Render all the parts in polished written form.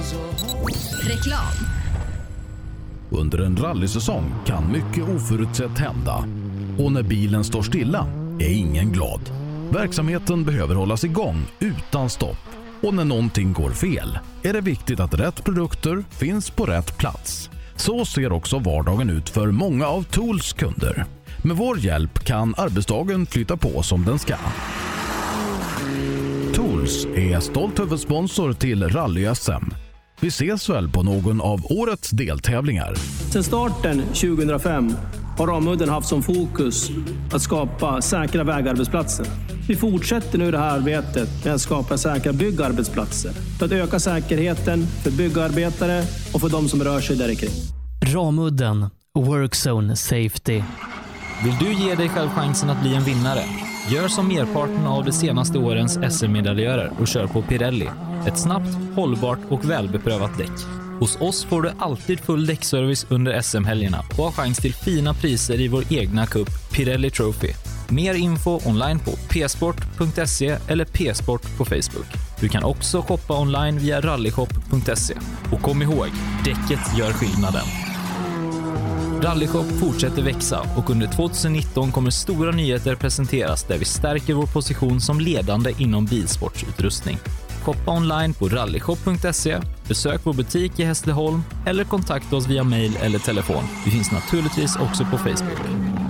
Reklam. Under en rallysäsong kan mycket oförutsett hända. Och när bilen står stilla är ingen glad. Verksamheten behöver hållas igång utan stopp. Och när någonting går fel är det viktigt att rätt produkter finns på rätt plats. Så ser också vardagen ut för många av Tools kunder. Med vår hjälp kan arbetsdagen flytta på som den ska. Tools är stolt huvudsponsor till Rally-SM. Vi ses väl på någon av årets deltävlingar. Sedan starten 2005 har Ramudden haft som fokus att skapa säkra vägarbetsplatser. Vi fortsätter nu det här arbetet med att skapa säkra byggarbetsplatser för att öka säkerheten för byggarbetare och för de som rör sig där kring. Ramudden Workzone Safety. Vill du ge dig själv chansen att bli en vinnare? Gör som merparten av de senaste årens SM-medaljörer och kör på Pirelli. Ett snabbt, hållbart och välbeprövat däck. Hos oss får du alltid full däckservice under SM-helgerna och har chans till fina priser i vår egna cup Pirelli Trophy. Mer info online på psport.se eller psport på Facebook. Du kan också shoppa online via rallyshop.se. Och kom ihåg, däcket gör skillnaden. Rallyshop fortsätter växa och under 2019 kommer stora nyheter presenteras där vi stärker vår position som ledande inom bilsportsutrustning. Shoppa online på rallyshop.se, besök vår butik i Hässleholm eller kontakta oss via mail eller telefon. Vi finns naturligtvis också på Facebook.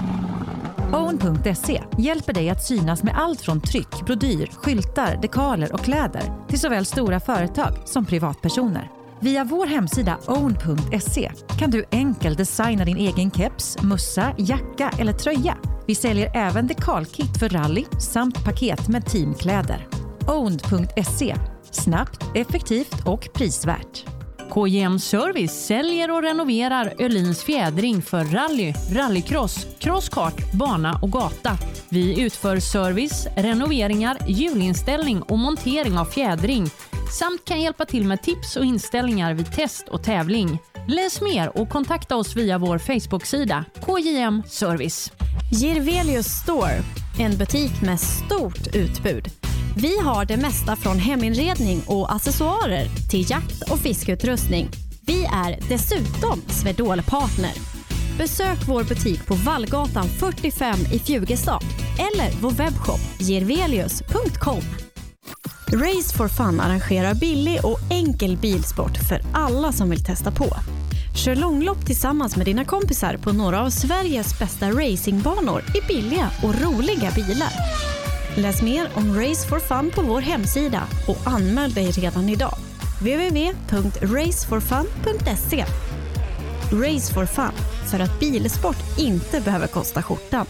Own.se hjälper dig att synas med allt från tryck, brodyr, skyltar, dekaler och kläder till såväl stora företag som privatpersoner. Via vår hemsida own.se kan du enkelt designa din egen keps, mussa, jacka eller tröja. Vi säljer även dekalkit för rally samt paket med teamkläder. Own.se. Snabbt, effektivt och prisvärt. KJM Service säljer och renoverar Öhlins fjädring för rally, rallycross, crosskart, bana och gata. Vi utför service, renoveringar, hjulinställning och montering av fjädring samt kan hjälpa till med tips och inställningar vid test och tävling. Läs mer och kontakta oss via vår Facebook-sida KJM Service. Jirvelius Store, en butik med stort utbud. Vi har det mesta från heminredning och accessoarer till jakt- och fiskeutrustning. Vi är dessutom Swedol-partner. Besök vår butik på Vallgatan 45 i Fjugestad eller vår webbshop jirvelius.com. Race for Fun arrangerar billig och enkel bilsport för alla som vill testa på. Kör långlopp tillsammans med dina kompisar på några av Sveriges bästa racingbanor i billiga och roliga bilar. Läs mer om Race for Fun på vår hemsida och anmäl dig redan idag. www.raceforfun.se. Race for Fun, för att bilsport inte behöver kosta skjortan.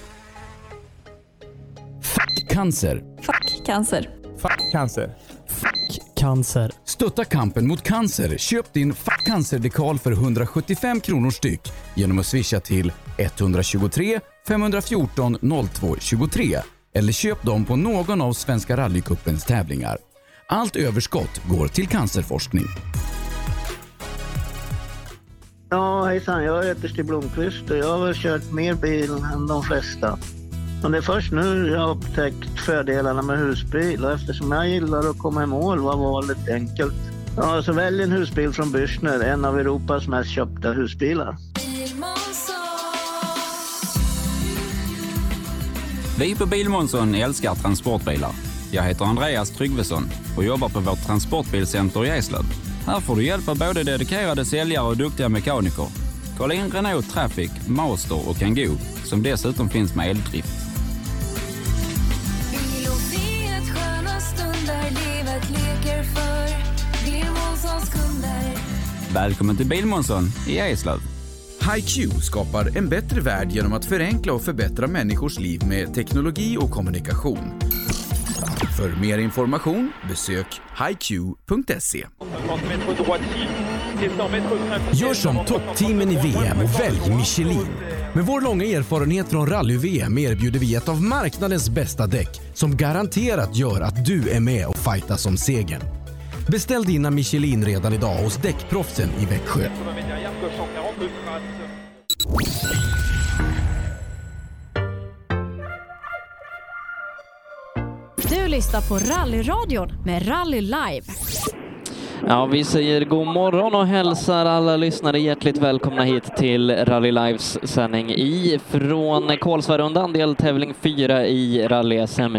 Fuck cancer. Fuck cancer. Fuck cancer. Fuck cancer. Stötta kampen mot cancer. Köp din Fuck cancer-dekal för 175 kronor styck genom att swisha till 123 514 0223 eller köp dem på någon av Svenska rallycupens tävlingar. Allt överskott går till cancerforskning. Ja, hejsan. Jag heter Stig Blomqvist och jag har kört mer bil än de flesta. Och det är först nu jag har upptäckt fördelarna med husbil, och eftersom jag gillar att komma i mål var valet enkelt. Ja, så välj en husbil från Bürstner, en av Europas mest köpta husbilar. Vi på Bilmånsson älskar transportbilar. Jag heter Andreas Tryggvesson och jobbar på vårt transportbilcenter i Eslöv. Här får du hjälp av både dedikerade säljare och duktiga mekaniker. Kolla in Renault Traffic, Master och Kangoo, som dessutom finns med eldrift. Välkommen till Bilmånsson i Eslöv. HiQ skapar en bättre värld genom att förenkla och förbättra människors liv med teknologi och kommunikation. För mer information besök hiq.se. Gör som toppteamen i VM och välj Michelin. Med vår långa erfarenhet från rally-VM erbjuder vi ett av marknadens bästa däck som garanterat gör att du är med och fightas om segern. Beställ dina Michelin redan idag hos Däckproffsen i Växjö. Du lyssnar på Rallyradion med Rally Live. Ja, vi säger god morgon och hälsar alla lyssnare hjärtligt välkomna hit till Rally Lives sändning från Kolsvarundan, deltävling 4 i Rally SM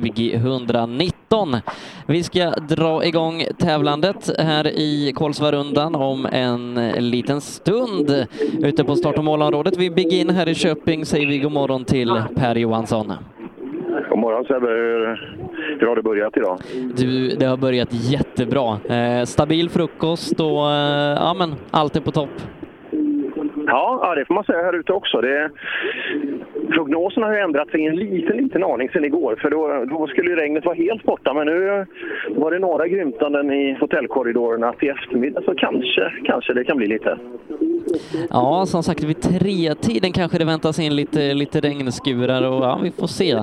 2019. Vi ska dra igång tävlandet här i Kolsvarundan om en liten stund ute på start- och målområdet. Vi bygger in här i Köping, säger vi god morgon till Per Johansson. God morgon Sebbe, hur har det börjat idag? Du, det har börjat jättebra. Stabil frukost och ja, men allt är på topp. Ja, det får man säga här ute också. Prognosen har ju ändrat sig en liten aning sedan igår. För då skulle ju regnet vara helt borta. Men nu var det några grymtanden i hotellkorridorerna till eftermiddag. Så kanske det kan bli lite. Ja, som sagt, vid 3-tiden kanske det väntas in lite regnskurar. Och ja, vi får se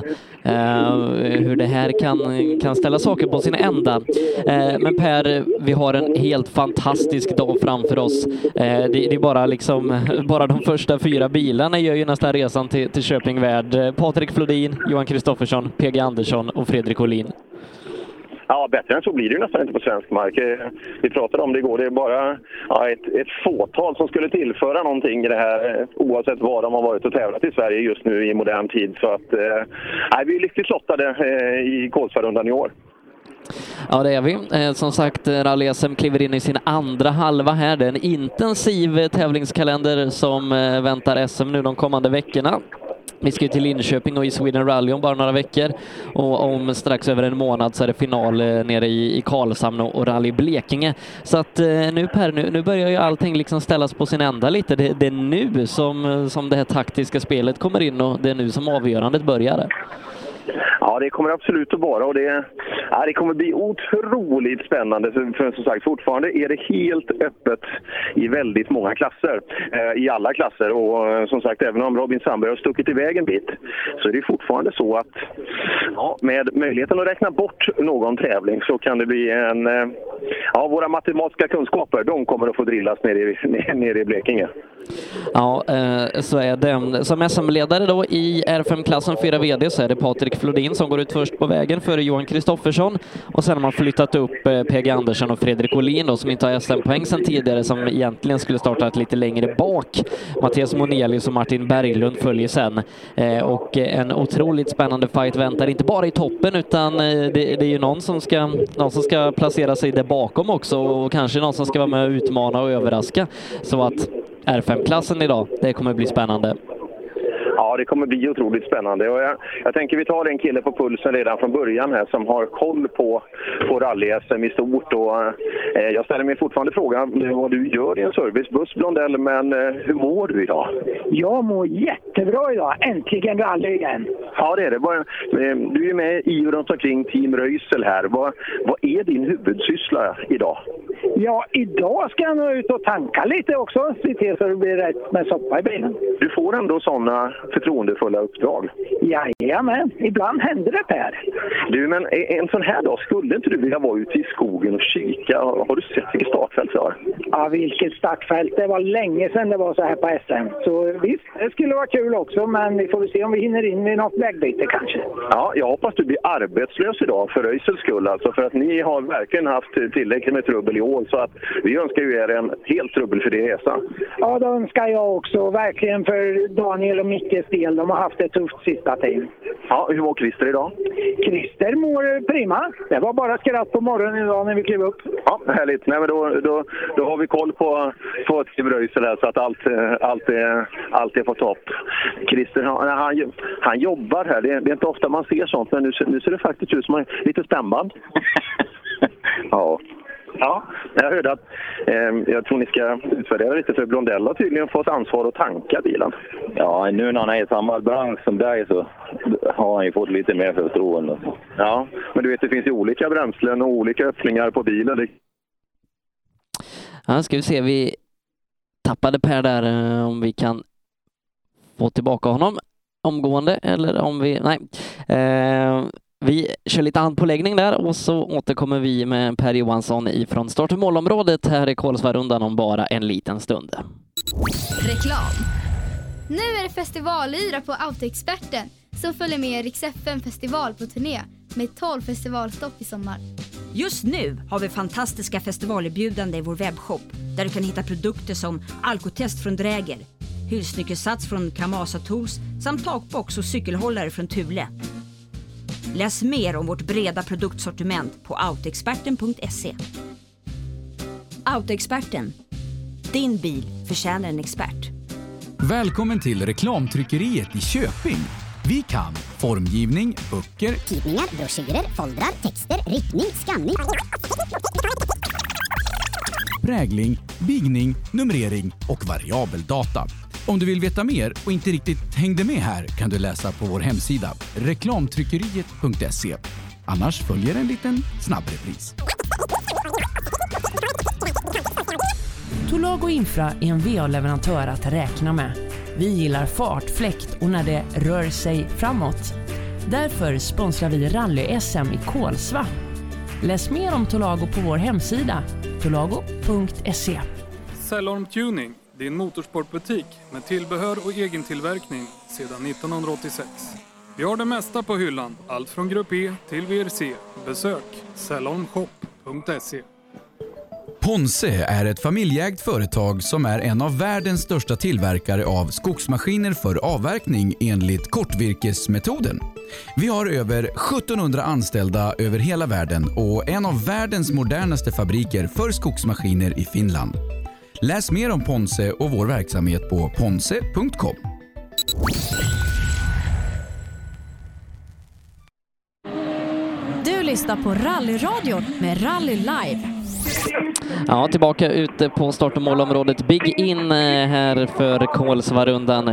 hur det här kan ställa saker på sin ända. Men Per, vi har en helt fantastisk dag framför oss. Det är bara de första 4 bilarna gör ju nästan resan till Köping värd. Patrik Flodin, Johan Kristoffersson, PG Andersson och Fredrik Olin. Ja, bättre än så blir det ju nästan inte på svensk mark. Vi pratade om det igår. Det är bara ett fåtal som skulle tillföra någonting i det här, oavsett vad de har varit och tävlat i Sverige just nu i modern tid. Så att vi är lyckligt lottade i Kolsvarundan i år. Ja, det är vi. Som sagt, Rally SM kliver in i sin andra halva här. Det är en intensiv tävlingskalender som väntar SM nu de kommande veckorna. Vi ska ju till Linköping och i Sweden Rally om bara några veckor. Och om strax över en månad så är det final nere i Karlshamn och Rally Blekinge. Så att nu Per, nu börjar ju allting liksom ställas på sin ända lite. Det är nu som det här taktiska spelet kommer in och det är nu som avgörandet börjar. Ja, det kommer absolut att vara och det kommer bli otroligt spännande. För som sagt, fortfarande är det helt öppet i väldigt många klasser. I alla klasser. Och som sagt, även om Robin Sandberg har stuckit iväg en bit så är det fortfarande så att med möjligheten att räkna bort någon tävling så kan det bli våra matematiska kunskaper, de kommer att få drillas nere i Blekinge. Ja, så är det. Som SM-ledare då i R5-klassen 4 VD så är det Patrik Flodin som går ut först på vägen före Johan Kristoffersson. Och sen har man flyttat upp PG Andersson och Fredrik Olin då, som inte har SM-poäng sedan tidigare, som egentligen skulle starta lite längre bak. Mattias Monelius och Martin Berglund följer sen. Och en otroligt spännande fight väntar, inte bara i toppen utan det är ju någon som ska placera sig där bakom också och kanske någon som ska vara med och utmana och överraska. Så att R5-klassen idag, det kommer bli spännande. Ja, det kommer bli otroligt spännande. Och jag tänker vi tar en kille på pulsen redan från början här som har koll på rally-SM i stort. Och, jag ställer mig fortfarande frågan vad du gör i en servicebuss, Blondell, men hur mår du idag? Jag mår jättebra idag. Äntligen rally igen. Ja, det är det. Du är med i och runt omkring Team Röisel här. Vad är din huvudsyssla idag? Ja, idag ska jag nog ut och tanka lite också. Se till så det blir rätt med soppa i bilen. Du får ändå sådana förtroendefulla uppdrag. Jajamän, ibland händer det, Per. Du, men en sån här dag, skulle inte du vilja vara ute i skogen och kika? Har du sett vilket startfält det har? Ja, vilket startfält. Det var länge sedan det var så här på SM. Så visst, det skulle vara kul också, men vi får se om vi hinner in med något vägbyte kanske. Ja, jag hoppas du blir arbetslös idag för Röisels skull. Alltså, för att ni har verkligen haft tillräckligt med trubbel i år. Så att vi önskar ju er en helt trubbelfri resa. Ja, det önskar jag också. Verkligen för Daniel och Mickes del. De har haft det tufft sista tiden. Ja, hur mår Christer idag? Christer mår prima. Det var bara skratt på morgonen idag när vi klev upp. Ja, härligt. Nej, men då har vi koll på Team Röisel här så att allt är på topp. Christer, han jobbar här. Det är inte ofta man ser sånt, men nu ser det faktiskt ut som lite stämband. Ja, jag hörde att jag tror ni ska utvärdera lite för Blondell har tydligen fått ansvar att tanka bilen. Ja, nu när han är i samma bransch som dig så har han ju fått lite mer förtroende. Ja, men du vet det finns ju olika bränslen och olika öppningar på bilen. Ja, ska vi se, vi tappade Per där, om vi kan få tillbaka honom omgående eller om vi... Nej. Vi kör lite handpåläggning där och så återkommer vi med Per Johansson ifrån start- och målområdet här i Kolsvarundan om bara en liten stund. Reklam. Nu är det festivalyra på Autoexperten som följer med Rix FM festival på turné med 12 festivalstopp i sommar. Just nu har vi fantastiska festivalerbjudanden i vår webbshop där du kan hitta produkter som alkotest från Dräger, hylsnyckelsats från Kamasa Tools samt takbox och cykelhållare från Thule. Läs mer om vårt breda produktsortiment på autoexperten.se. Autoexperten. Din bil förtjänar en expert. Välkommen till reklamtryckeriet i Köping. Vi kan formgivning, böcker, tidningar, broschyrer, foldrar, texter, ritning, skanning, prägling, bigning, numrering och variabeldata. Om du vill veta mer och inte riktigt hängde med här kan du läsa på vår hemsida reklamtryckeriet.se. Annars följer en liten snabbrepris. Tolago Infra är en VA-leverantör att räkna med. Vi gillar fart, fläkt och när det rör sig framåt. Därför sponsrar vi rally-SM i Kolsva. Läs mer om Tolago på vår hemsida tolago.se. Cellorm Tuning, din motorsportbutik med tillbehör och egen tillverkning sedan 1986. Vi har det mesta på hyllan, allt från Grupp E till VRC. Besök cellormshop.se. Ponsse är ett familjeägt företag som är en av världens största tillverkare av skogsmaskiner för avverkning enligt kortvirkesmetoden. Vi har över 1700 anställda över hela världen och en av världens modernaste fabriker för skogsmaskiner i Finland. Läs mer om Ponsse och vår verksamhet på ponsse.com. Du lyssnar på Rallyradion med Rally Live. Ja, tillbaka ute på start- och målområdet Big In här för Kolsvarundan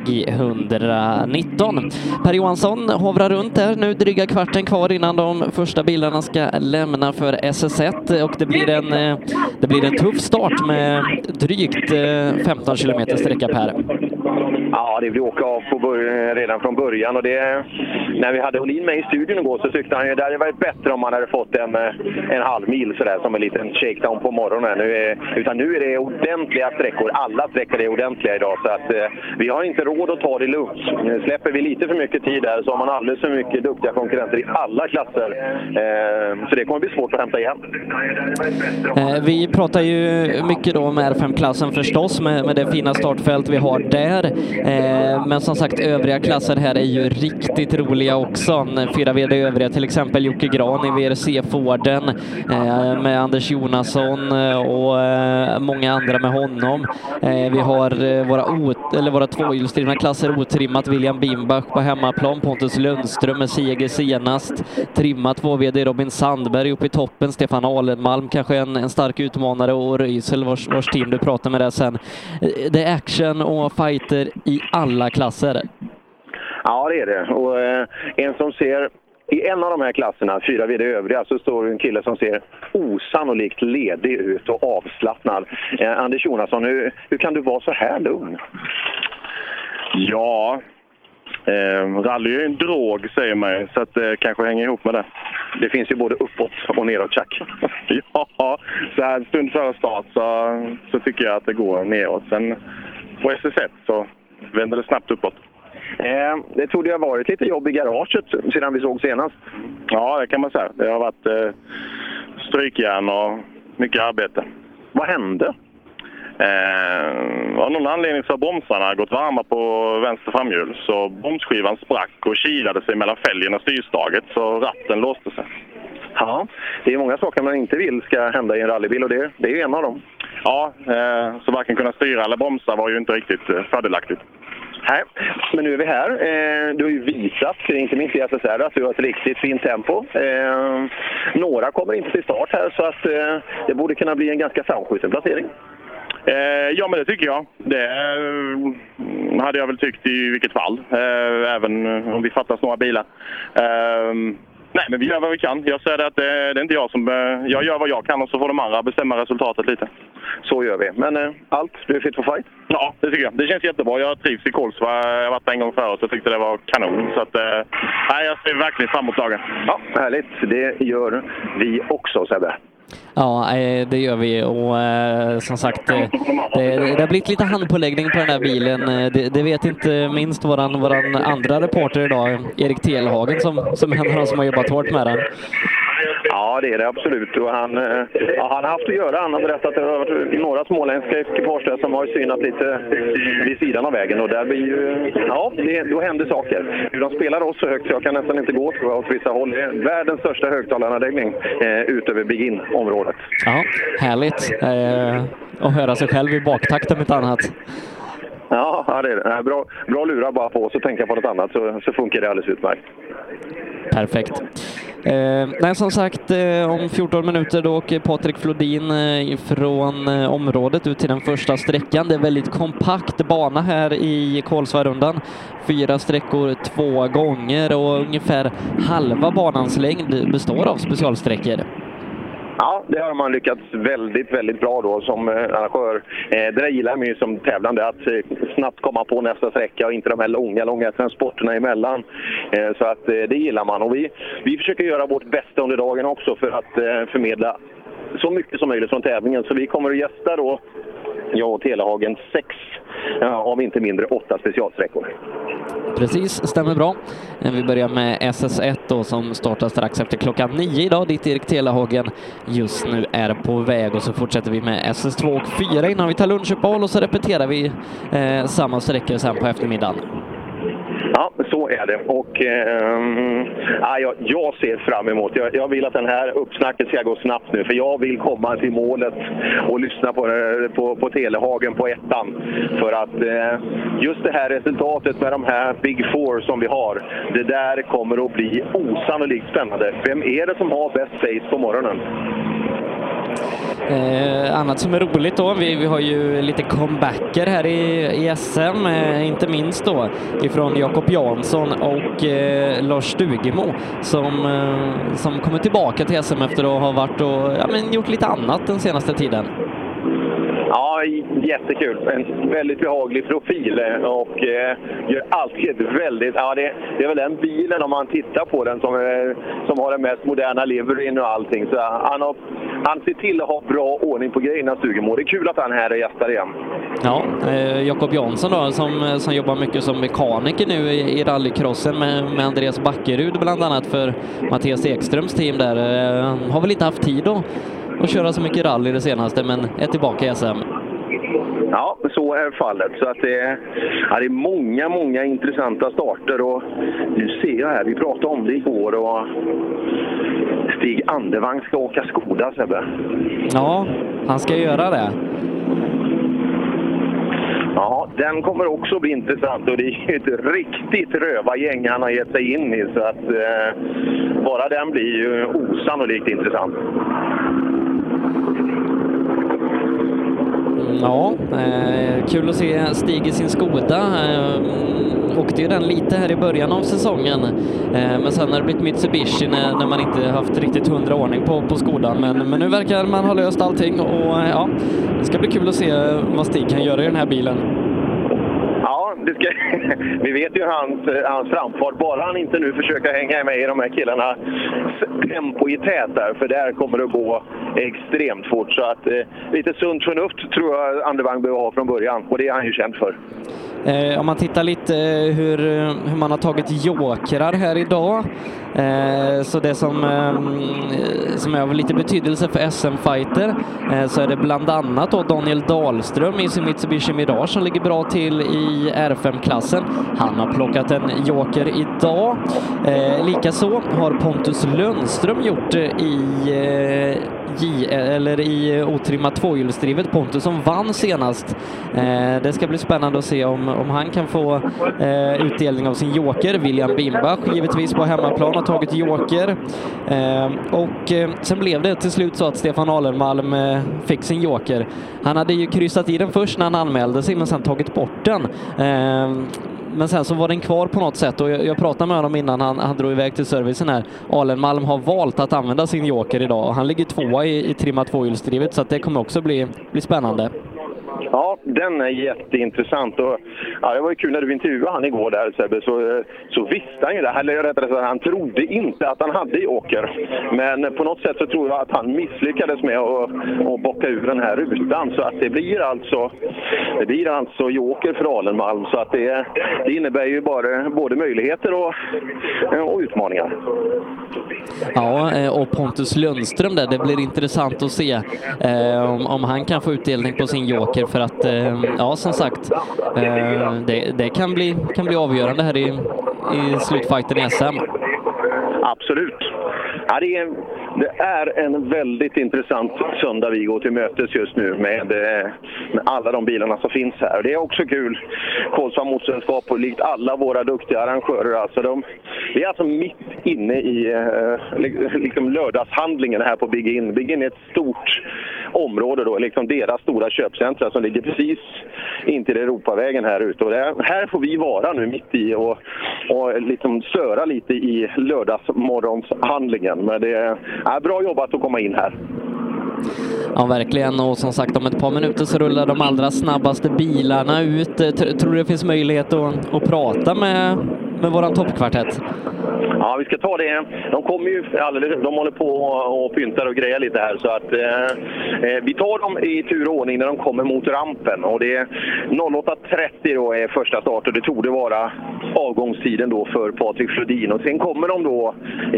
2019. Per Johansson hovrar runt där nu, dryga kvarten kvar innan de första bilarna ska lämna för SS1 och det blir en tuff start med drygt 15 kilometer sträcka Per. Ja, det blir åka av redan från början och det, när vi hade Olin med i studion igår så tyckte han ju det hade varit bättre om man hade fått en halv mil sådär som en liten shakedown på morgonen. Nu är det ordentliga sträckor, alla sträckor är ordentliga idag så att vi har inte råd att ta det lugnt. Släpper vi lite för mycket tid där så har man alldeles för mycket duktiga konkurrenter i alla klasser. Så det kommer bli svårt att hämta igen. Vi pratar ju mycket då om R5-klassen förstås med det fina startfält vi har där. Men som sagt, övriga klasser här är ju riktigt roliga också. 4 VD övriga, till exempel Jocke Gran i VRC-Forden med Anders Jonasson och många andra med honom. Vi har våra tvåhjulsdrivna klasser otrimmat. William Bimbach på hemmaplan, Pontus Lundström med seger senast. Trimmat 2 VD Robin Sandberg upp i toppen, Stefan Alenmalm kanske en stark utmanare och Röisel vars team du pratar med där sen. Det är action och fighter i alla klasser. Ja, det är det. Och en som ser i en av de här klasserna, 4 VD övriga, så står en kille som ser osannolikt ledig ut och avslappnad. Anders Jonasson, hur kan du vara så här lugn? Ja, rally är en drog säger man, så att det kanske hänger ihop med det. Det finns ju både uppåt och neråt, Chuck. Ja, så här en stund före start så tycker jag att det går neråt. Sen på SS1 så vänder det snabbt uppåt. Det trodde jag varit lite jobb i garaget sedan vi såg senast. Ja, det kan man säga. Det har varit strykjärn och mycket arbete. Vad hände? Av någon anledning så har bromsarna gått varma på vänster framhjul. Så bromsskivan sprack och kilade sig mellan fälgen och styrstaget så ratten låste sig. Ja, det är många saker man inte vill ska hända i en rallybil och det är ju en av dem. Ja, så varken kunna styra eller bromsa var ju inte riktigt fördelaktigt. Nej, men nu är vi här. Du har ju visat, inte minst i SSR, att du har ett riktigt fint tempo. Några kommer inte till start här så att det borde kunna bli en ganska framskjuten placering. Ja, men det tycker jag. Det hade jag väl tyckt i vilket fall. Även om vi fattas några bilar. Nej, men vi gör vad vi kan. Jag säger att det är inte jag som... Jag gör vad jag kan och så får de andra bestämma resultatet lite. Så gör vi. Men allt, du är fit for fight? Ja, det tycker jag. Det känns jättebra. Jag trivs i Kolsva. Jag har varit en gång förut och tyckte det var kanon. Så att, nej, jag ser verkligen fram emot dagen. Ja, härligt. Det gör vi också, Sebbe. Ja, det gör vi och som sagt det har blivit lite handpåläggning på den här bilen. Det vet inte minst våran andra reporter idag, Erik Telhagen, som är en av de som har jobbat hårt med den. Ja, det är det absolut. Och han har haft att göra. Han har berättat att det har varit några småländska ekipage där som har synat lite vid sidan av vägen. Och där blir ju... Ja, då händer saker. De spelar oss så högt så jag kan nästan inte gå, tror jag, åt vissa håll. Det är världens största högtalaranläggning utöver Begin-området. Ja, härligt. Att höra sig själv i baktakten med ett annat. Ja, det är det. Bra lura bara på oss och tänka på något annat så funkar det alldeles utmärkt. Perfekt. Nej, som sagt, om 14 minuter då åker Patrik Flodin från området ut till den första sträckan. Det är väldigt kompakt bana här i Kolsvarundan. 4 sträckor 2 gånger och ungefär halva banans längd består av specialsträckor. Ja, det har man lyckats väldigt, väldigt bra då som arrangör. Det där gillar man ju som tävlande, att snabbt komma på nästa sträcka och inte de här långa transporterna emellan. Så att det gillar man. Och vi försöker göra vårt bästa under dagen också för att förmedla så mycket som möjligt från tävlingen. Så vi kommer att gästa då, jag och Telehagen, 6 av inte mindre 8 specialsträckor. Precis, stämmer bra. Vi börjar med SS1 då, som startar strax efter klockan 9 idag, dit Erik Telehagen just nu är på väg, och så fortsätter vi med SS2 och 4 innan vi tar lunchuppehåll, och så repeterar vi samma sträckor sen på eftermiddagen. Ja, så är det. Och jag ser fram emot. Jag vill att den här uppsnacket ska gå snabbt nu. För jag vill komma till målet och lyssna på Telehagen på ettan. För att just det här resultatet med de här Big Four som vi har, det där kommer att bli osannolikt spännande. Vem är det som har bäst pace på morgonen? Annat som är roligt då, vi har ju lite comebacker här i SM, inte minst då ifrån Jakob Jansson och Lars Stugemo som kommer tillbaka till SM efter att ha varit och gjort lite annat den senaste tiden. Ja, jättekul. En väldigt behaglig profil och gör alltid väldigt... Ja, det är väl den bilen, om man tittar på den, som har den mest moderna liveryn och allting. Så han ser till att ha bra ordning på grejerna, Stugemo. Det är kul att han är här och gästar igen. Ja, Jakob Jansson då, som jobbar mycket som mekaniker nu i rallycrossen med Andreas Backerud bland annat för Mattias Ekströms team där. Han har väl inte haft tid att köra så mycket rally det senaste, men är tillbaka i SM. Ja, så är fallet. Så att det är många intressanta starter, och nu ser jag här, vi pratade om det igår, och Stig Andevang ska åka Skoda, Sebbe. Ja, han ska göra det. Ja, den kommer också bli intressant, och det är ett riktigt rövargäng han har gett sig in i, så att bara den blir ju osannolikt intressant. Ja, kul att se Stig i sin Skoda. Åkte ju den lite här i början av säsongen, men sen har det blivit Mitsubishi när man inte haft riktigt 100 ordning på Skodan. Men nu verkar man ha löst allting, och ja, det ska bli kul att se vad Stig kan göra i den här bilen. Ja, vi vet ju hans framfart. Bara han inte nu försöker hänga med i de här killarna tempo i tät där, för där kommer det att gå extremt fort. Så att lite sunt förnuft tror jag Andevang behöver ha från början, och det är han ju känd för. Om man tittar lite hur man har tagit jokrar här idag, så det som är av lite betydelse för SM-fighter, så är det bland annat då Daniel Dahlström i sin Mitsubishi Mirage som ligger bra till i R5-klassen. Han har plockat en joker idag. Likaså har Pontus Lundström gjort i otrimmat tvåhjulsdrivet. Pontus som vann senast. Det ska bli spännande att se om han kan få utdelning av sin joker. William Bimbach givetvis på hemmaplan har tagit joker. Och sen blev det till slut så att Stefan Alenmalm fick sin joker. Han hade ju kryssat i den först när han anmälde sig, men sen tagit bort den. Men sen så var den kvar på något sätt, och jag pratade med honom innan han drog iväg till servicen här. Alenmalm har valt att använda sin joker idag, och han ligger 2 i trimmat tvåhjulsdrivet, så att det kommer också bli spännande. Ja, den är jätteintressant. Och, ja, det var ju kul när du intervjuade han igår där, Sebbe, så visste han ju det. Eller rättare sagt, han trodde inte att han hade joker. Men på något sätt så tror jag att han misslyckades med att bocka ur den här rutan. Så att det blir alltså joker för Alenmalm. Så att det innebär ju både möjligheter och utmaningar. Ja, och Pontus Lundström där, det blir intressant att se om han kan få utdelning på sin joker, för att ja, som sagt, det kan bli avgörande här i slutfighten i SM. Absolut. Ja, det är en väldigt intressant söndag vi går till mötes just nu med alla de bilarna som finns här. Det är också kul. Kolsva motorsällskap och likt alla våra duktiga arrangörer. Alltså vi är alltså mitt inne i liksom lördagshandlingen här på Big In. Big In är ett stort område då, liksom deras stora köpcentra som ligger precis intill Europavägen här ute. Och här får vi vara nu mitt i och liksom söra lite i lördagsmorgonshandlingen. Men det är bra jobbat att komma in här. Ja, verkligen. Och som sagt, om ett par minuter så rullar de allra snabbaste bilarna ut. Tror du det finns möjlighet att prata med våran toppkvartett? Ja, vi ska ta det. De kommer ju de håller på och pyntar och grejer lite här, så att vi tar dem i tur och ordning när de kommer mot rampen. Och det är 08.30 då är första start, och det torde vara avgångstiden då för Patrik Flodin. Och sen kommer de då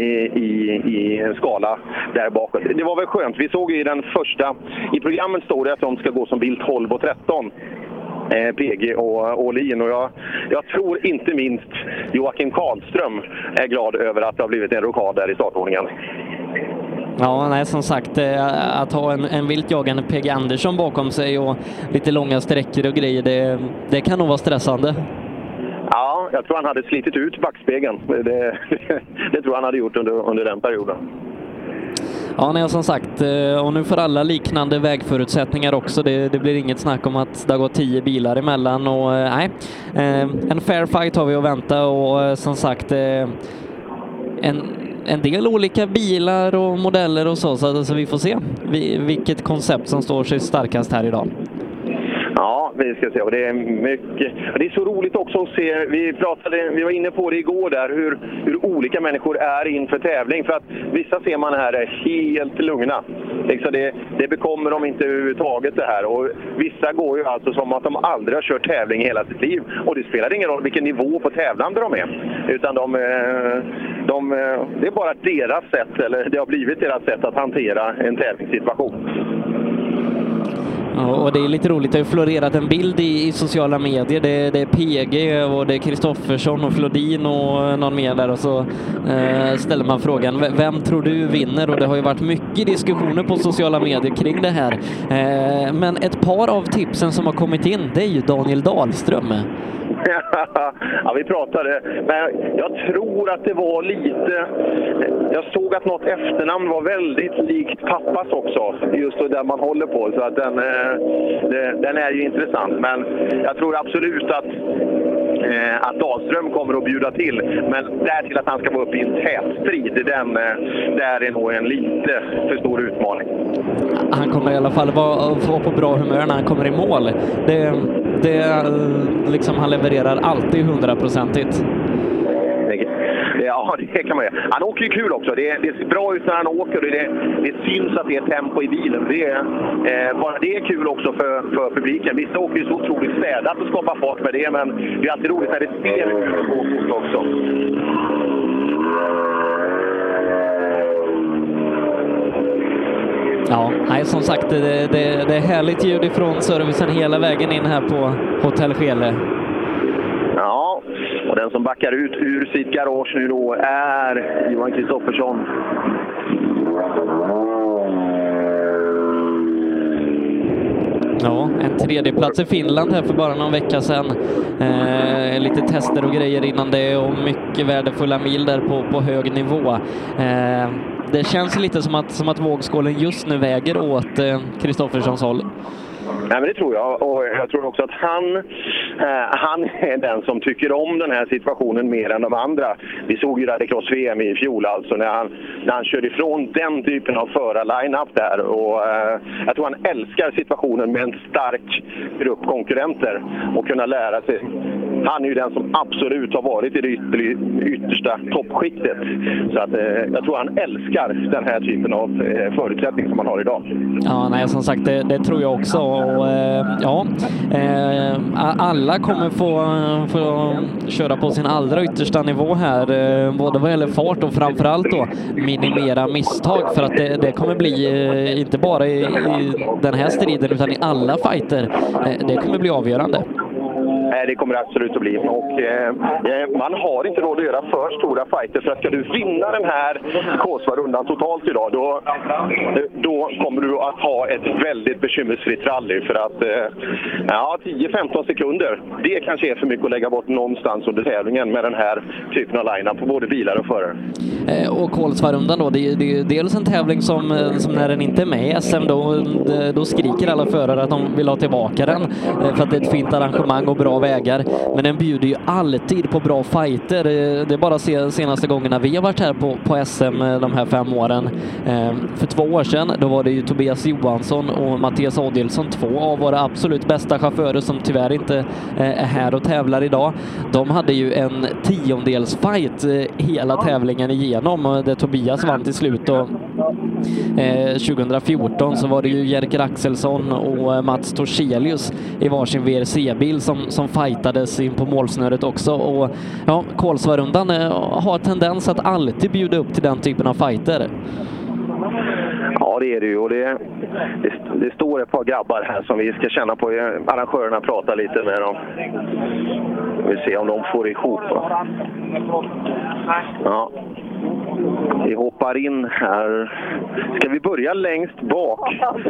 i en skala där bakåt. Det var väl skönt. Vi såg i den första, i programmet står det att de ska gå som bil 12 och 13. PG och Åhlin, och jag tror inte minst Joakim Karlström är glad över att det har blivit en rokad där i startordningen. Ja, nej, som sagt, att ha en vilt jagande PG Andersson bakom sig och lite långa sträckor och grejer, det kan nog vara stressande. Ja, jag tror han hade slitit ut backspegeln. Det tror han hade gjort under den perioden. Ja, nej, som sagt, och nu får alla liknande vägförutsättningar också. Det blir inget snack om att det har gått 10 bilar emellan. Och nej, en fair fight har vi att vänta, och som sagt, en del olika bilar och modeller och så vi får se vilket koncept som står sig starkast här idag. Ja, vi ska se. Och det är mycket. Det är så roligt också att se. Vi var inne på det igår där, hur olika människor är inför tävling. För att vissa ser man här är helt lugna. Så det bekommer de inte överhuvudtaget det här. Och vissa går ju alltså som att de aldrig har kört tävling i hela sitt liv. Och det spelar ingen roll vilken nivå på tävlande de är. Utan det är bara deras sätt, eller det har blivit deras sätt att hantera en tävlingssituation. Ja, och det är lite roligt, det har florerat en bild i sociala medier. Det är PG och det är Kristoffersson och Flodin och någon mer där, och så ställer man frågan, vem tror du vinner? Och det har ju varit mycket diskussioner på sociala medier kring det här. Men ett par av tipsen som har kommit in, det är ju Daniel Dahlström. Ja, vi pratade, men jag tror att det var lite, jag såg att något efternamn var väldigt likt pappas också, just där man håller på, så att den är ju intressant, men jag tror absolut att Dahlström kommer att bjuda till, men där till att han ska vara uppe i en tätstrid, där är nog en lite för stor utmaning. Han kommer i alla fall vara på bra humör när han kommer i mål. Det liksom, han levererar alltid 100%. Ja, det kan man göra. Han åker ju kul också. Det ser bra ut när han åker, och det syns att det är tempo i bilen. Bara det är kul också för publiken. Vissa åker ju så otroligt städat och skapar fart med det, men det är alltid roligt när det ser ut på fort också. Ja, nej, som sagt, det är härligt ljud ifrån servicen hela vägen in här på Hotell Skele. Ja, och den som backar ut ur sitt garage nu då är Johan Kristoffersson. Ja, en tredjeplats i Finland här för bara någon vecka sedan. Lite tester och grejer innan det, och mycket värdefulla mil där på hög nivå. Det känns lite som att vågskålen just nu väger åt Kristofferssons håll. Nej, men det tror jag. Och jag tror också att han är den som tycker om den här situationen mer än de andra. Vi såg ju Rallycross VM i fjol alltså när han körde ifrån den typen av förarline-up där. Och jag tror han älskar situationen med en stark grupp konkurrenter och kunna lära sig. Han är ju den som absolut har varit i det yttersta toppskiktet. Så att, jag tror han älskar den här typen av förutsättning som man har idag. Ja, nej, som sagt, det tror jag också. Och, alla kommer få köra på sin allra yttersta nivå här, både vad gäller fart och framförallt då minimera misstag, för att det kommer bli inte bara i den här striden utan i alla fighter. Det kommer bli avgörande. Det kommer absolut att bli. Och man har inte råd att göra för stora fighter, för att ska du vinna den här Kåsva-rundan totalt idag, då kommer du att ha ett väldigt bekymmersfritt rally, för att 10-15 sekunder, det kanske är för mycket att lägga bort någonstans under tävlingen med den här typen av line-up på både bilar och förare. Och Kåsva-rundan då, det är dels en tävling som när den inte är med i SM, då skriker alla förare att de vill ha tillbaka den, för att det är ett fint arrangemang och bra vägar, men den bjuder ju alltid på bra fighter. Det är bara senaste gångerna vi har varit här på SM de här 5 åren. För 2 år sedan, då var det ju Tobias Johansson och Mattias Adilsson, 2 av våra absolut bästa chaufförer som tyvärr inte är här och tävlar idag. De hade ju en 10-dels fight hela tävlingen igenom, där Tobias vann till slut. Och 2014 så var det ju Jerker Axelsson och Mats Torselius i varsin VRC-bil som fightades in på målsnöret också. Och ja, Kåsva-rundan har tendens att alltid bjuda upp till den typen av fighter. Ja, det är det ju. Och det står ett par grabbar här som vi ska känna på. Arrangörerna pratar lite med dem. Vi ser om de får ihop. Ja. Vi hoppar in här. Ska vi börja längst bak?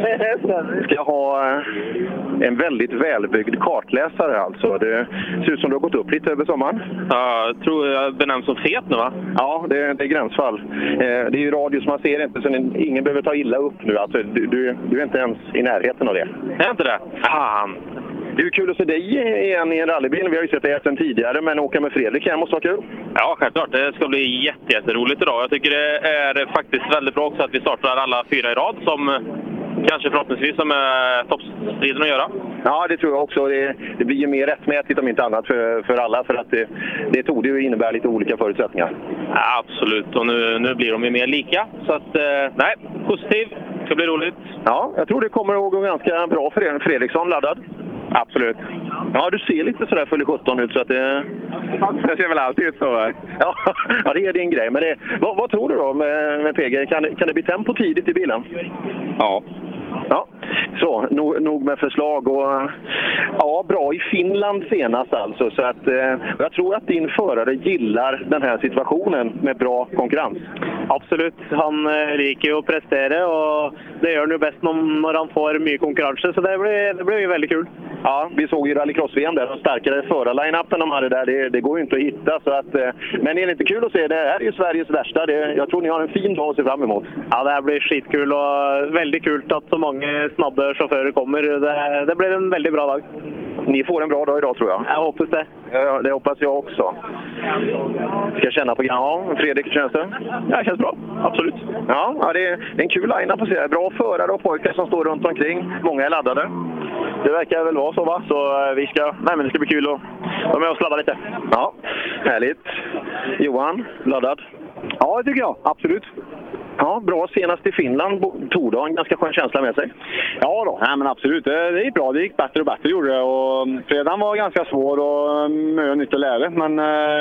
Vi ska ha en väldigt välbyggd kartläsare alltså. Det ser ut som du har gått upp lite över sommaren. Ja, jag tror jag benämns som fet nu, va? Ja, det är gränsfall. Det är ju radio som man ser inte, så ingen behöver ta illa upp nu. Alltså, du är inte ens i närheten av det. Är inte det? Fan! Det är ju kul att se dig igen i en rallybil. Vi har ju sett det sen tidigare, men åka med Fredrik här måste vara kul. Ja, självklart. Det ska bli jätteroligt idag. Jag tycker det är faktiskt väldigt bra också att vi startar alla 4 i rad, som kanske förhoppningsvis som toppstriden att göra. Ja, det tror jag också. Det blir ju mer rättmätigt om inte annat för alla, för att det tog ju innebär lite olika förutsättningar. Ja, absolut. Och nu blir de ju mer lika. Så att, nej, positiv. Det ska bli roligt. Ja, jag tror det kommer att gå ganska bra för er. Fredriksson laddad? Absolut. Ja, du ser lite sådär full 17 ut, så att det ser väl alltid ut så. Ja, det är din grej. Men vad tror du då med PG? Kan det bli tempo tidigt i bilen? Ja. Ja, så nog med förslag. Och ja, bra i Finland senast alltså. Så att jag tror att din förare gillar den här situationen med bra konkurrens. Absolut. Han liker ju att prestera, och det gör han ju bäst när han får mycket konkurrens. Så det blir ju väldigt kul. Ja, vi såg ju Rallycross-VM där. De starkare förarline-upen de hade där, det går ju inte att hitta. Så att, men är det inte kul att se? Det här är ju Sveriges värsta. Jag tror ni har en fin dag att se fram emot. Ja, det här blir skitkul och väldigt kul att så många snabba chaufförer kommer. Det blir en väldigt bra dag. Ni får en bra dag idag, tror jag. Jag hoppas det. Ja, det hoppas jag också. Ska jag känna på ja, Fredrik, känns det? Ja, det känns bra. Absolut. Ja, det är en kul line-up att se. Bra förare och pojkar som står runt omkring. Många är laddade. Det verkar väl vara så, va? Så det ska bli kul att vara med och sladda lite. Ja, härligt. Johan, laddad? Ja, det tycker jag. Absolut. Ja, bra. Senast i Finland tog du en ganska skön känsla med sig. Ja då, nej, men absolut. Det gick bra. Det gick bättre och bättre gjorde det. Och fredagen var ganska svår och mycket nytt att lära. Men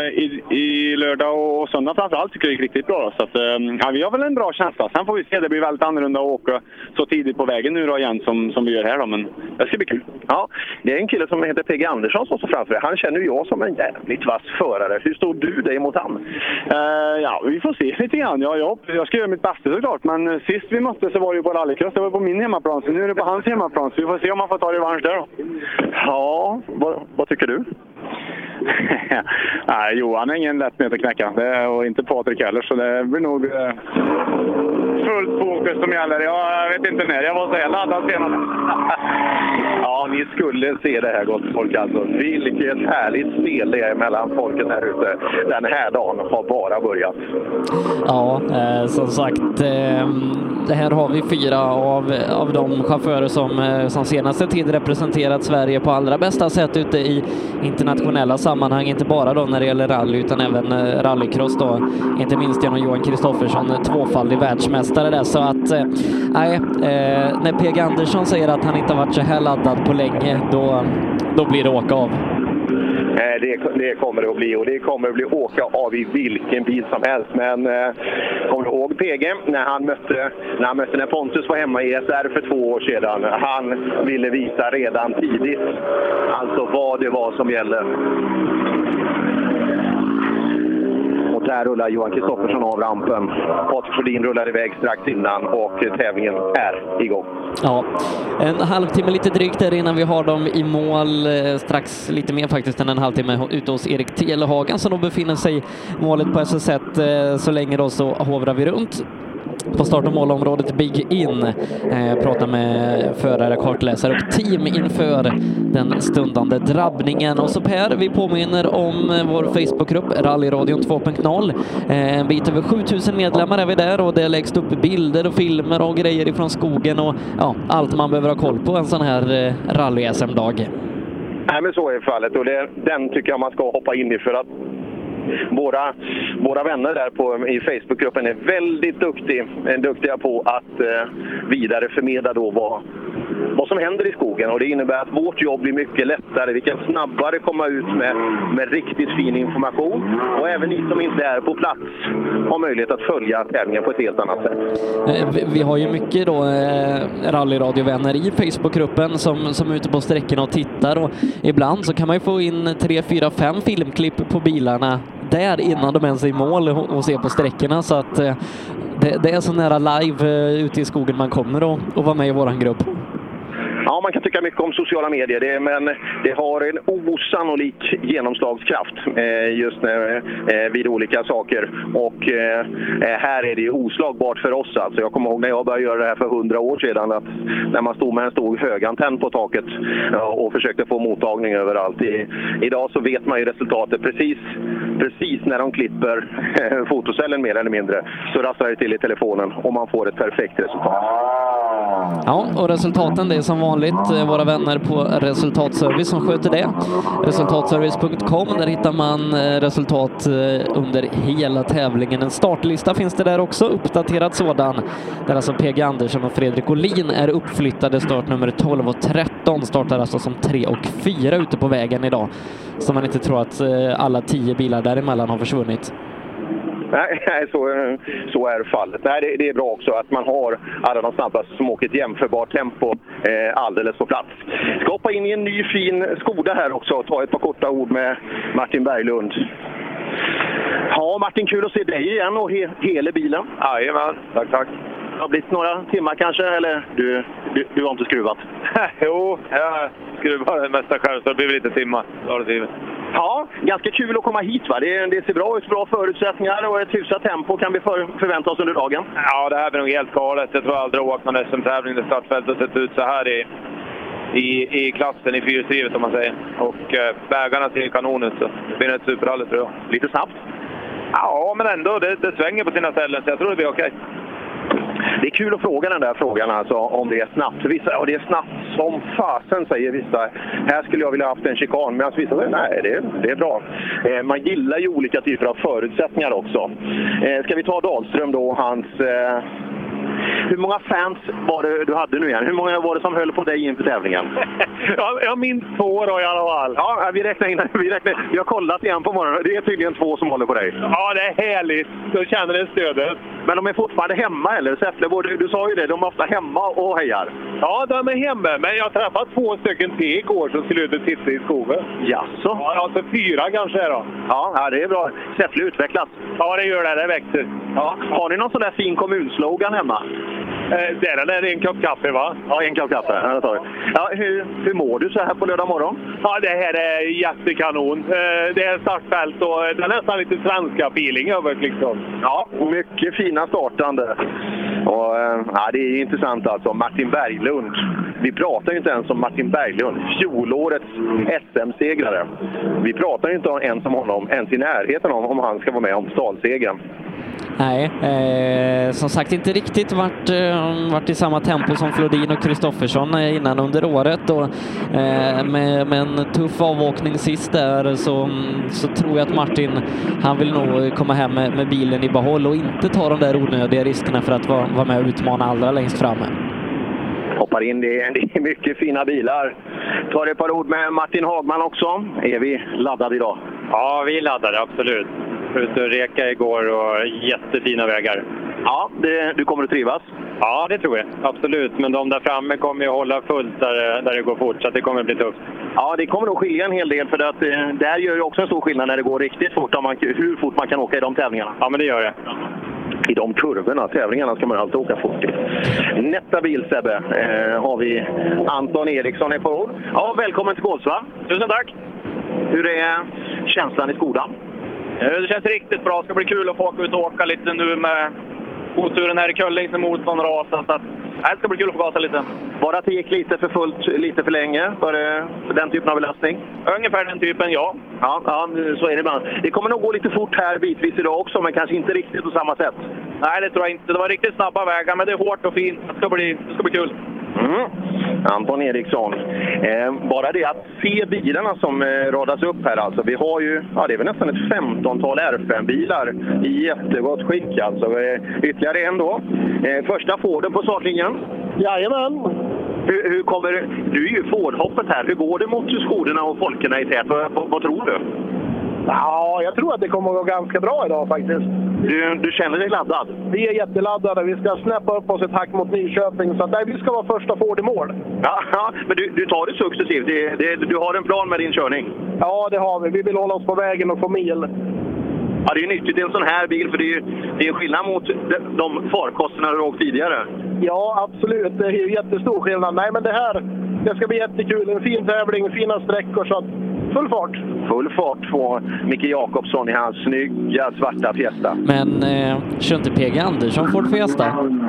i lördag och söndag framförallt tycker jag det gick riktigt bra. Så att, ja, vi har väl en bra känsla. Sen får vi se. Det blir väldigt annorlunda att åka så tidigt på vägen nu då igen som vi gör här då. Men det ska bli kul. Ja, det är en kille som heter PG Andersson som står framför dig. Han känner ju jag som en jävligt vass förare. Hur står du dig mot han? Ja, vi får se lite grann. Jag ska göra mitt bästa såklart, men sist vi mötte så var det ju på rallycross. Det var på min hemmaplan, så nu är det på hans hemmaplan. Så vi får se om man får ta revansch där då. Ja, vad tycker du? Nej, Johan är ingen lätt med att knäcka. Och inte Patrik heller, så det blir nog fullt fokus som gäller. Jag vet inte när jag var så här laddad senast. Ja, ni skulle se det här, gott folk. Alltså, vilket härligt spel det är mellan folket här ute. Den här dagen har bara börjat. Ja, som sagt, det här har vi 4 av de chaufförer som senaste tid representerat Sverige på allra bästa sätt ute i internationella sammanhang, inte bara då när det gäller rally utan även rallycross då, inte minst genom Johan Kristoffersson, 2-faldig världsmästare där. Så att när P.G. Andersson säger att han inte har varit så här laddad på länge, då blir det åka av. Det kommer det att bli, och det kommer att bli åka av i vilken bil som helst. Men kommer du ihåg PG när han mötte när Pontus var hemma i SR för 2 år sedan? Han ville visa redan tidigt alltså vad det var som gäller. Och där rullar Johan Kristoffersson av rampen. Patrik Flodin rullar iväg strax innan och tävlingen är igång. Ja, en halvtimme lite drygt där innan vi har dem i mål, strax lite mer faktiskt än en halvtimme ute hos Erik Telehagen som då befinner sig i målet på SS1. Så länge då så hovrar vi runt på start- och målområdet Big In, pratar med förare, kartläsare och team inför den stundande drabbningen. Och så Per, vi påminner om vår Facebookgrupp Rallyradion 2.0. En bit över 7000 medlemmar är vi där, och det läggs upp bilder och filmer och grejer ifrån skogen och ja, allt man behöver ha koll på en sån här rally-SM-dag. Nej, men så är fallet, och den tycker jag man ska hoppa in i, för att våra vänner där i Facebookgruppen är väldigt duktiga på att vidareförmedla då vad som händer i skogen, och det innebär att vårt jobb blir mycket lättare. Vi kan snabbare komma ut med riktigt fin information, och även ni som inte är på plats har möjlighet att följa tävlingen på ett helt annat sätt. Vi har ju mycket då rallyradiovänner i Facebookgruppen som är ute på sträckorna och tittar, och ibland så kan man ju få in 3, 4, 5 filmklipp på bilarna där innan de ens är i mål och ser på sträckorna, så att det är så nära live ute i skogen man kommer och vara med i våran grupp. Ja, man kan tycka mycket om sociala medier, men det har en osannolik genomslagskraft just vid olika saker. Och här är det ju oslagbart för oss. Alltså, jag kommer ihåg när jag började göra det här för 100 år sedan, att när man stod med en stor högantenn på taket och försökte få mottagning överallt. Idag så vet man ju resultatet precis när de klipper fotocellen mer eller mindre, så rasslar det till i telefonen och man får ett perfekt resultat. Ja, och resultaten, det är som vanligt våra vänner på Resultatservice som sköter det. Resultatservice.com, där hittar man resultat under hela tävlingen. En startlista finns det där också, uppdaterad sådan, där alltså P.G. Andersson och Fredrik Olin är uppflyttade. Startnummer 12 och 13 startar alltså som 3 och 4 ute på vägen idag, så man inte tror att alla 10 bilar däremellan har försvunnit. Nej, så är fallet. Nej, det är bra också att man har alla de snabbaste som åker ett jämförbart tempo alldeles på plats. Ska hoppa in i en ny fin Skoda här också och ta ett par korta ord med Martin Berglund. Ja, Martin, kul att se dig igen och hela bilen. Jajamän, tack. Det har blivit några timmar kanske, eller du har inte skruvat? Jo, jag skruvar det mesta själv, så det blir lite timmar. Ja, ganska kul att komma hit, va? Det ser bra ut, bra förutsättningar och ett hyfsat tempo kan vi förvänta oss under dagen. Ja, det här blir nog helt galet. Jag tror aldrig åkt någon SM-tävling där startfältet sett ut så här i klassen, i fyrhjulsdrivet om man säger. Och vägarna ser kanonen, så det blir ett superrally tror jag. Lite snabbt? Ja, men ändå, det svänger på sina ställen, så jag tror det blir okej. Det är kul att fråga den där frågan, alltså, om det är snabbt. Vissa, och det är snabbt som fasen, säger vissa. Här skulle jag vilja ha haft en chikan, men vissa säger nej, det är bra. Man gillar ju olika typer av förutsättningar också. Ska vi ta Dahlström då, hans... Hur många fans var det du hade nu igen? Hur många var det som höll på dig inför tävlingen? Jag minns 2 då i alla fall. Ja, vi räknar. Vi har kollat igen på morgonen. Det är tydligen 2 som håller på dig. Ja, det är härligt. Du känner det stödet. Men de är fortfarande hemma, eller? Säffle, du sa ju det, de är ofta hemma och hejar. Ja, de är hemma. Men jag träffade 2 stycken till igår som skulle ut och titta i skogen. Jaså? Ja, alltså 4 kanske då. Ja, det är bra. Säffle utvecklas. Ja, det gör det. Det växer. Ja. Har ni någon sån där fin kommunslogan hemma? Det är en kopp kaffe, va? Ja, en kopp kaffe. Ja, hur mår du så här på lördag morgon? Ja, det här är jättekanon. Det är startfält och det är nästan lite svenska feeling över liksom. Ja, mycket fina startande. Och, ja, det är intressant alltså. Martin Berglund. Vi pratar ju inte ens om Martin Berglund, fjolårets SM-segrare. Vi pratar ju inte ens om honom, ens i närheten om han ska vara med om stalsegern. Nej, som sagt inte riktigt varit i samma tempo som Flodin och Kristoffersson innan under året. Och, med en tuff avåkning sist där så tror jag att Martin, han vill nog komma hem med bilen i behåll och inte ta de där onödiga riskerna för att vara med och utmana allra längst framme. Hoppar in, det är mycket fina bilar. Tar ett par ord med Martin Hagman också. Är vi laddade idag? Ja, vi är laddade, absolut. Ute och reka igår och jättefina vägar. Ja, du kommer att trivas? Ja, det tror jag. Absolut. Men de där framme kommer ju hålla fullt där det går fort, så det kommer att bli tufft. Ja, det kommer nog skilja en hel del, för att där gör ju också en stor skillnad när det går riktigt fort. Hur fort man kan åka i de tävlingarna. Ja, men det gör det. I de kurvorna, tävlingarna, ska man alltid åka fort. Nästa bil, Sebbe, har vi Anton Eriksson i på. Ja, välkommen till Kolsva. Tusen tack. Hur är känslan i Skoda? Det känns riktigt bra. Det ska bli kul att få åka ut och åka lite nu med oturen här i Kölling som motståndarrasen. Så att, det ska bli kul att få gasa lite. Bara att det gick lite för fullt, lite för länge för den typen av belastning? Ungefär den typen, ja. Ja, så är det ibland. Det kommer nog gå lite fort här bitvis idag också, men kanske inte riktigt på samma sätt. Nej, det tror jag inte. Det var riktigt snabba vägar, men det är hårt och fint. Det ska bli kul. Anton Eriksson. Bara det att se bilarna som radas upp här alltså. Vi har ju, det är väl nästan ett 15-tal R5-bilar i jättegott skick alltså. Ytterligare en då. Första Forden på startlinjen. Jajamän. Hur kommer du är ju Ford-hoppet här. Hur går det mot Skodorna och Folkerna i tät? Vad tror du? Ja, jag tror att det kommer att gå ganska bra idag faktiskt. Du känner dig laddad? Vi är jätteladdade. Vi ska snäppa upp oss ett hack mot Nyköping. Så att vi ska vara första Ford i mål. Ja, men du tar det successivt. Du har en plan med din körning? Ja, det har vi. Vi vill hålla oss på vägen och få mil. Ja, det är nyttigt i en sån här bil, för det är skillnad mot de farkosterna du åkt tidigare. Ja, absolut. Det är jättestor skillnad. Nej, men det ska bli jättekul. En fin tävling, fina sträckor, så att full fart. Full fart på Micke Jakobsson i hans snygga svarta Fiesta. Men kör inte PG Andersson Ford Fiesta?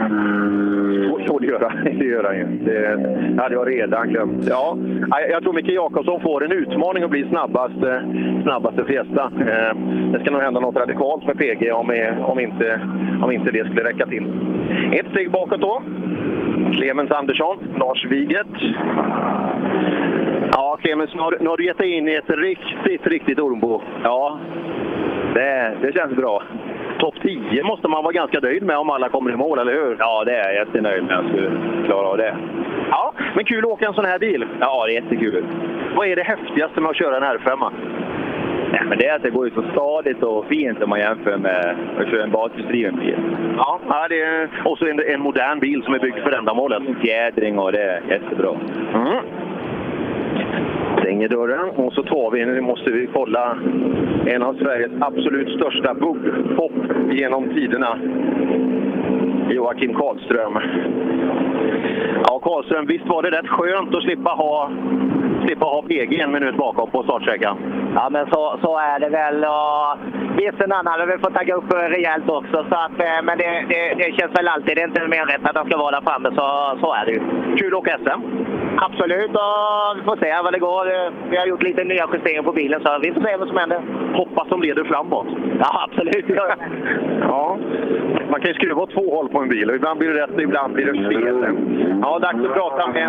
Jo, det gör han ju. Det hade jag redan glömt. Ja, jag tror Micke Jakobsson får en utmaning att bli snabbaste Fiesta. Det ska nog hända något radikalt med PG om inte det skulle räcka till. Ett steg bakåt då. Clemens Andersson, Lars Wiget. Ja, Clemens, nu har du gett dig in i ett riktigt ormbo. Ja, det känns bra. Topp 10 måste man vara ganska nöjd med om alla kommer i mål, eller hur? Ja, det är jag jättenöjd med. Jag skulle klara av det. Ja, men kul att åka en sån här bil. Ja, det är jättekul. Vad är det häftigaste med att köra en R5? Nej, men det är att det går ju så stadigt och fint om man jämför med att köra en bakhjulsdriven bil. Ja, det är också en modern bil som är byggd för ändamålet. Fjädring och det är jättebra. Stänger dörren och så nu måste vi kolla en av Sveriges absolut största bubbhopp genom tiderna. Joakim Karlström. Ja, Karlström, visst var det rätt skönt att slippa ha PG en minut bakom på startsträckan? Ja, men så är det väl. Och visst, en annan hade väl fått tagga upp rejält också. Så att, men det känns väl alltid. Det är inte mer rätt att han ska vara där framme, så är det ju. Kul att åka SM? Absolut, och vi får se vad det går. Vi har gjort lite nya justeringar på bilen, så vi får se vad som händer. Hoppas de leder framåt. Ja, absolut. Ja, man kan ju skruva åt 2 håll på en bil. Ibland blir det rätt och ibland blir det fel. Ja, dags att prata med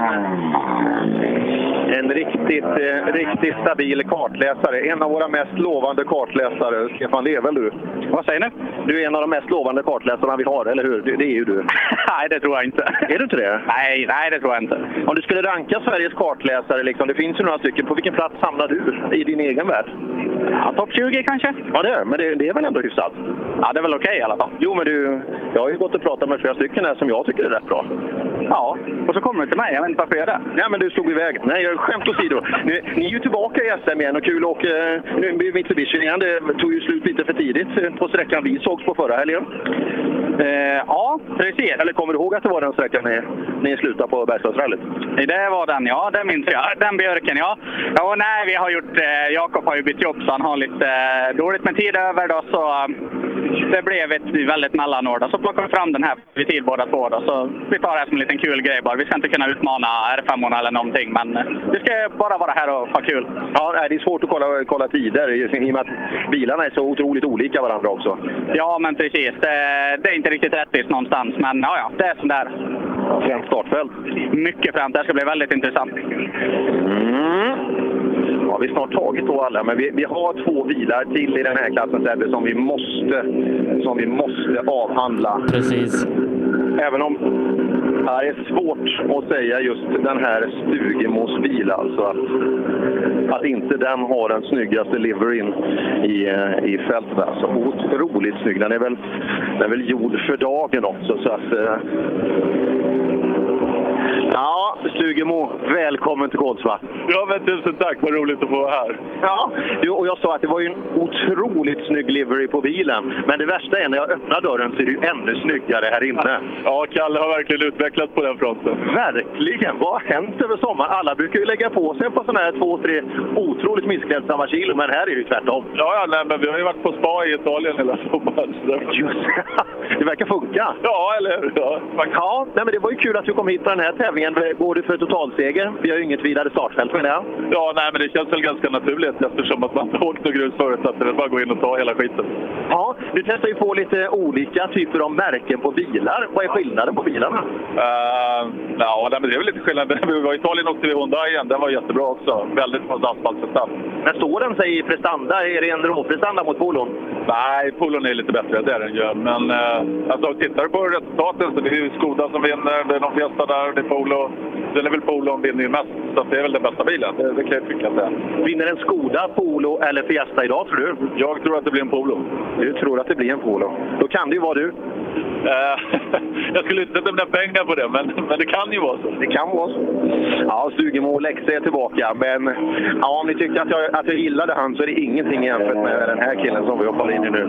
en riktigt stabil kartläsare. En av våra mest lovande kartläsare. Stefan, det är väl du? Vad säger ni? Du är en av de mest lovande kartläsarna vi har, eller hur? Det är ju du. Nej, det tror jag inte. Är du inte det? Nej, det tror jag inte. Om du skulle ranka Sveriges kartläsare, liksom, det finns ju några stycken. På vilken plats hamnar du i din egen värld? Ja, topp 20 kanske. Ja, men det är väl ändå hyfsat? Ja, det är väl okej i alla fall. Jo, men jag har ju gått och pratat med flera stycken här som jag tycker är rätt bra. Ja, och så kommer du till mig. Jag vet inte varför jag är det. Ja, men du stod iväg. Nej, jag skämt åsido. Ni är ju tillbaka i SM igen och kul. Och nu blir Mitsubishi igen. Det tog ju slut lite för tidigt på sträckan vi sågs på förra helgen. Ja, precis. Eller kommer du ihåg att det var den sträckan ni slutade på Bergslagsrallyt? Det var den, ja. Det minns jag. Den björken, ja. Ja, nej, vi har gjort... Jakob har ju bytt jobb så han har lite dåligt med tid över då, så det blev ett väldigt mellanår då. Så plockade vi fram den här vid tid båda två då. Så vi tar det här som en liten kul grej bara. Vi ska inte kunna utmana R5 eller någonting, men vi ska bara vara här och ha kul. Ja, det är svårt att kolla tider i och med att bilarna är så otroligt olika varandra också. Ja, men precis. Det är inte riktigt rättvist någonstans, men ja, det är sån där. Främt startfält. Mycket främt. Det ska bli väldigt intressant. Ja, vi har snart tagit då alla, men vi har 2 bilar till i den här klassen som vi måste avhandla. Precis. Även om det är svårt att säga just den här Stugemos bil, alltså att inte den har den snyggaste liveryn i fältet. Alltså otroligt snygg. Den är väl gjord för dagen också, så att ja, Stugemo, välkommen till Kolsva. Ja, men tusen tack, vad roligt att få vara här. Ja, och jag sa att det var ju en otroligt snygg livery på bilen. Men det värsta är när jag öppnar dörren så är det ju ännu snyggare här inne. Ja, Kalle har verkligen utvecklats på den fronten. Verkligen! Vad har hänt över sommaren? Alla brukar ju lägga på sig på sådana här 2-3 otroligt missklädsamma kilo, men här är det ju tvärtom. Ja, nej, men vi har ju varit på spa i Italien hela sommaren. Just det verkar funka. Ja, eller hur? Ja, nej, men det var ju kul att du kom hit på den här tävlingen. Går du för totalseger? Vi har ju inget vidare startfält med det. Ja, nej, men det känns väl ganska naturligt eftersom att man har åkt något grus förut, så att det är bara gå in och ta hela skiten. Ja, du testar ju på lite olika typer av märken på bilar. Vad är skillnaden på bilarna? Ja, men det är väl lite skillnad. Vi var i Italien och åkte vid Hyundai igen. Den var jättebra också. Väldigt bra asfaltprestanda. Men står den sig i prestanda? Är det en råprestanda mot Polon? Nej, Polon är lite bättre, det är den ju. Men alltså, tittar du på resultaten så det är ju Skoda som vinner. Det är de flesta där, det är Polo. Sen är väl Polon vinner ju mest. Så det är väl den bästa bilen. Det kan jag tycka att det är. Vinner en Skoda, Polo eller Fiesta idag, tror du? Jag tror att det blir en Polo. Du tror att det blir en Polo. Då kan det ju vara du. Jag skulle inte lämna pengar på det, men det kan ju vara så. Det kan vara så. Ja, Stugemo och Lexe är tillbaka. Men ja, om ni tyckte att jag gillade han så är det ingenting jämfört med den här killen som vi hoppar in i nu.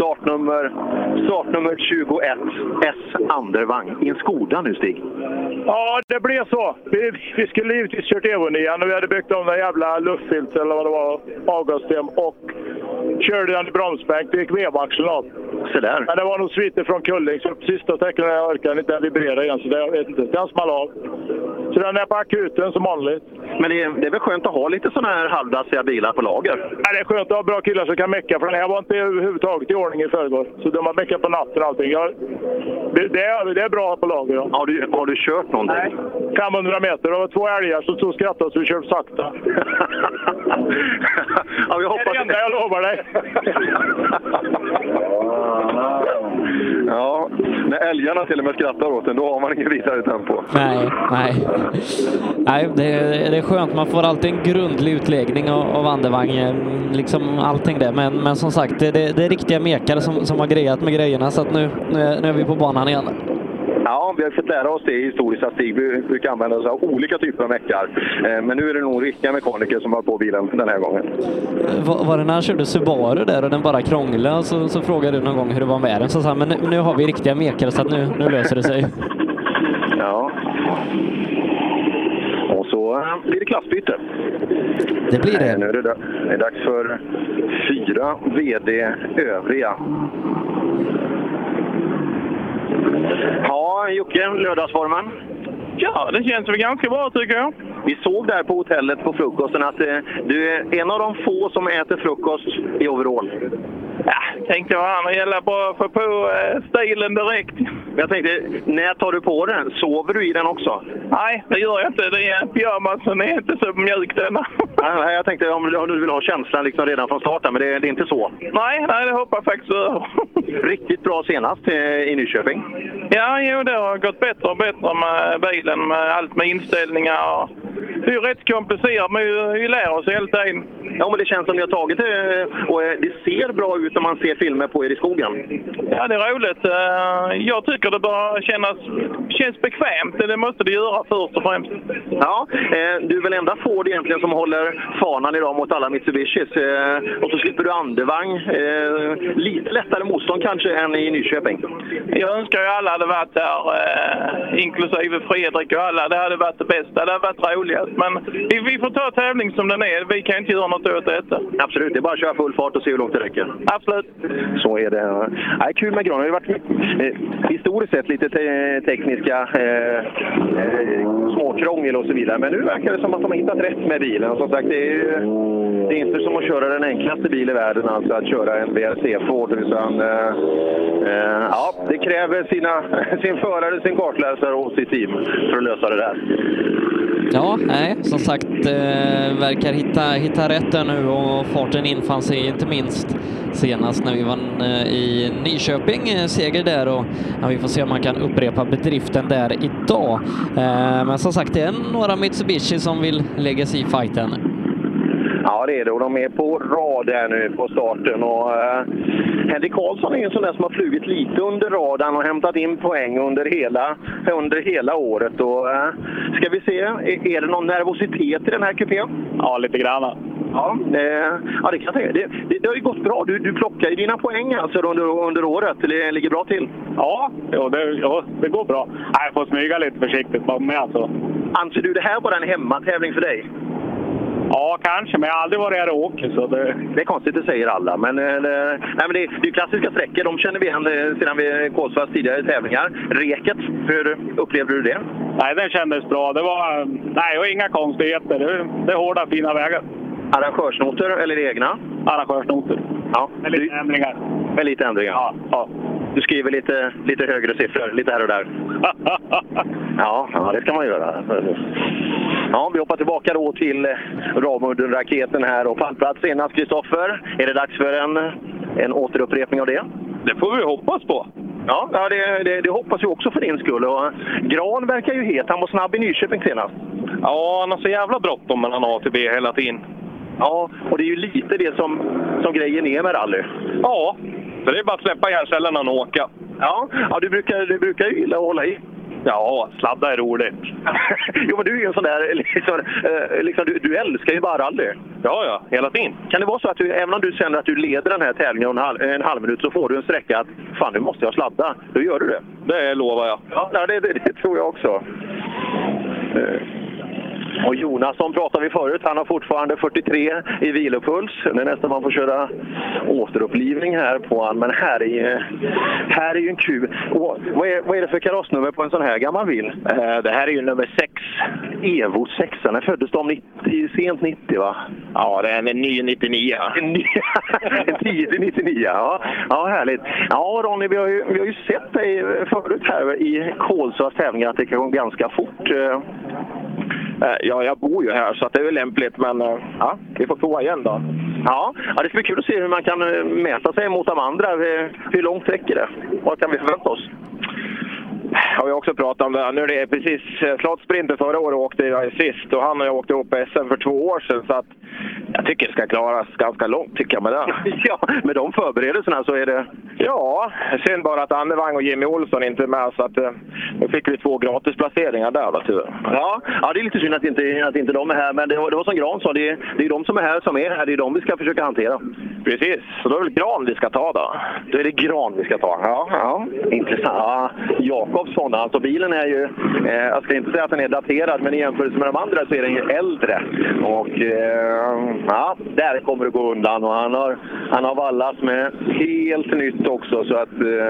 Startnummer 21, S. Andervang. I en Skoda nu, Stig. Ja, det blev så. Vi skulle givetvis kört Evon igen och vi hade byggt om den jävla luftfilter eller vad det var, avgassystem, och körde den i bromsbänk. Det gick vevaxeln av. Så där. Men det var nog sviter från Kulling, så på sista tecknen jag orkade inte vibrera igen, så det, jag vet inte, den small av. Så den är på akuten som vanligt. Men det är väl skönt att ha lite sådana här halvdassiga bilar på lager? Ja, det är skönt att ha bra killar som kan mecka, för den här var inte överhuvudtaget i ordning i förrgår. Så de har meckat på natten och allting. Det är bra på lager. Ja. Har du kört någonting? Nej, 500 meter. Det var 2 älgar som stod och skrattade så vi körde sakta. Ja, vi hoppas... Det är det enda jag lovar dig. Ja, när älgarna till och med skrattar åt den, då har man ingen vidare tempo. Nej, det är skönt. Man får alltid en grundlig utläggning av Andervang, liksom allting det. Men som sagt, det är riktiga mekare som har grejat med grejerna, så att nu är vi på banan igen. Ja, vi har fått lära oss det historiskt att Stig brukar använda sig av olika typer av meckar. Men nu är det nog riktiga mekaniker som har på bilen den här gången. Var det när han körde Subaru där och den bara krånglade, så frågade du någon gång hur det var med den. Så sa, men nu har vi riktiga mekare, så att nu löser det sig. Ja. Och så blir det klassbyte. Det blir det. Nu är det dags för 4 VD övriga. Ja, Jocke, lördagsformen? Ja, det känns väl ganska bra tycker jag. Vi såg där på hotellet på frukosten att du är en av de få som äter frukost i overall. Ja, tänkte jag gäller bara att få på stilen direkt. Jag tänkte, när tar du på den? Sover du i den också? Nej, det gör jag inte. Det är pyjamas som är inte så mjuk denna. Nej, jag tänkte om du vill ha känslan liksom redan från starten, men det är inte så. Nej, det hoppas jag faktiskt. Riktigt bra senast i Nyköping. Ja, det har gått bättre och bättre med bilen, med allt med inställningar och det är ju rätt komplicerat, men vi lär oss hela tiden. Ja, men det känns som ni har tagit det och det ser bra ut när man ser filmer på er i skogen. Ja, det är roligt. Jag tycker det bara känns bekvämt. Det måste det göra först och främst. Ja, du är väl enda Ford egentligen som håller fanan idag mot alla Mitsubishis. Och så slipper du andevagn. Lite lättare motstånd kanske än i Nyköping. Jag önskar ju alla hade varit där, inklusive Fredrik och alla. Det hade varit det bästa, det hade varit roligast. Men vi får ta tävling som den är. Vi kan inte göra något åt detta. Absolut, det är bara att köra full fart och se hur långt det räcker. Absolut. Så är det. Nej, kul med Gran. Det har ju varit historiskt sett lite tekniska småkrångel och så vidare. Men nu verkar det som att de har hittat rätt med bilen. Som sagt, det är inte som att köra den enklaste bil i världen, alltså att köra en VRC Ford. Utan, ja, det kräver sin förare, sin kartläsare och sitt team för att lösa det där. Ja, nej, som sagt verkar hitta rätt där nu och farten infann sig inte minst senast när vi vann i Nyköping, seger där och ja, vi får se om man kan upprepa bedriften där idag. Men som sagt, det är några Mitsubishi som vill lägga sig i fighten. Ja, det är det och de är på rad här nu på starten och Henrik Karlsson är en sån där som har flugit lite under radarn och hämtat in poäng under hela året och ska vi se, är det någon nervositet i den här kupén? Ja, lite grann. Ja, det kan jag säga. Det har ju gått bra. Du plockar ju dina poäng alltså under året. Det ligger bra till. Ja, det går bra. Jag får smyga lite försiktigt med alltså. Anser du det här var en hemmatävling för dig? Ja, kanske, men jag har aldrig varit här och åkt. Så det är konstigt, det säger alla. Men det är ju klassiska sträckor. De känner vi igen sedan vi Kolsvars tidigare tävlingar. Reket, hur upplevde du det? Nej, det kändes bra. Det var inga konstigheter. Det är hårda, fina vägar. Arrangörsnoter eller egna? Arrangörsnoter. Ja. Med lite ändringar. Med lite ändringar? Ja. Du skriver lite högre siffror, lite här och där. Ja, det ska man göra. Ja, vi hoppar tillbaka då till Ramudden-raketen här och pallplats senast, Kristoffer. Är det dags för en återupprepning av det? Det får vi hoppas på. Ja, det hoppas vi också för din skull. Och Gran verkar ju het. Han var snabb i Nyköping senast. Ja, han har så jävla bråttom mellan A till B hela tiden. Ja, och det är ju lite det som grejen är med rally. Ja, så det är bara att släppa järncellerna och åka. Ja, du brukar ju gilla att hålla i. Ja, sladda är roligt. Jo, men du är ju en sån där, liksom, du älskar ju bara rally. Ja, hela tiden. Kan det vara så att även om du känner att du leder den här tävlingen en halv minut så får du en sträcka att fan, nu måste jag sladda. Då gör du det. Det lovar jag. Ja, det tror jag också. Och Jonasson pratade vi förut, han har fortfarande 43 i vilopuls. Det är nästan man får köra återupplivning här på han. Men här är ju en Q. Och vad är det för karossnummer på en sån här gammal bil? Det här är ju nummer 6. Evo 6, den föddes de sent 90 va? Ja, det är en ny 99. En tidig 99, ja. Ja, härligt. Ja, Ronny, vi har ju sett dig förut här i Kolsvars tävlingar att det kan gå ganska fort. Ja, jag bor ju här så att det är väl lämpligt, men ja, vi får prova igen då. Ja, det ska bli kul att se hur man kan mäta sig mot de andra. Hur långt räcker det? Vad kan vi förvänta oss? Har vi också pratat om det. Nu är det precis slottsprinter förra året åkte jag sist och han har jag åkt upp på SM för 2 år sedan, så att jag tycker det ska klaras ganska långt tycker jag med det. Ja, med de förberedelserna så är det... Ja, sen bara att Andevang och Jimmy Olsson inte är med, så att nu fick vi 2 gratisplaceringar där då, tyvärr. Ja, det är lite synd att inte de är här, men det var som Gran sa, det är de som är här, det är de vi ska försöka hantera. Precis, så då är det Gran vi ska ta då. Då är det Gran vi ska ta. Ja. Intressant. Ja, Jakobsson, alltså bilen är ju, jag ska inte säga att den är daterad, men i jämförelse med de andra så är den ju äldre. Och ja, där kommer det gå undan och han har vallat med helt nytt också, så att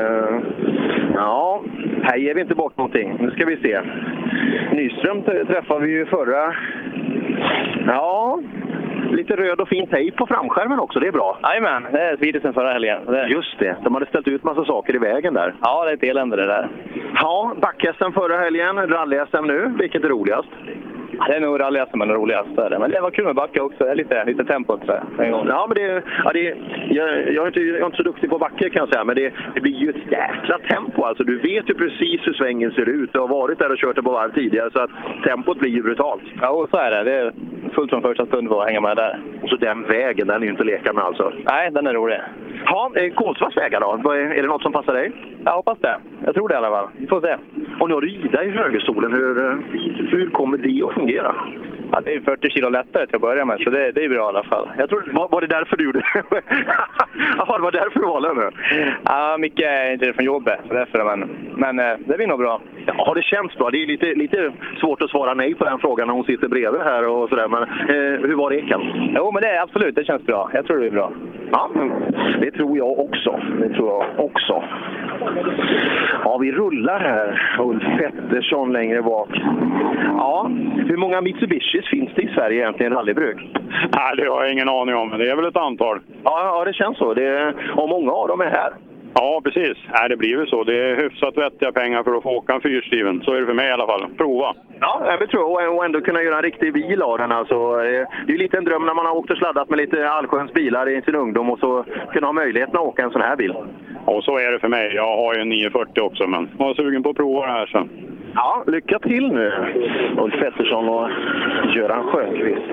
ja, här ger vi inte bort någonting. Nu ska vi se. Nyström träffade vi ju förra. Ja, lite röd och fin tejp på framskärmen också, det är bra. Jajamän, det är svidigt sen förra helgen. Just det, de hade ställt ut massa saker i vägen där. Ja, det är ett elände det där. Ja, back-SM förra helgen, rally-SM nu, vilket är roligast? Det är nog rallyt som är det roligaste. Men det var kul med backe också. Det är lite tempo också. Ja, men jag är inte så duktig på backe kan jag säga. Men det blir ju ett jäkla tempo. Alltså, du vet ju precis hur svängen ser ut. Du har varit där och kört det på varv tidigare. Så att tempot blir ju brutalt. Ja, och så är det. Det är fullt från första stund för att hänga med där. Så den vägen, den är ju inte leka med alltså? Nej, den är rolig. Ja, Kolsvars vägar då? Är det något som passar dig? Jag hoppas det. Jag tror det i alla fall. Vi får se. Och nu har du Ida i högerstolen. Hur kommer det att fungera? Ja, det är 40 kilo lättare till att börja med, så det är bra i alla fall. Jag tror... Var det därför du gjorde det? Ja, det var därför du valde nu? Ja, mycket är inte det från jobbet, därför, men det blir nog bra. Ja, det känns bra. Det är lite svårt att svara nej på den frågan när hon sitter bredvid här och sådär. Men hur var Eken? Jo, men det är absolut, det känns bra. Jag tror det är bra. Ja, det tror jag också. Ja, vi rullar här. Ulf Pettersson längre bak. Ja, hur många Mitsubishis finns det i Sverige egentligen i rallybruk? Nej, det har jag ingen aning om, men det är väl ett antal. Ja, det känns så. Och många av dem är här. Ja, precis. Nej, det blir väl så. Det är hyfsat vettiga pengar för att få åka en fyrstiven. Så är det för mig i alla fall. Prova. Ja, jag tror och ändå kunna göra en riktig bil av den. Alltså, det är ju lite en dröm när man har åkt och sladdat med lite allsköns bilar i sin ungdom och så kunna ha möjligheten att åka en sån här bil. Och så är det för mig. Jag har ju en 940 också, men jag är sugen på att prova det här sen. Ja, lycka till nu. Ulf Pettersson och Göran Sjöqvist.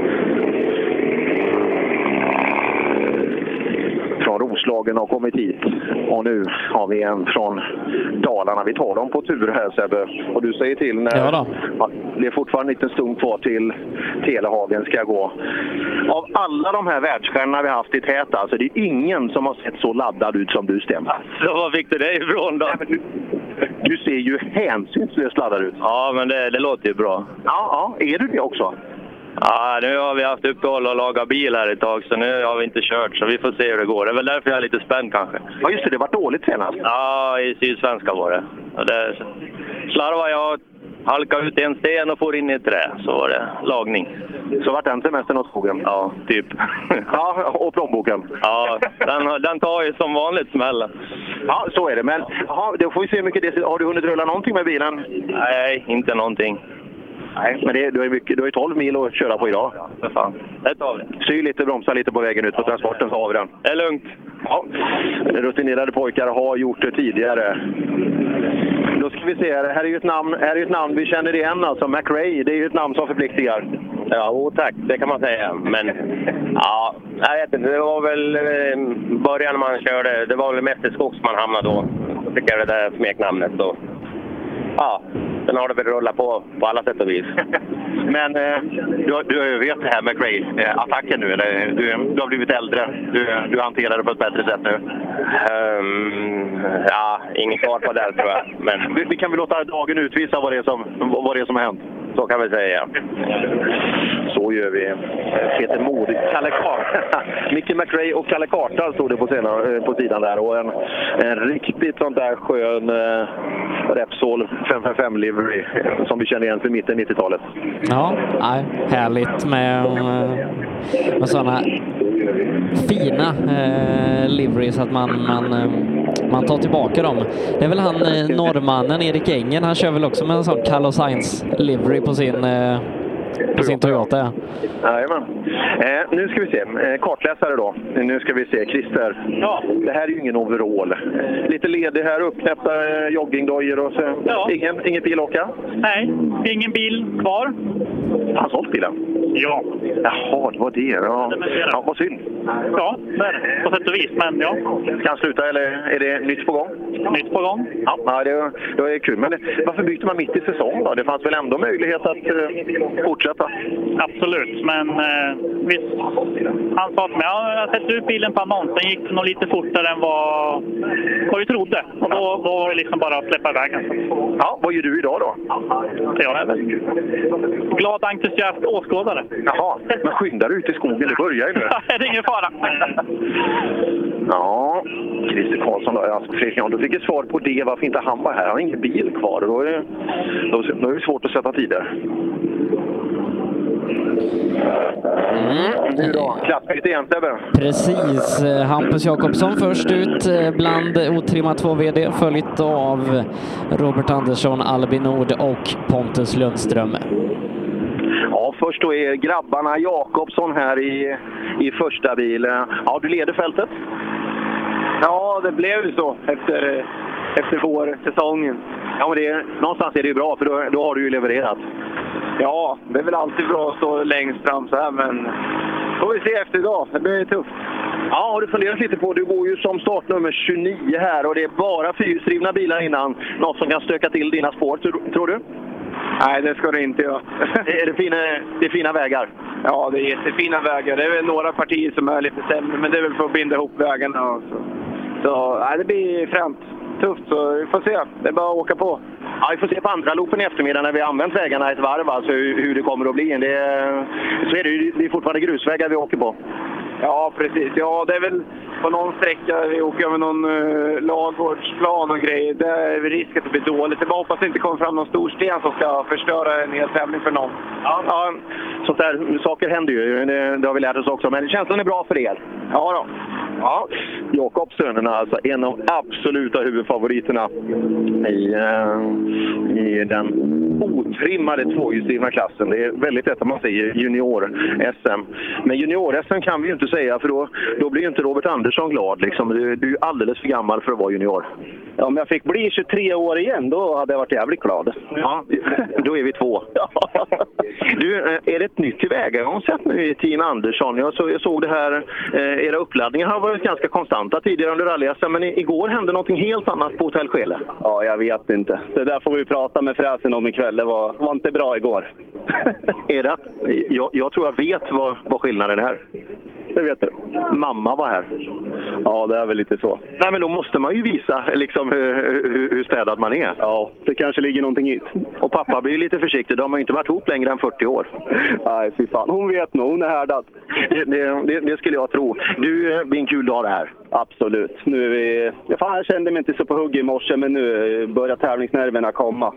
Från Roslagen har kommit hit. Och nu har vi en från Dalarna. Vi tar dem på tur här, Sebbe. Och du säger till när... Ja då. Det är fortfarande inte en stund kvar till Telehagen ska gå. Av alla de här världsstjärnorna vi har haft i tät, alltså det är ingen som har sett så laddad ut som du, Sten. Så vad fick du det ifrån då? Du ser ju hänsynslöst laddad ut. Ja, men det låter ju bra. Ja, är du det också? Ja, nu har vi haft uppehåll och lagat bil här ett tag, så nu har vi inte kört, så vi får se hur det går. Det är väl därför jag är lite spänd kanske. Ja, just det var dåligt senast. Ja, i Sydsvenska var det. Och det slarvade jag, halkade ut en sten och får in i ett trä, så var det lagning. Så vart den semestern åt skogen? Ja, typ. Ja, och plånboken? Ja, den tar ju som vanligt smällen. Ja, så är det. Men då får vi se hur mycket det... Har du hunnit rulla någonting med bilen? Nej, inte någonting. Nej, men du har ju 12 mil att köra på idag. Ja, för fan. Det tar vi. Styr lite, bromsa lite på vägen ut på transporten, så har vi den. Det är lugnt. Ja, rutinerade pojkar har gjort det tidigare. Då ska vi se, här är ju ett namn vi känner igen, alltså McRae. Det är ju ett namn som förpliktigar. Ja, tack, det kan man säga. Men ja, jag vet inte, det var väl början man körde, det var väl mest i skogs man hamnade då. Så fick jag det där smeknamnet då. Ja, sen har det väl rullat på alla sätt och vis. Men du har ju vet det här med Gray-attacken nu, eller du har blivit äldre, du hanterar det på ett bättre sätt nu? Ja, ingen svar på det tror jag. Men vi kan väl låta dagen utvisa vad det är som har hänt. Så kan vi säga. Så gör vi. Peter Mod, Kalle Karta. Micke McRae och Kalle Karta stod det på sidan där. Och en riktigt sånt där skön Repsol 555 livery som vi känner igen för mitten 90-talet. Ja, härligt med sådana fina liveries att man tar tillbaka dem. Det är väl han norrmannen Erik Engen, han kör väl också med en sån Carlos Sainz livery på sin Toyota. Jajamän. Nu ska vi se, kartläsare då. Nu ska vi se, Christer. Ja. Det här är ju ingen overall. Lite ledig här, uppknäppta joggingdojor och så. Ja. Ingen bil åka? Nej, ingen bil kvar. Han sålt bilen? Ja. Jaha, det var det. Ja, vad synd. Ja, det är det. På sätt och vis, men ja. Ska han sluta eller är det nytt på gång? Nytt på gång. Ja, det är kul. Men varför byter man mitt i säsong då? Det fanns väl ändå möjlighet att fortsätta? Absolut, men visst. Han sa till mig, jag har sett ut bilen på annonsen, gick nog lite fortare än vad vi trodde. Och då var det liksom bara att släppa iväg. Ja, vad gör du idag då? Jag är väl glad, entusiast åskådare. Jaha, men skyndar du ut i skogen, det börjar ju nu. Det är ingen fara. Ja, Christer Karlsson då. Alltså, Fredrik, om du fick ett svar på det, varför inte han var här? Han har ingen bil kvar. Då är det svårt att sätta tider. Nu då, klassbyte igen, Sebbe. Precis, Hampus Jakobsson först ut bland otrimma 2VD, följt av Robert Andersson, Albin Nord och Pontus Lundström. först då är grabbarna Jakobsson här i första bil. Ja, du leder fältet. Ja, det blev ju så efter vårsäsongen. Ja, men någonstans är det ju bra, för då har du ju levererat. Ja, det är väl alltid bra att stå längst fram så här, men får vi se efter idag. Det blir tufft. Ja, har du funderat lite på, du går ju som startnummer 29 här och det är bara fyrhjulsdrivna bilar innan. Något som kan stöka till dina spår, tror du? Nej, det ska det inte göra. Det är fina vägar? Ja, det är jättefina vägar. Det är väl några partier som är lite sämre, men det är väl för att binda ihop vägarna. Så det blir främt. Tufft, så vi får se. Det är bara att åka på. Ja, vi får se på andra loopen i eftermiddag när vi har använt vägarna ett varv, alltså hur det kommer att bli. Så är det är fortfarande grusvägar vi åker på. Ja, precis. Ja, det är väl på någon sträcka vi åker över någon lagårdsplan och grejer. Det är risk att det blir dåligt. Jag bara hoppas att det inte kommer fram någon stor sten som ska förstöra en hel tävling för någon. Ja, sånt där, saker händer ju. Det har vi lärt oss också. Men känslan är bra för er. Ja då. Ja, Jakobssönerna, alltså en av absoluta huvudfavoriterna i den otrimmade tvåhjulsdrivna klassen. Det är väldigt lätt att man säger junior-SM. Men junior-SM kan vi ju inte säga, för då blir ju inte Robert Andersson glad. Liksom. Du är ju alldeles för gammal för att vara junior. Ja, om jag fick bli 23 år igen, då hade jag varit jävligt glad. Ja, då är vi två. Du, är det ett nytt tillvägagångssätt nu i Team Andersson? Jag såg det här, era uppladdningar har varit ganska konstanta tidigare under rally-SM, men igår hände någonting helt annat på Hotell Skele. Ja, jag vet inte. Det där får vi prata med fräsen om ikväll. Det var inte bra igår. Är det? Jag tror jag vet vad skillnaden är. Det vet du. Mamma var här. Ja, det är väl lite så. Nej, men då måste man ju visa liksom, hur städad man är. Ja, det kanske ligger någonting i. Och pappa blir lite försiktig. De har ju inte varit ihop längre än 40 år. Nej, fy fan. Hon vet nog. Hon är härdad. Det skulle jag tro. Du, blir en kul dag det här. Absolut. Nu är vi... Jag kände mig inte så på hugg i morse, men nu börjar tävlingsnerverna komma.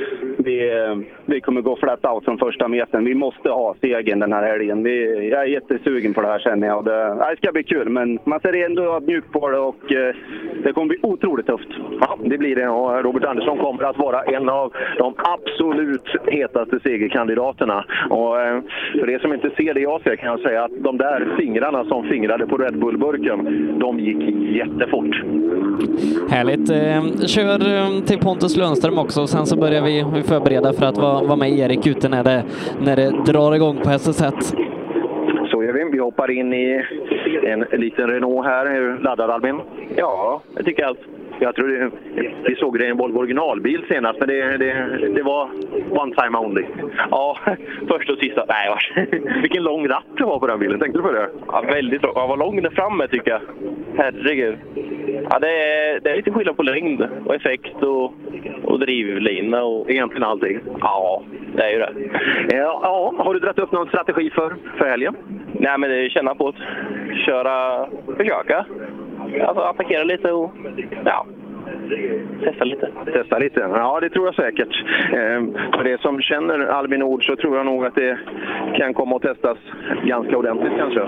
Vi kommer gå flat out från första metern. Vi måste ha segern den här helgen. Jag är jättesugen på det här, känner jag. Det ska bli kul, men man ser ändå mjukt på det och det kommer bli otroligt tufft. Ja, det blir det. Och Robert Andersson kommer att vara en av de absolut hetaste segerkandidaterna. Och för er som inte ser det jag ser kan jag säga att de där fingrarna som fingrade på Red Bull-burken, de gick jättefort. Härligt. Kör till Pontus Lundström också, och sen så börjar vi förbereda för att vara med Erik ute när det drar igång på SS1. Så gör vi. Vi hoppar in i en liten Renault här. Är du laddad, Albin? Ja, jag tycker allt. Jag tror vi såg det i en Volvo originalbil senast, men det var one time only. Ja, först och sista. Nej, vilken lång ratt det var på den bilen. Tänkte du på det? Ja, väldigt lång. Ja, vad lång det framme tycker jag. Herregud. Ja, det är lite skillnad på längd och effekt och drivlina och egentligen allting. Ja, det är ju det. Ja, har du dragit upp någon strategi för helgen? Nej, men det är känna på att försöka. Alltså attackera lite och testa lite. Ja, det tror jag säkert. För det som känner Albin Nord så tror jag nog att det kan komma att testas ganska ordentligt kanske.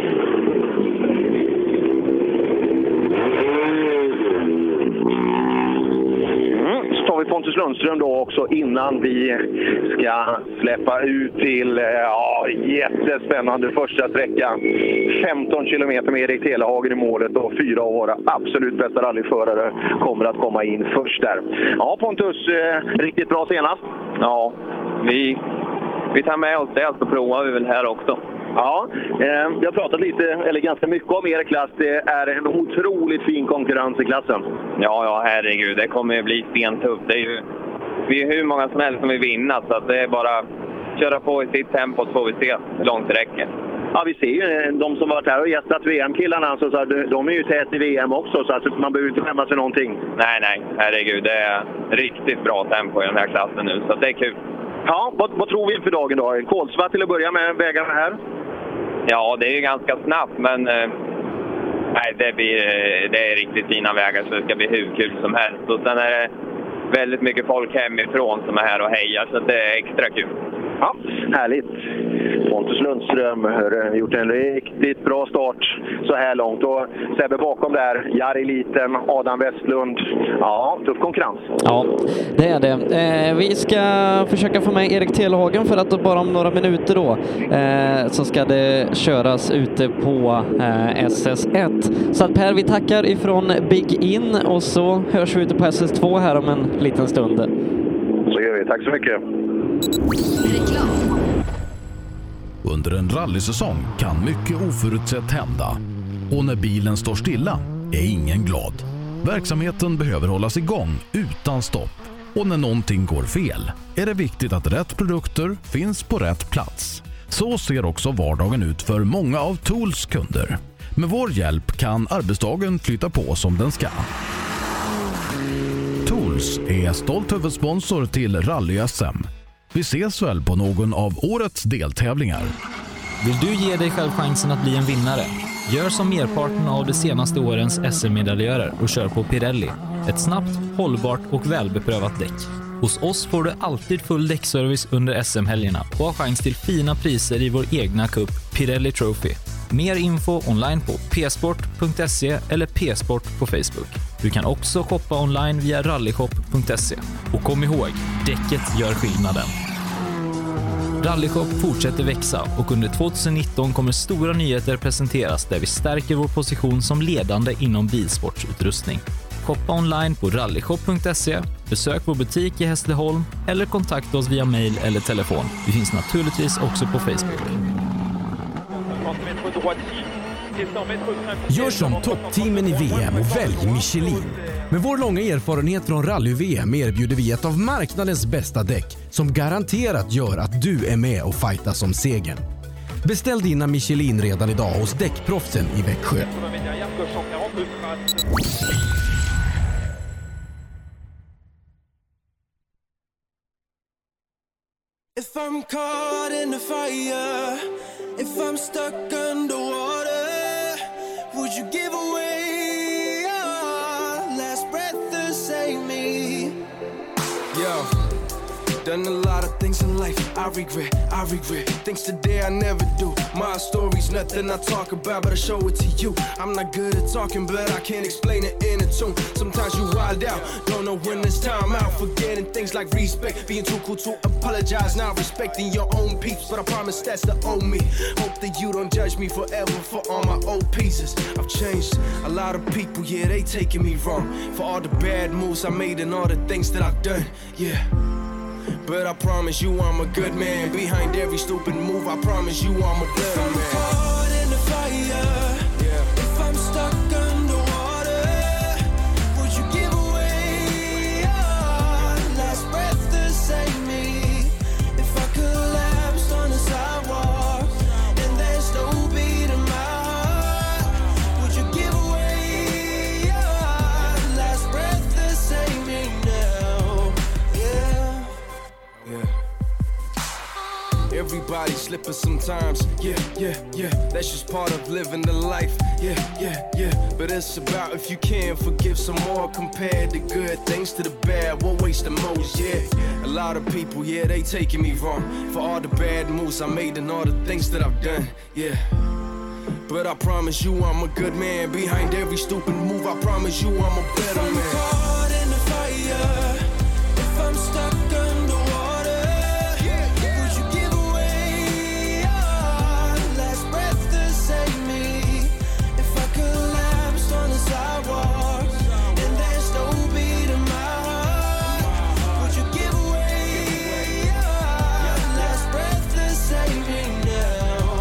Så tar vi Pontus Lundström då också innan vi ska släppa ut till jättespännande första sträckan. 15 kilometer med Erik Telehagen i målet och 4 år absolut bästa rallyförare kommer att komma in först där. Ja, Pontus, riktigt bra senast. Ja, vi tar med oss det, så provar vi väl här också. Ja, vi har pratat ganska mycket om er klass. Det är en otroligt fin konkurrens i klassen. Ja, herregud. Det kommer bli stentufft. Vi är hur många som helst som vill vinna, så att det är bara köra på i sitt tempo så får vi se hur långt det räcker. Ja, vi ser ju de som varit här och gästat VM-killarna, så de är ju tät i VM också, så att man behöver inte skämmas för någonting. Nej, herregud. Det är riktigt bra tempo i den här klassen nu, så det är kul. Ja, vad tror vi inför dagen då? Kolsva till att börja med vägarna här? Ja, det är ju ganska snabbt, men det är riktigt fina vägar, så det ska bli hur kul som helst. Och sen är det väldigt mycket folk hemifrån som är här och hejar, så det är extra kul. Ja, härligt. Pontus Lundström har gjort en riktigt bra start så här långt. Och Sebbe bakom där, Jari Liten, Adam Westlund. Ja, tuff konkurrens. Ja, det är det. Vi ska försöka få med Erik Telehagen för att bara om några minuter då så ska det köras ute på SS1. Så att Per, vi tackar ifrån Big In och så hörs vi ute på SS2 här om en liten stund. Så gör vi. Tack så mycket. Under en rallysäsong kan mycket oförutsett hända. Och när bilen står stilla är ingen glad. Verksamheten behöver hållas igång utan stopp. Och när någonting går fel är det viktigt att rätt produkter finns på rätt plats. Så ser också vardagen ut för många av Tools kunder. Med vår hjälp kan arbetsdagen flytta på som den ska. Tools är stolt huvudsponsor till Rally-SM. Vi ses väl på någon av årets deltävlingar. Vill du ge dig själv chansen att bli en vinnare? Gör som merparten av de senaste årens SM-medaljörer och kör på Pirelli. Ett snabbt, hållbart och välbeprövat däck. Hos oss får du alltid full däckservice under SM-helgerna och har chans till fina priser i vår egna cup Pirelli Trophy. Mer info online på psport.se eller psport på Facebook. Du kan också shoppa online via rallyshop.se. Och kom ihåg, däcket gör skillnaden. Rallyshop fortsätter växa och under 2019 kommer stora nyheter presenteras där vi stärker vår position som ledande inom bilsportsutrustning. Shoppa online på rallyshop.se, besök vår butik i Hässleholm eller kontakta oss via mail eller telefon. Vi finns naturligtvis också på Facebook. Gör som toppteamen i VM och välj Michelin. Med vår långa erfarenhet från rally-VM erbjuder vi ett av marknadens bästa däck som garanterat gör att du är med och fightas om segern. Beställ dina Michelin redan idag hos Däckproffsen i Växjö. If I'm caught in the fire, if I'm stuck underwater, would you give away your last breath to save me? Yo, done a lot of things in life I regret. Things today I never do. My story's nothing I talk about, but I show it to you. I'm not good at talking, but I can't explain it in a tune. Sometimes you wild out, don't know when it's time out. Forgetting things like respect, being too cool to apologize. Not respecting your own peeps, but I promise that's the old me. Hope that you don't judge me forever for all my old pieces. I've changed a lot of people, yeah, they taking me wrong. For all the bad moves I made and all the things that I've done, yeah. But I promise you I'm a good man. Behind every stupid move, I promise you I'm a good man. If I'm caught in the fire, yeah. If I'm stuck underwater, would you give away your last breath to save me? If I collapsed on the sidewalk and there's no beat in my heart, would you give away your last breath to save me now? Yeah. Yeah. Everybody slipping sometimes, yeah. That's just part of living the life, yeah. But it's about if you can forgive some more compared to good things to the bad. What waste the most, yeah. A lot of people, yeah, they taking me wrong for all the bad moves I made and all the things that I've done, yeah. But I promise you I'm a good man. Behind every stupid move, I promise you I'm a better man. If I'm caught in the fire, if I'm stuck underwater, would you give away your last breath to save me? If I collapsed on the sidewalk and there's no beat in my heart, would you give away your last breath to save me now?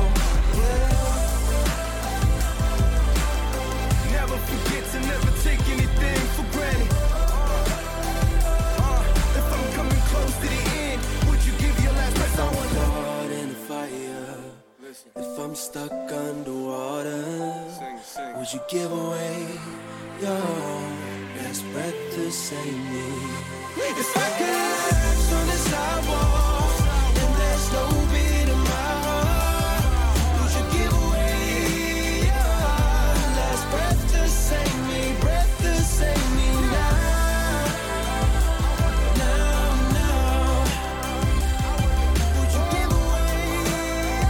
Never forget to never take anything for granted. If I'm coming close to the end, would you give your last breath? I want caught in the fire. If I'm stuck underwater, would you give away your last breath to save me? If I collapse on the sidewalk and there's no beat in my heart, would you give away your last breath to save me? Breath to save me now. Now. Would you give away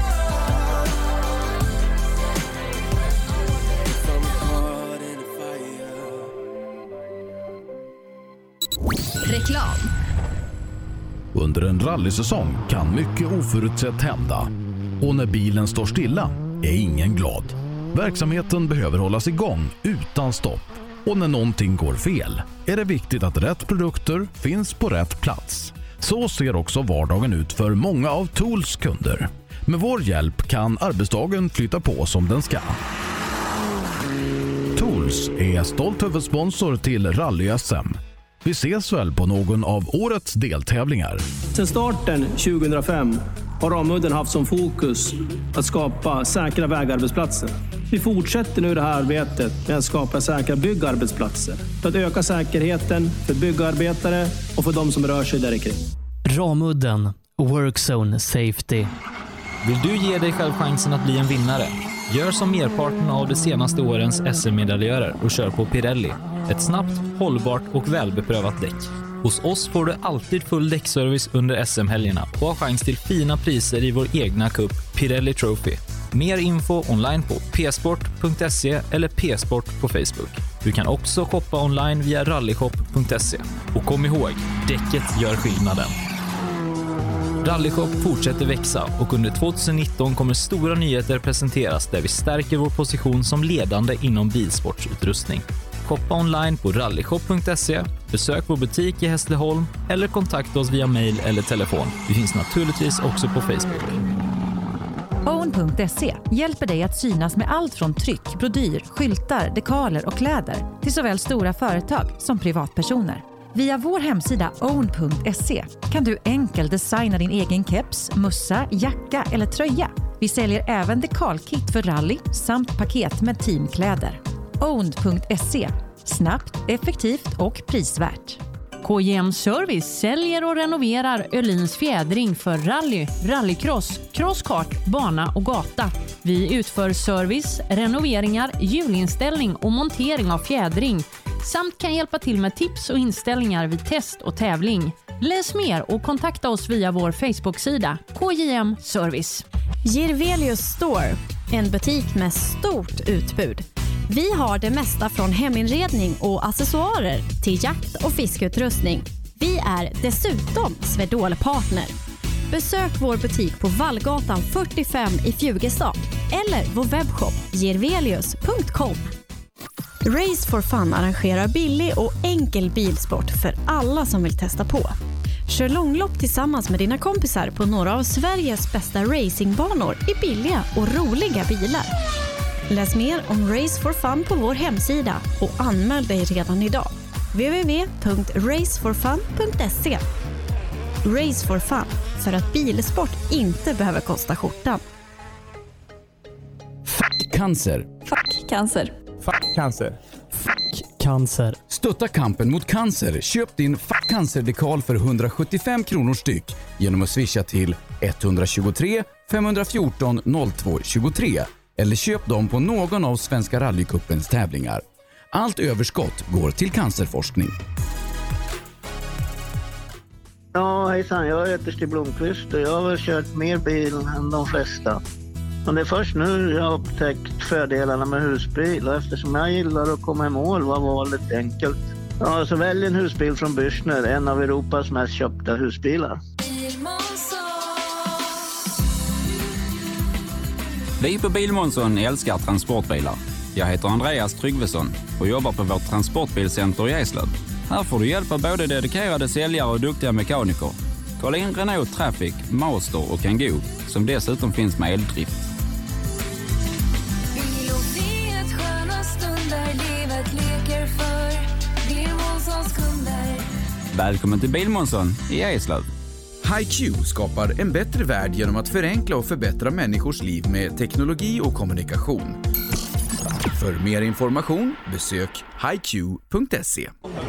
Reklam. Under en rallysäsong kan mycket oförutsett hända. Och när bilen står stilla är ingen glad. Verksamheten behöver hållas igång utan stopp. Och när någonting går fel är det viktigt att rätt produkter finns på rätt plats. Så ser också vardagen ut för många av Tools kunder. Med vår hjälp kan arbetsdagen flytta på som den ska. Tools är stolt huvudsponsor till Rally-SM. Vi ses väl på någon av årets deltävlingar. Sedan starten 2005 har Ramudden haft som fokus att skapa säkra vägarbetsplatser. Vi fortsätter nu det här arbetet med att skapa säkra byggarbetsplatser för att öka säkerheten för byggarbetare och för de som rör sig där kring. Ramudden Workzone Safety. Vill du ge dig själv chansen att bli en vinnare? Gör som merparten av de senaste årens SM-medaljörer och kör på Pirelli. Ett snabbt, hållbart och välbeprövat däck. Hos oss får du alltid full däckservice under SM-helgerna och har chans till fina priser i vår egna cup Pirelli Trophy. Mer info online på psport.se eller psport på Facebook. Du kan också shoppa online via rallyshop.se. Och kom ihåg, däcket gör skillnaden. Rallyshop fortsätter växa och under 2019 kommer stora nyheter presenteras där vi stärker vår position som ledande inom bilsportsutrustning. Shoppa online på rallyshop.se, besök vår butik i Hässleholm eller kontakta oss via mail eller telefon. Vi finns naturligtvis också på Facebook. Own.se hjälper dig att synas med allt från tryck, brodyr, skyltar, dekaler och kläder till såväl stora företag som privatpersoner. Via vår hemsida own.se kan du enkelt designa din egen keps, mussa, jacka eller tröja. Vi säljer även dekalkit för rally samt paket med teamkläder. Own.se. Snabbt, effektivt och prisvärt. KJM Service säljer och renoverar Öhlins fjädring för rally, rallycross, crosskart, bana och gata. Vi utför service, renoveringar, hjulinställning och montering av fjädring samt kan hjälpa till med tips och inställningar vid test och tävling. Läs mer och kontakta oss via vår Facebook-sida KJM Service. Girvelius Store, en butik med stort utbud. Vi har det mesta från heminredning och accessoarer till jakt- och fiskeutrustning. Vi är dessutom Swedol-partner. Besök vår butik på Vallgatan 45 i Fjugestad eller vår webbshop girvelius.com. Race for Fun arrangerar billig och enkel bilsport för alla som vill testa på. Kör långlopp tillsammans med dina kompisar på några av Sveriges bästa racingbanor i billiga och roliga bilar. Läs mer om Race for Fun på vår hemsida och anmäl dig redan idag. www.raceforfun.se. Race for Fun, för att bilsport inte behöver kosta skjortan. Fuck cancer. Fuck cancer. Fuck cancer. Fuck cancer. Stötta kampen mot cancer. Köp din Fuck cancer-dekal för 175 kronor styck genom att swisha till 123 514 02 23 eller köp dem på någon av Svenska rallycupens tävlingar. Allt överskott går till cancerforskning. Ja, hejsan. Jag heter Stig Blomqvist och jag har väl kört mer bil än de flesta. Men det är först nu jag har upptäckt fördelarna med husbil och eftersom jag gillar att komma i mål var valet enkelt. Ja, så välj en husbil från Bürstner, en av Europas mest köpta husbilar. Vi på Bilmånsson älskar transportbilar. Jag heter Andreas Tryggvesson och jobbar på vårt transportbilcenter i Eslöv. Här får du hjälp av både dedikerade säljare och duktiga mekaniker. Kolla in Renault Traffic, Master och Kangoo som dessutom finns med eldrift. Välkommen till Bilmånsson i Eslöv. HiQ skapar en bättre värld genom att förenkla och förbättra människors liv med teknologi och kommunikation. För mer information besök hiq.se.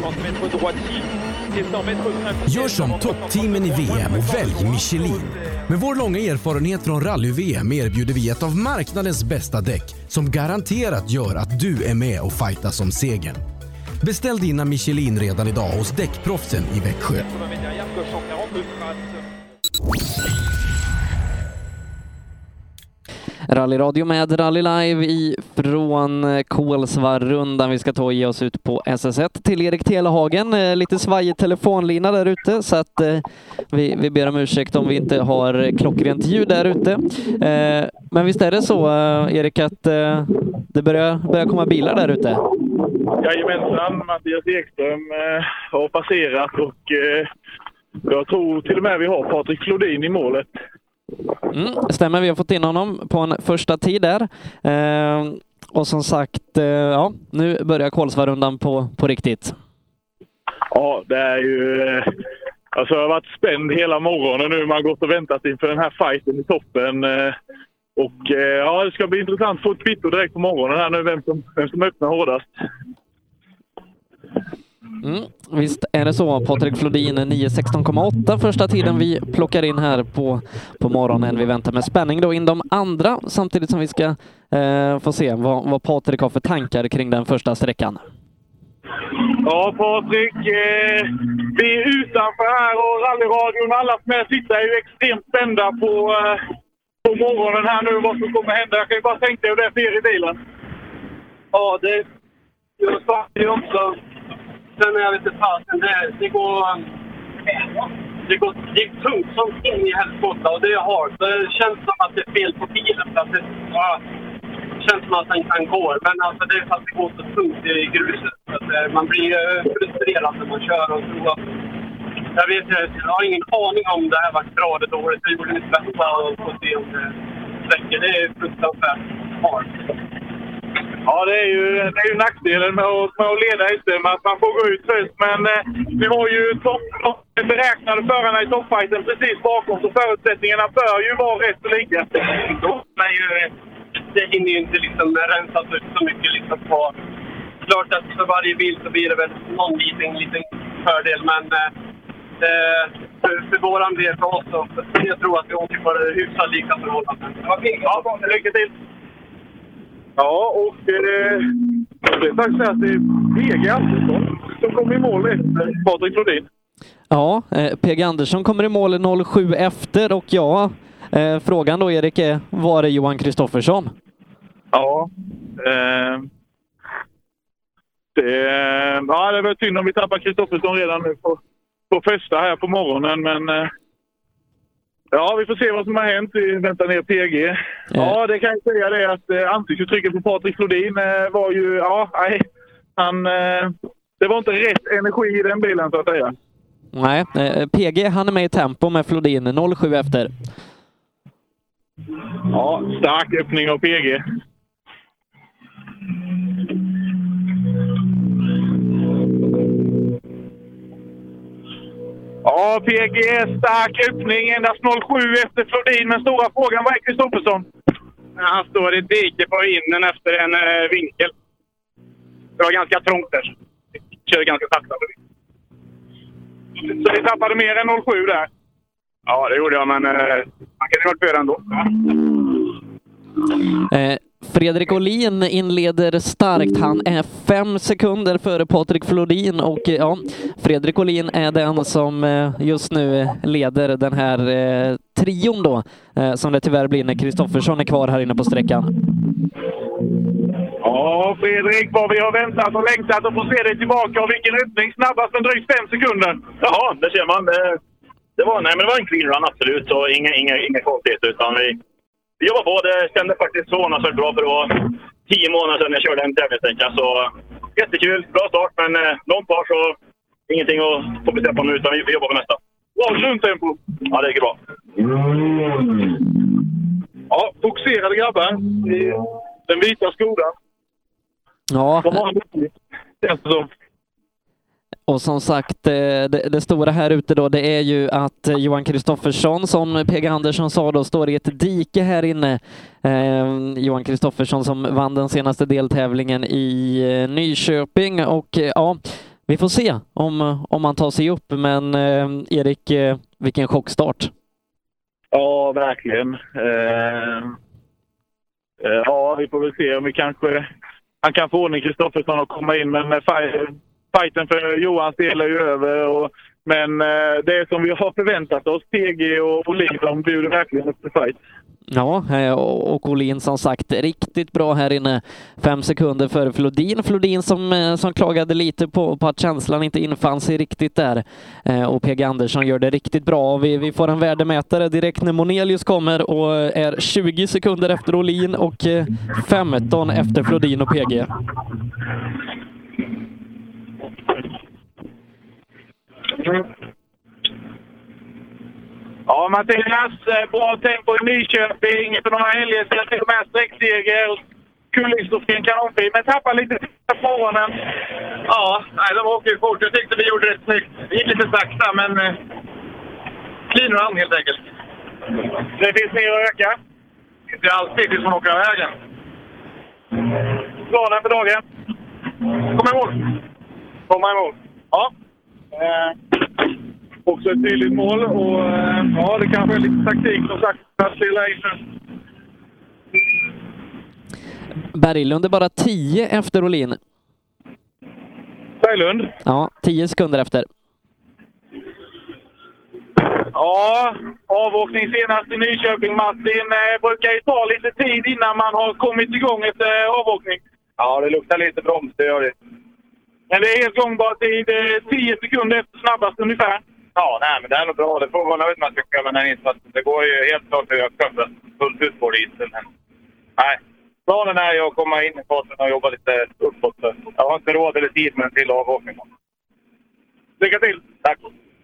Gör som toppteamen i VM och välj Michelin. Med vår långa erfarenhet från rally-VM erbjuder vi ett av marknadens bästa däck som garanterat gör att du är med och fightas om segern. Beställ dina Michelin redan idag hos Däckproffsen i Växjö. Rallyradio med Rally Live från Kolsvarrundan. Vi ska ta och ge oss ut på SS1 till Erik Telehagen. Lite svajig telefonlina där ute, så att vi ber om ursäkt om vi inte har klockrent ljud där ute. Men visst är det så, Erik, att det börjar komma bilar där ute? Jajamensan, Mattias Ekström har passerat och jag tror till och med vi har Patrik Flodin i målet. Stämmer, vi har fått in honom på en första tid där. Och som sagt, ja, nu börjar Kolsvarrundan på riktigt. Ja, det är ju... Alltså jag har varit spänd hela morgonen nu. Man har gått och väntat inför den här fighten i toppen. Och ja, det ska bli intressant att få ett kvitto direkt på morgonen här nu, vem som öppnar hårdast. Visst är det så. Patrik Flodin 9.16,8 första tiden vi plockar in här på morgonen. Vi väntar med spänning då in de andra, samtidigt som vi ska få se vad Patrik har för tankar kring den första sträckan. Ja, Patrik, vi är utanför här och rallyradion och alla som är sitter är ju extremt spända på morgonen här nu, vad som kommer hända. Jag kan ju bara tänka dig hur det är för er i bilen. Ja, jag sa det också. Sen jag vet inte fasen, det går tungt som in i helskotta och det är hårt. Det känns som att det är fel på bilen. För att det känns som att den går. Men alltså det är för att det går så tungt i gruset. Så att, man blir frustrerad när man kör och tror att... Jag har ingen aning om det här var bra eller dåligt. Vi borde inte vänta och se om det räcker. Det är fruktansvärt hårt. Ja, det är ju nackdelen med att leda SM, att man får gå ut först. Men vi har ju beräknade förarna i toppfighten precis bakom, så förutsättningarna bör ju vara rätt så lika. Men det hinner ju inte liksom rensas ut så mycket liksom på... Klart att för varje bil så blir det väl någon liten fördel, men för våran del för oss så jag tror att vi åker på det hyfsat lika förhållanden. Ja, lycka till! Ja, och det är faktiskt att det är PG Andersson som kommer i mål efter Patrik Flodin. Ja, PG Andersson kommer i mål 07 efter och ja, frågan då Erik är, var är Johan Kristoffersson? Ja, det var synd om vi tappar Kristoffersson redan nu på första här på morgonen, men ja, vi får se vad som har hänt. Vi väntar ner PG. Ja, det kan jag säga det att ansiktsuttrycket på Patrik Flodin var ju, det var inte rätt energi i den bilen så att säga. Nej, PG han är med i tempo med Flodin 07 efter. Ja, stark öppning av PG. Ja, PG stark öppning, endast 07 efter Flodin, men stora frågan, vad är Kristoffersson? Han står i ett dike på innen efter en vinkel. Det var ganska trångt där. Körde ganska sakta. Så vi tappade mer än 07 där? Ja, det gjorde jag, men man kan ju vara före ändå. Fredrik Olin inleder starkt. Han är 5 sekunder före Patrik Flodin och ja, Fredrik Olin är den som just nu leder den här trion då, som det tyvärr blir när Kristoffersson är kvar här inne på sträckan. Ja, Fredrik, vad vi har väntat och längtat att få se dig tillbaka och vilken öppning snabbast med drygt 5 sekunder. Jaha, det ser man. Det var en clean run absolut, så inga konstigheter, utan vi jobbar på. Det kändes faktiskt så bra, för det var 10 månader sedan jag körde en tävlingssträcka. Så jättekul, bra start, men långt kvar, så ingenting att fokusera på nu, utan vi jobbar på nästa. Bra, lugnt tempo. Ja, det gick bra. Ja, fokuserade grabbar i den vita Skodan. Ja. Känns det som. Och som sagt, det stora här ute då, det är ju att Johan Kristoffersson, som PG Andersson sa då, står i ett dike här inne. Johan Kristoffersson som vann den senaste deltävlingen i Nyköping, och ja, vi får se om han tar sig upp. Men Erik, vilken chockstart. Ja, verkligen. Ja, vi får väl se om vi han kan få ordning Kristoffersson och komma in, men fighten för Johans del är ju över. Men det som vi har förväntat oss, PG och Olin, de bjuder verkligen upp till fight. Ja, och Olin som sagt riktigt bra här inne. 5 sekunder före Flodin. Flodin som klagade lite på att känslan inte infann sig riktigt där. Och PG Andersson gör det riktigt bra. Vi får en värdemätare direkt när Monelius kommer och är 20 sekunder efter Olin och 15 efter Flodin och PG. Ja, Mattias, bra tempo i Nyköping för några helger sedan, till och med sträckseger. Kullingsdorfin kanonfin, men tappar lite på morgonen. Ja, nej, de åker ju fort. Jag tyckte vi gjorde det snyggt. Det gick lite sakta, men clean run helt enkelt. Det finns mer att öka. Inte alltid tills man åker av vägen. Planen för dagen? Komma i mål. Komma i mål. Ja. Också ett tydligt mål och ja, det kanske är lite taktik som sagt att stilla in. Berglund är bara 10 efter Olin. Berglund? Ja, 10 sekunder efter. Ja, avåkning senast i Nyköping, Martin. Brukar ju ta lite tid innan man har kommit igång efter avåkning. Ja, det luktar lite broms, det gör det. Men det är helt gångbar tid, 10 sekunder efter snabbast ungefär. Ja, nej, men det är nog bra. Det får vara nöjd med tycker jag, men inte, det går ju helt klart att jag köper fullt ut på isen. Nej, planen är ju att komma in i farten och jobba lite uppåt. Jag har inte råd eller tid med en till avåkning. Lycka till! Tack!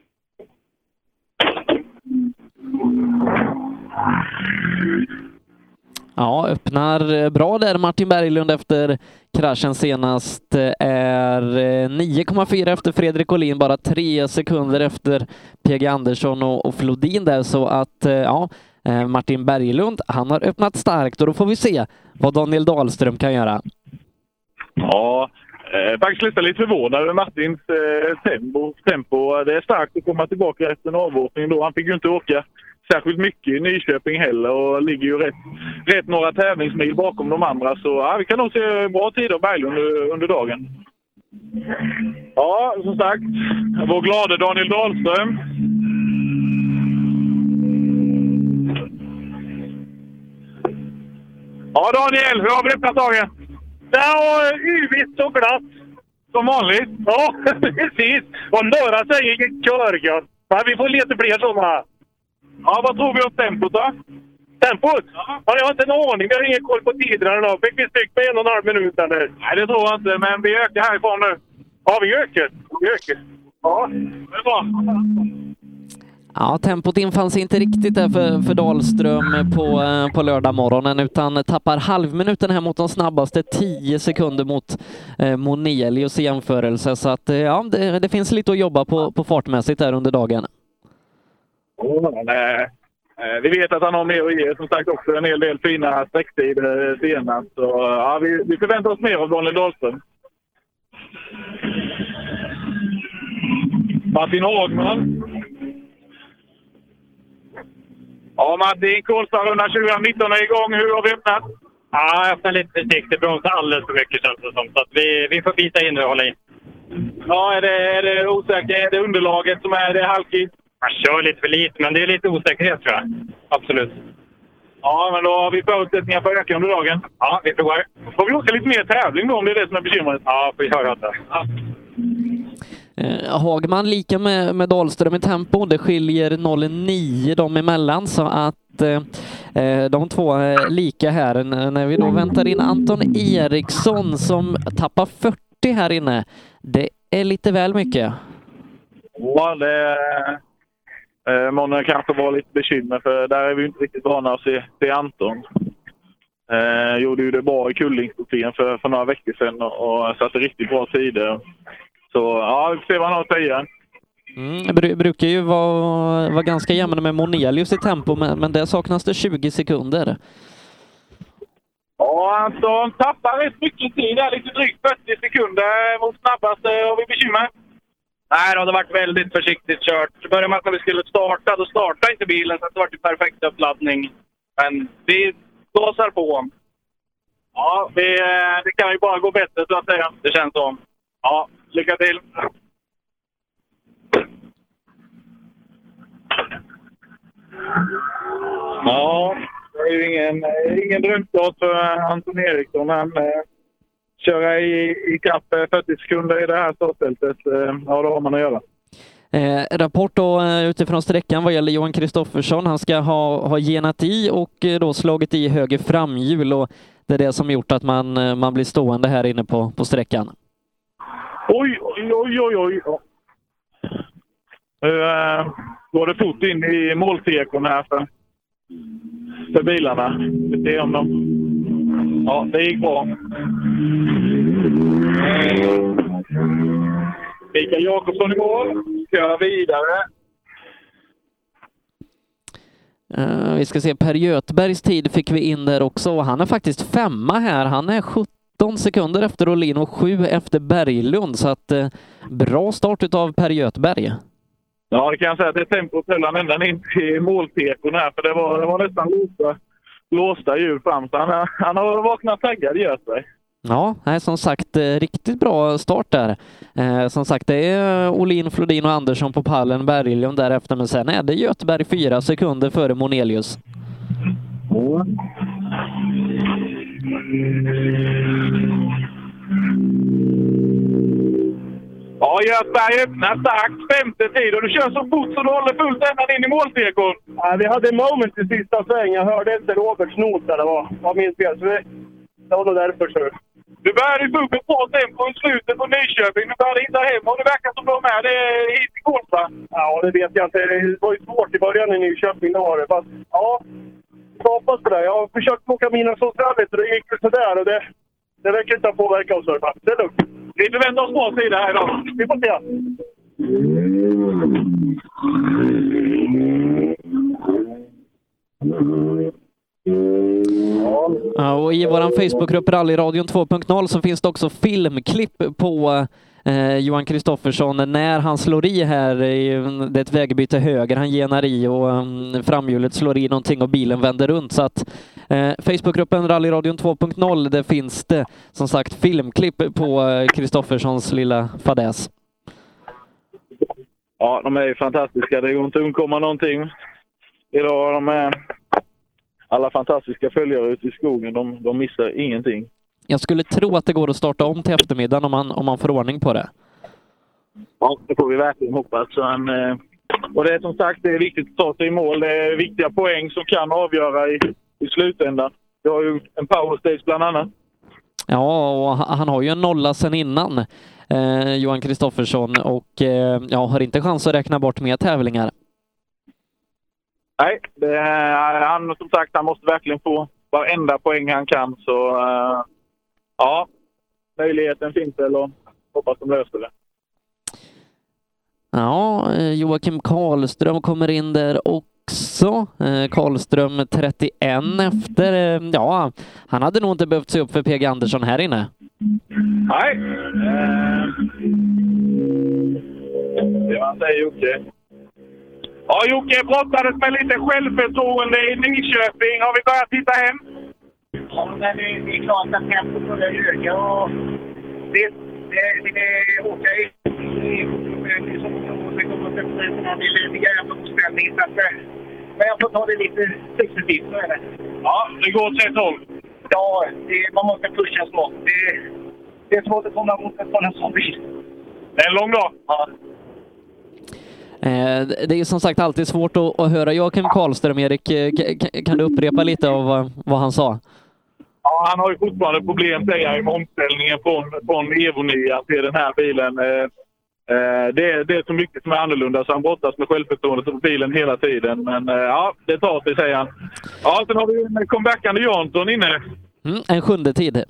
Ja, öppnar bra där Martin Berglund efter kraschen senast. Är 9,4 efter Fredrik Olin, bara 3 sekunder efter PG Andersson och Flodin där, så att ja, Martin Berglund, han har öppnat starkt och då får vi se vad Daniel Dahlström kan göra. Ja, faktiskt lite förvånad över Martins tempo. Det är starkt att komma tillbaka efter en avåkning då. Han fick ju inte åka särskilt mycket i Nyköping heller och ligger ju rätt några tävlingsmil bakom de andra. Så ja, vi kan nog se bra tid av Berglund under dagen. Ja, som sagt, vår glada Daniel Dahlström. Ja, Daniel, hur har vi öppnat dagen? Ja, yvigt och glatt. Som vanligt? Ja, precis. Och några säger körgött. Men vi får lite fler sådana. Ja, vad tror vi om tempot då? Tempot? Ja, jag har inte en aning. Vi har ingen koll på tiderna då. Fick vi styck med 1,5 minut eller? Nej, det tror jag inte. Men vi ökar härifrån nu. Ja, vi ökar. Ja, det är bra. Ja, tempot infanns inte riktigt där för Dahlström på lördag morgonen, utan tappar halvminuten här mot de snabbaste, 10 sekunder mot Monelius i jämförelse. Så att ja, det finns lite att jobba på fartmässigt där under dagen. Vi vet att han har mer att ge, som sagt också en hel del fina sträcktider senast. Så ja, vi förväntar oss mer av Daniel Dahlström. Martin Hagman. Ja, Martin, Kolsvarrunda 2019 är igång. Hur har vi öppnat? Ja, jag öppnar lite försiktigt. Bromsar alldeles för mycket känns det som. Så att vi får bita in och hålla in. Ja, är det osäkert? Är det underlaget som är det halkigt? Man kör lite för lite, men det är lite osäkerhet tror jag. Absolut. Ja, men då har vi förutsättningar för att öka under dagen. Ja, vi provar. Får vi åka lite mer tävling då, om det är det som är bekymret? Ja, får vi höra det. Ja. Hagman lika med Dahlström i tempo. Det skiljer 0,9 dem emellan, så att de två är lika här. När vi då väntar in Anton Eriksson som tappar 40 här inne. Det är lite väl mycket. Ja, många kanske var lite bekymmer, för där är vi inte riktigt vana att se Anton. Gjorde ju det bra i Kullingsdorfin för några veckor sedan och satte riktigt bra tider. Så ja, vi får se vad han har att säga. Brukar ju vara ganska jämn med Monelius i tempo, men där saknas det 20 sekunder. Ja, Anton tappar rätt mycket tid där, lite drygt 40 sekunder mot snabbast. Har vi bekymmer? Nej, det har varit väldigt försiktigt kört. Började med att när vi skulle starta, då startade inte bilen, så det har varit perfekt uppladdning. Men vi gasar på. Ja, det kan ju bara gå bättre så att säga. Det känns som. Ja, lycka till! Ja, är ju ingen drömstart för Anton Eriksson. Han köra i kapp 40 sekunder i det här startfältet. Ja, då har man att göra. Rapport då utifrån sträckan vad gäller Johan Kristoffersson. Han ska ha genat i och då slagit i höger framhjul, och det är det som gjort att man blir stående här inne på sträckan. Oj. Nu går det fort in i måltekon här för bilarna. Vi ser om de... Ja, det gick bra. Mikael Jakobsson i mål. Kör vidare. Vi ska se, Per Göthbergs tid fick vi in där också. Han är faktiskt 5 här. Han är 17 sekunder efter Olin och 7 efter Berglund. Så att bra start utav Per Göthberg. Ja, det kan jag säga att det är tempot höll han ända in i måltekon här. För det var nästan låsta hjul fram. Så han har vaknat taggad, Göthberg. Ja, som sagt, riktigt bra start där. Som sagt, det är Olin, Flodin och Andersson på pallen, Berglund därefter, men sen är det Göthberg 4 sekunder före Monelius. Ja, Göthberg öppnar starkt, 5:e tid, och du kör så fort så du håller fullt ända in i måltekon. Ja, vi hade en moment i sista sväng. Jag hörde inte Roberts not där det var min fel. Så det var nog därför. Så. Du började få upp ett bra tempo i slutet på Nyköping. Du började hitta hem och det verkar som du var med. Det är hit i Kolsva. Ja, det vet jag inte. Det var ju svårt i början i Nyköping. Fast, ja, jag hoppas på det. Jag har försökt åka mina socialet och det gick sådär. Och det verkar inte påverka oss. Det är lugnt. Vi förväntar oss bra sida här idag. Vi får se. Ja, och i vår Facebookgrupp Rallyradion 2.0 så finns det också filmklipp på Johan Kristoffersson när han slår i här. Det är ett vägbyte höger, han genar i och framhjulet slår i någonting och bilen vänder runt. Så att Facebookgruppen Rallyradion 2.0, det finns det som sagt filmklipp på Kristofferssons lilla fadäs. Ja, de är ju fantastiska. Det går inte att undkomma någonting. Idag de är alla fantastiska följare ute i skogen. De missar ingenting. Jag skulle tro att det går att starta om till eftermiddagen om man får ordning på det. Ja, det får vi verkligen hoppas. Och det är som sagt, det är viktigt att ta sig i mål. Det är viktiga poäng som kan avgöra i slutändan. Vi har ju en power stage bland annat. Ja, och han har ju en nolla sedan innan, Johan Kristoffersson. Och har inte chans att räkna bort mer tävlingar. Nej, han som sagt, han måste verkligen få varenda poäng han kan. Så ja, möjligheten finns väl och hoppas de löser det. Ja, Joakim Karlström kommer in där också. Karlström 31 efter. Ja, han hade nog inte behövt se upp för PG Andersson här inne. Nej. Det var säger Jocke. Ja, Jocke brottades med lite självförtroende i Nyköping. Har vi börjat titta hem? Ja, men det är klart att tempot börjar öka och det åker i det kommer att förbättra lite grann omställning. Men jag får ta det lite successivt, så är det. Ja, det går åt rätt håll. Ja, man måste pusha små. Det är svårt att komma mot en sån bil. Det är en lång dag. Ja. Det är som sagt alltid svårt att höra Joakim Karlström. Erik, kan du upprepa lite av vad han sa? Ja, han har ju fortfarande problem säger jag, med omställningen från Evo 9 till den här bilen. Det är så mycket som är annorlunda så han brottas med självförtroendet på bilen hela tiden. Men ja, det tar sig säger han. Ja, sen har vi en comebackande Jansson inne. En 7:e tid.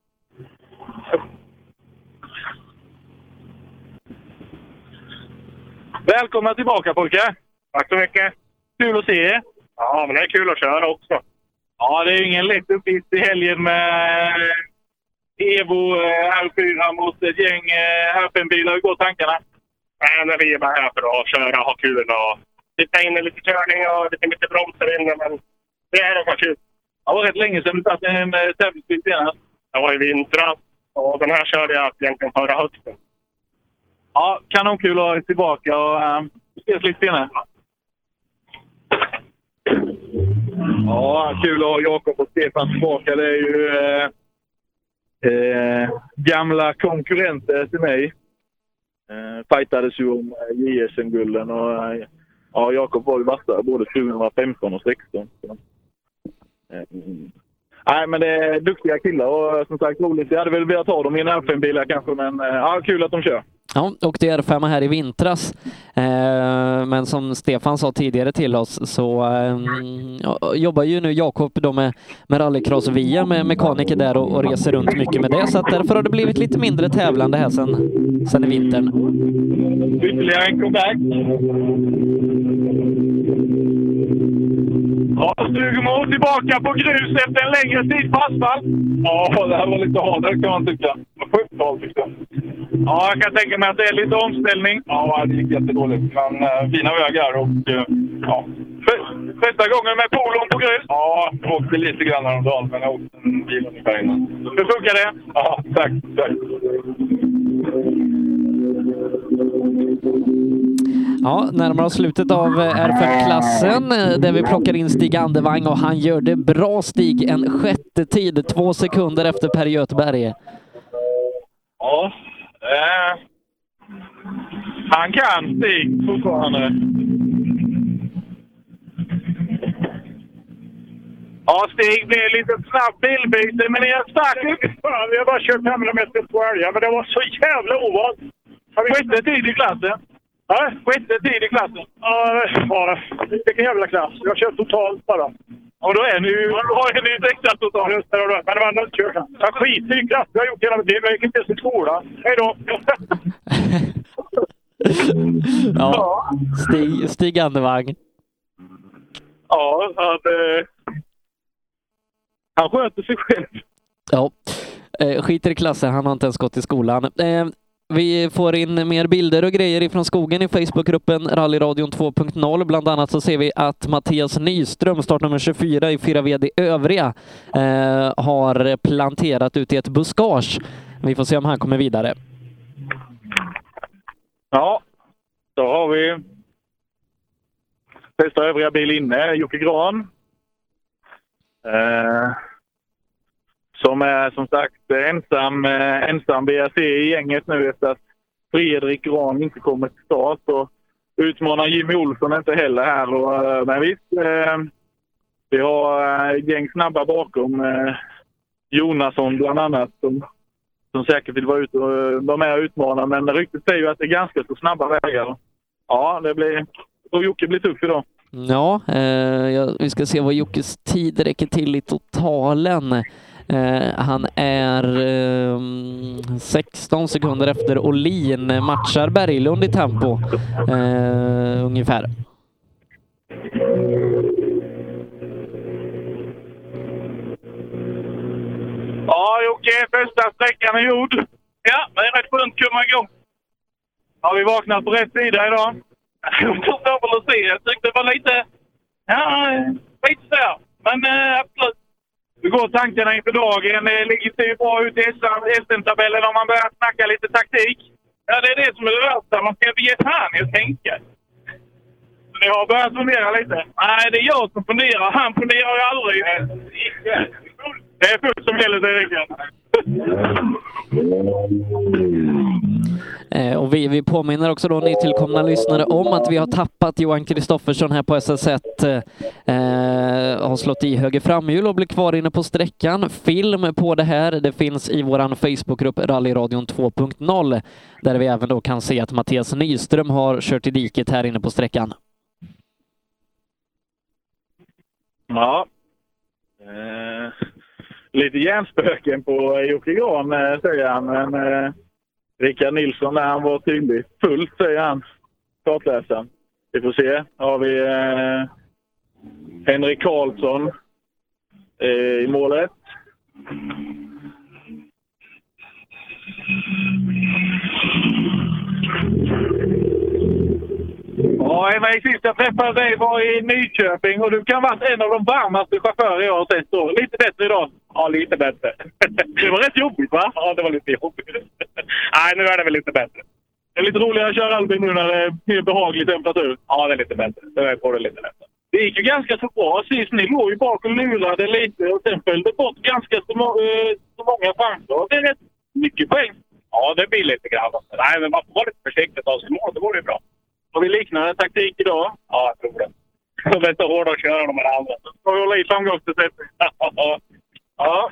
Välkomna tillbaka pojkar. Tack så mycket. Kul att se er. Ja, men det är kul att köra också. Ja, det är ingen lätt uppgift i helgen med Evo R4 mot ett gäng R5-bilar. Hur går tankarna? Men vi är bara här för att köra, ha kul och titta in lite körning och lite bromsar inne. Men det är det kul. Det var rätt länge sedan du satt en tävlingsbil senast. Det var i vintras och den här körde jag egentligen förra hösten. Ja, kanonkul att ha tillbaka och ses lite senare. Ja, kul att ha Jakob och Stefan tillbaka. Det är ju gamla konkurrenter till mig. Fightades ju om JSM-gulden och ja, Jakob var ju vassa både 2015 och 2016. Nej, men det är duktiga killar och som sagt roligt. Jag hade väl velat ha dem i en R5-bilar kanske, men ja, kul att de kör. Ja, och det är R5 här i vintras. Men som Stefan sa tidigare till oss så jobbar ju nu Jakob då med rallycross via med mekaniker där och reser runt mycket med det. Så att därför har det blivit lite mindre tävlande här sen i vintern. Ytterligare en comeback. Ja, Stugemo tillbaka på grus efter en längre tid på asfalt. Ja, det här var lite hårdare kan man tycka. Sjukt hårt tyckte jag. Ja, jag kan tänka mig att det är lite omställning. Ja, det gick jättedåligt. Men fina vägar och ja. Första gången med polon på grus? Ja, jag åkte lite grann häromdagen, men jag åkte en bil ungefär innan. Hur funkar det? Ja, tack. Ja, närmar oss slutet av R5-klassen där vi plockar in Stig Andevang och han gör det bra, Stig. En sjätte tid, 2 sekunder efter Per Göthberg. Ja, han kan Stig fortfarande. Ja, Stig blir lite snabbt bilbyte, men det är starkt. Vi har bara kört 500 meter på älgar, men det var så jävla ovant. Sjätte tid i klassen. Ja, sjätte tid i klassen. Ja, det var det. Vilken jävla klass. Jag har kört totalt bara. Och då är ni ju... Har ni ju exakt totalt. Just det, men det var ändå inte kört. Jag skiter i klass. Jag har gjort hela mitt liv. Jag gick inte ens i skolan. Hej då! Ja, Stig Andevang. Ja, han sköter sig själv. Ja, skiter i klassen. Han har inte ens gått i skolan. Vi får in mer bilder och grejer ifrån skogen i Facebookgruppen Rallyradion 2.0. Bland annat så ser vi att Mattias Nyström, startnummer 24 i 4VD övriga, har planterat ut i ett buskage. Vi får se om han kommer vidare. Ja, då har vi första övriga bil inne, Jocke Gran. Som är som sagt ensam BRC i gänget nu efter att Fredrik Gran inte kommer till start. Och utmanar Jimmy Olsson inte heller här. Men visst, vi har gäng snabba bakom. Jonasson bland annat som säkert vill vara ute och vara med och utmana. Men ryktet säger ju att det är ganska så snabba vägar. Ja, och Jocke blir tuff idag. Ja, vi ska se vad Jockes tid räcker till i totalen. Han är 16 sekunder efter Olin, matchar Berglund i tempo ungefär. Ja, Jocke, första sträckan är gjord. Ja, det är rätt skönt att komma igång. Har vi vaknat på rätt sida idag? Jag tog över och se. Jag tyckte det var lite så. Men absolut. Hur går tankarna inför dagen? Ligger det bra ut i SM-tabellen om man börjar snacka lite taktik? Ja, det är det som är det värsta. Man ska ge fan i att tänka. Så ni har börjat fundera lite? Nej, det är jag som funderar. Han funderar ju aldrig. Det är fullt som gäller, det är och vi påminner också då nytillkomna lyssnare om att vi har tappat Johan Kristoffersson här på SS1. Har slått i höger framhjul och blir kvar inne på sträckan. Film på det här, det finns i våran Facebookgrupp Rallyradion 2.0 där vi även då kan se att Mattias Nyström har kört i diket här inne på sträckan. Ja. Lite hjärnspöken på Jocke Gran säger han, men Rickard Nilsson när han var tydlig. Fullt säger han, kartläsaren. Vi får se. Har vi Henrik Karlsson i målet. Ja, en väg sist jag träffade dig var i Nyköping och du kan vara en av de varmaste chaufförer jag har sett då. Lite bättre idag? Ja, lite bättre. Det var rätt jobbigt, va? Ja, det var lite jobbigt. Nej, nu är det väl lite bättre. Det är lite roligare att köra Albin nu när det är mer behaglig temperatur. Ja, det är lite bättre. Det är på det lite bättre. Det gick ju ganska så bra sist. Ni låg ju bak och lurade lite och sen följde bort ganska så många chanser. Det är rätt mycket poäng. Ja, det blir lite grann. Nej, men man får vara lite försiktigt av sin mål. Det vore ju bra. Har vi liknande taktik idag? Ja, jag tror det. De är inte hårda att köra de här andra. Ska vi hålla i framgångsbesättning? Ja.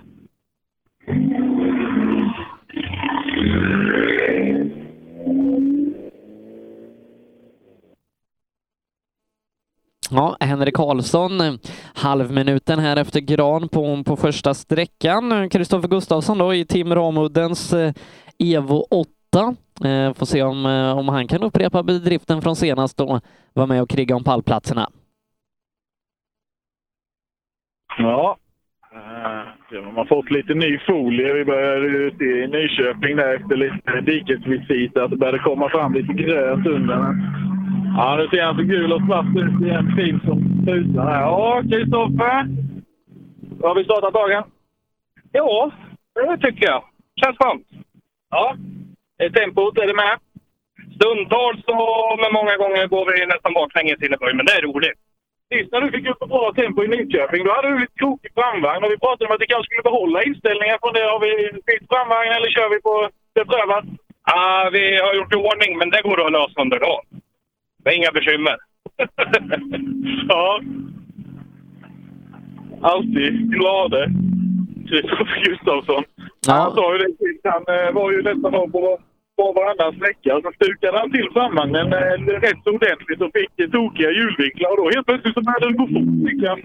Ja, Henrik Karlsson, halvminuten här efter Gran på första sträckan. Kristoffer Gustafsson då i Team Ramuddens Evo 8. Får se om han kan upprepa bedriften från senast och vara med och kriga om pallplatserna. Ja, man har fått lite ny folie. Vi började ute i Nyköping där efter lite dikesvisit att det började komma fram lite grönt under. Ja, nu ser han så gul och svart ut i en fin som tusan här. Ja, Kristoffer. Har vi startat dagen? Ja, det tycker jag. Känns skönt. Ja. Tempot, är det med? Stundtals men många gånger går vi nästan baklänges in i början, men det är roligt. Sist när du fick upp ett bra tempo i Nyköping, då hade du lite krokig framvagn och vi pratade om att vi kanske skulle behålla inställningar från det. Har vi bytt framvagn eller kör vi på det prövat? Ja, vi har gjort i ordning, men det går att lösa under dagen. Det är inga bekymmer. Ja. Alltid glada. Kristoffer Gustafsson. Ja. Han sa ju det sist. Han var ju nästan på varannan sträcka. Och så stukade han till framvagnen rätt så ordentligt och fick tokiga hjulvinklar. Och då helt plötsligt så började den gå fort.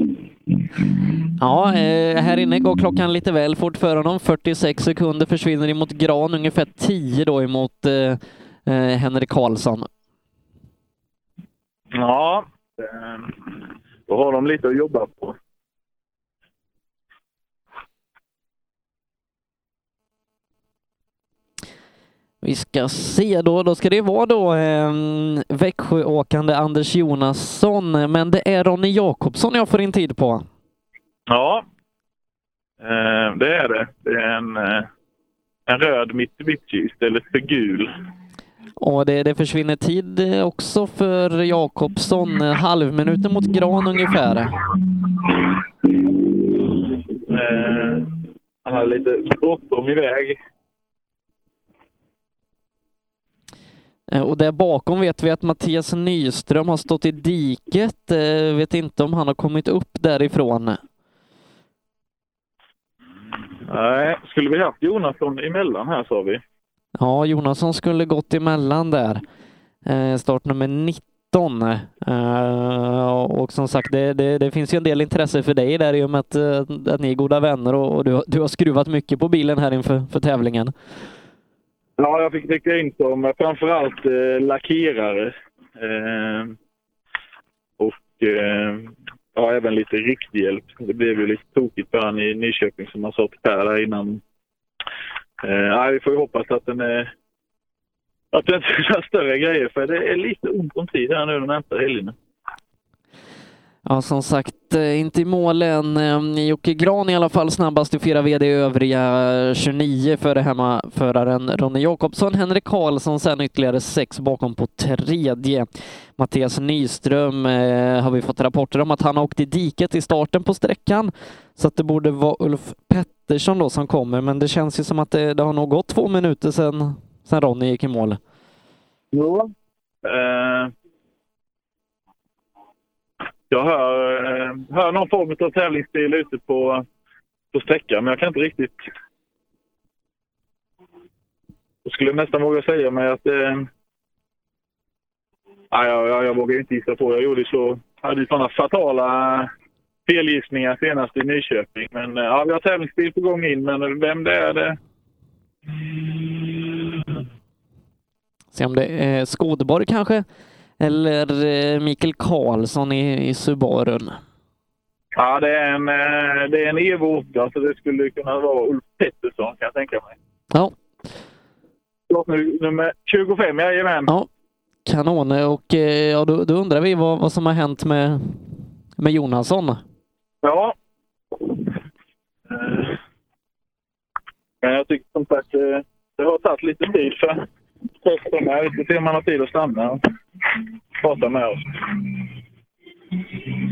Ja, här inne går klockan lite väl fort för honom. 46 sekunder försvinner emot Gran. Ungefär 10 då emot Henrik Karlsson. Ja, då har de lite att jobba på. Vi ska se då ska det vara då Växjöåkande Anders Jonasson, men det är Ronny Jakobsson jag får in tid på. Ja, det är det. Det är en röd Mitsubishi istället för gul. Och det försvinner tid också för Jakobsson, halvminuten mot Gran ungefär. Han har lite bråttom iväg. Och där bakom vet vi att Mattias Nyström har stått i diket. Vet inte om han har kommit upp därifrån. Nej, skulle vi haft Jonasson emellan här sa vi. Ja, Jonasson skulle gått emellan där. Startnummer 19. Och som sagt, det finns ju en del intresse för dig där i och med att ni är goda vänner och du har skruvat mycket på bilen här inför tävlingen. Ja, jag fick rycka in som framförallt lackerare. Och även lite rikthjälp. Det blev ju lite tokigt för han i Nyköping som har satt här där innan. Vi får ju hoppas att den är större grejer, för det är lite ont om tid här nu de närmsta helgerna. Ja, som sagt, inte i mål än. Jocke Gran i alla fall snabbast i 4 VD, övriga 29 före hemmaföraren Ronny Jakobsson. Henrik Karlsson sen ytterligare 6 bakom på tredje. Mattias Nyström har vi fått rapporter om att han har åkt i diket i starten på sträckan. Så att det borde vara Ulf Pettersson då som kommer. Men det känns ju som att det har nog gått 2 minuter sedan Ronny gick i mål. Ja. Jag hör någon form av tävlingsstil ute på sträckan, men jag kan inte riktigt. Jag skulle nästan våga säga mig att jag vågar inte gissa på. Jag hade sådana fatala felgissningar senast i Nyköping. Men vi har tävlingsstil på gång in, men vem det är det? Se om det är Skådeborg kanske? Eller Mikael Karlsson i Subarun? Ja, det är en Evo 8, så det skulle kunna vara Ulf Pettersson kan jag tänka mig. Ja. Nummer 25, jajamän. Ja, kanon. Och då undrar vi vad som har hänt med Jonasson. Ja. Men jag tycker som sagt det har tagit lite tid för testerna. Vi ska se om man har tid att stanna och prata med oss.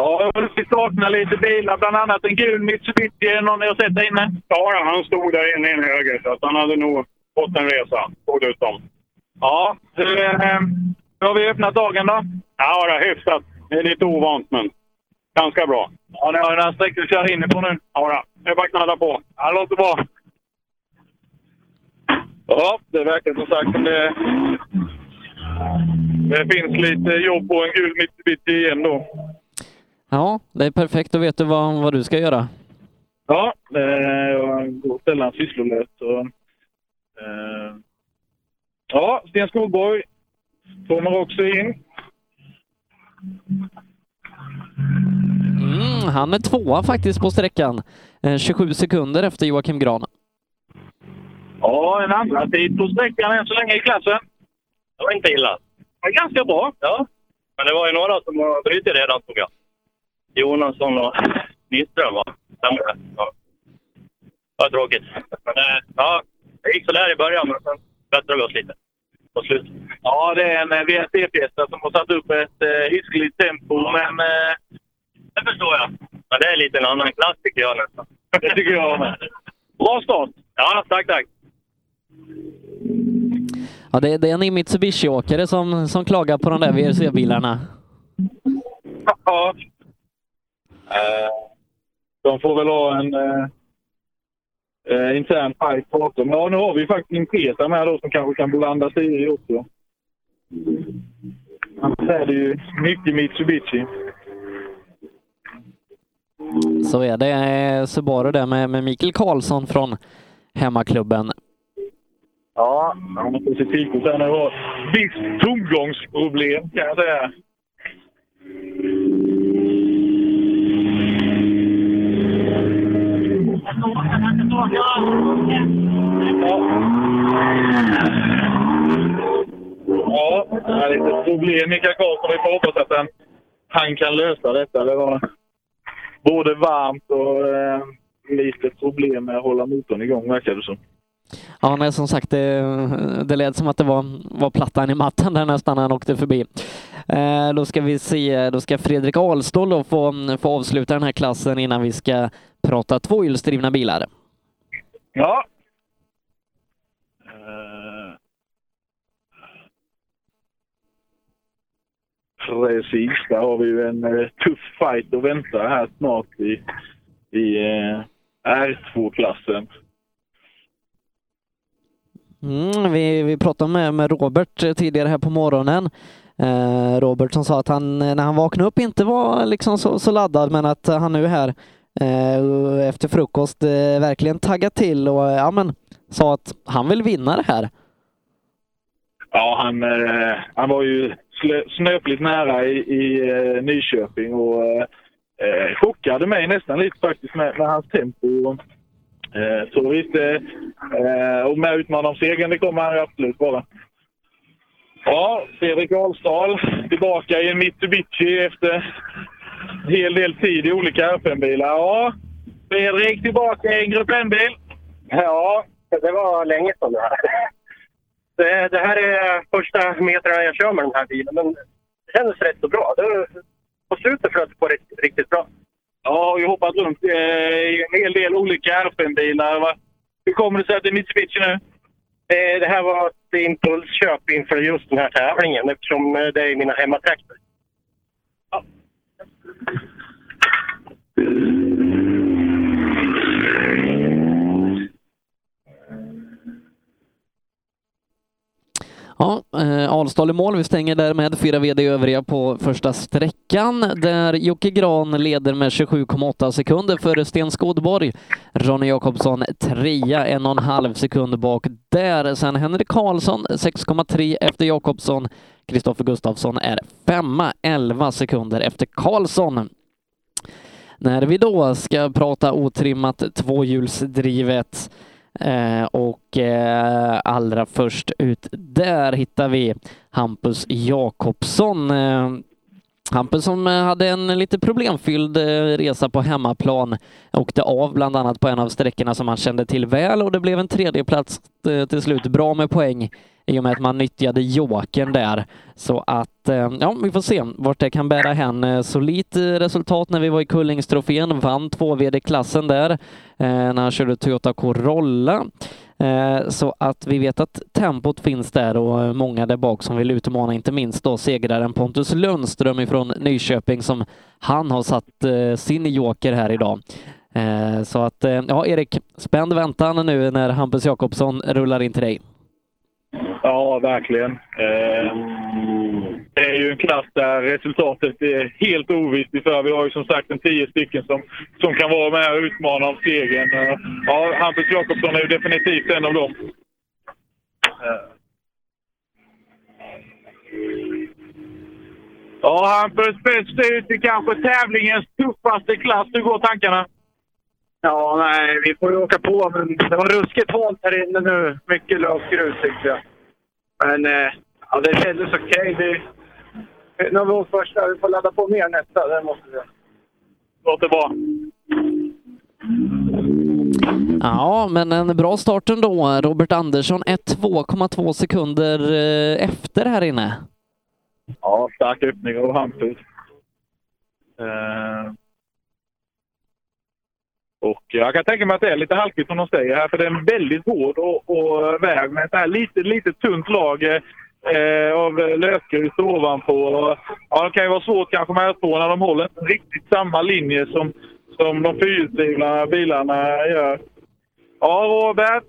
Ja, vi saknar lite bilar, bland annat en gul Mitsubishi. Någon ni har sett där inne? Ja, han stod där inne i en höger, så att han hade nog fått en resa. Såg det ut som. Ja, hur har vi öppnat dagen då? Ja, det är hyfsat. Det är lite ovant, men ganska bra. Ja, ni har ju några sträckor att köra in på nu. Ja, det är bara att knalla på. Ja, det låter bra. Ja, det verkar som sagt som det finns lite jobb på en gul Mitsubishi igen då. Ja, det är perfekt. Då vet du vad du ska göra. Ja, jag går och ställer en sysslolös. Ja, Sten Skogborg kommer också in. Han är tvåa faktiskt på sträckan. 27 sekunder efter Joakim Gran. Ja, en andra tid på sträckan än så länge i klassen. Det var inte illa. Det var ganska bra. Ja, men det var ju några som har brutit redan, tror jag. Jonasson och Nyström, va? Ja. Det var tråkigt. Men ja, det gick så där i början, men sen bättrade vi oss lite på slut. Ja, det är en VRC-pjästa som har satt upp ett hiskligt tempo, men... Det förstår jag. Men det är lite en annan klass, tycker jag nästan. Det tycker jag med. Bra start! Ja, tack. Ja, det är en Mitsubishi-åkare som klagar på de där VRC-bilarna. Ja. De får väl ha en intern fight bakom. Ja, nu har vi faktiskt en Peta med då som kanske kan blanda sig i också. Annars är det ju mycket Mitsubishi. Så är det Subaru där med Mikael Karlsson från hemmaklubben. Ja, han har fått sitt fikot där nu har visst tomgångsproblem kan jag säga. Ja, det är lite problem. Mikael Karlsson, vi får hoppas att han kan lösa detta. Det var både varmt och lite problem med att hålla motorn igång, verkar det som. Ja, nej, som sagt, det lät som att det var plattan i mattan där nästan när han åkte förbi. Då ska vi se, då ska Fredrik Ahlstål då få avsluta den här klassen innan vi ska prata tvåhjulsdrivna bilar. Ja. Precis, där har vi ju en tuff fight att vänta här snart i R2-klassen. Vi pratade med Robert tidigare här på morgonen. Robert som sa att han när han vaknade upp inte var liksom så laddad, men att han nu här efter frukost verkligen taggat till och sa att han vill vinna det här. Ja, han var ju snöpligt nära i Nyköping och chockade mig nästan lite faktiskt med hans tempo. Så visst, och med utmanande om segern, det kommer han absolut vara. Ja, Fredrik Ahlstål tillbaka i en Mitsubishi efter en hel del tid i olika RFM-bilar. Ja, Fredrik tillbaka i en Grupp N-bil. Ja, det var länge sedan det här. Det här är första metrarna jag kör med den här bilen, men det kändes rätt så bra. På slutet flöt det på riktigt bra. Ja, vi har hoppat runt i en hel del olika RFM-bilar. Hur kommer det sig att det är Mitsubishi nu? Det här var ett impulsköp inför just den här tävlingen eftersom det är mina hemmatrakter. Ja. Ja, Ahlstål i mål. Vi stänger därmed 4 VD övriga på första sträckan där Jocke Gran leder med 27,8 sekunder före Sten Skogborg. Ronny Jakobsson 3:a, 1,5 sekund bak där. Sen Henrik Karlsson 6,3 efter Jakobsson. Kristoffer Gustafsson är 5:a, 11 sekunder efter Karlsson. När vi då ska prata otrimmat tvåhjulsdrivet allra först ut där hittar vi Hampus Jakobsson. Hampus som hade en lite problemfylld resa på hemmaplan, åkte av bland annat på en av sträckorna som han kände till väl och det blev en 3:e plats till slut. Bra med poäng i och med att man nyttjade jokern där. Så att ja, vi får se vart det kan bära hän. Solidt resultat när vi var i Kullingstrofén, vann 2VD-klassen där när han körde Toyota Corolla. Så att vi vet att tempot finns där och många där bak som vill utmana, inte minst då segraren Pontus Lundström ifrån Nyköping som han har satt sin joker här idag. Så att ja, Erik, spänd väntan nu när Hampus Jakobsson rullar in till dig. Ja, verkligen. Det är ju en klass där resultatet är helt ovisst. För vi har ju som sagt en 10 stycken som kan vara med och utmana om segern. Ja, Hampus Jakobsson är ju definitivt en av dem. Ja, Hampus, bäst ut i kanske tävlingens tuffaste klass. Hur går tankarna? Ja, nej, vi får ju åka på, men det var ruskigt halt här inne nu. Mycket lösgrus tyckte jag. Men ja, det kändes okej. Nu har vi åkt första, vi får ladda på mer nästa, det måste vi. Låter bra. Ja, men en bra start ändå. Robert Andersson är 2,2 sekunder efter här inne. Ja, stark öppning av Hampus. Och jag kan tänka mig att det är lite halkigt som de säger här, för det är en väldigt hård och väg med ett här lite tunt lag av lösgrus ovanpå. Ja, det kan ju vara svårt kanske med på när de håller inte riktigt samma linje som de fyrhjulsdrivna bilarna gör. Ja, Robert.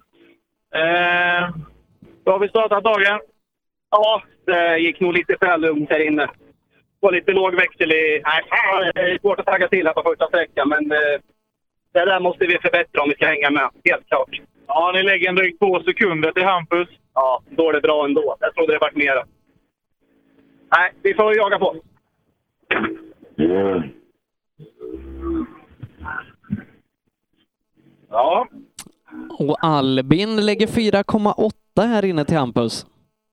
Då har vi startat dagen. Ja, det gick nog lite för lugnt här inne. Det var lite låg växel i... Nej, det är svårt att tagga till här på första sträckan, men det där måste vi förbättra om vi ska hänga med. Helt klart. Ja, ni lägger en drygt 2 sekunder till Hampus. Ja, då är det bra ändå. Jag trodde det varit mera. Nej, vi får jaga på. Ja. Och Albin lägger 4,8 här inne till Hampus.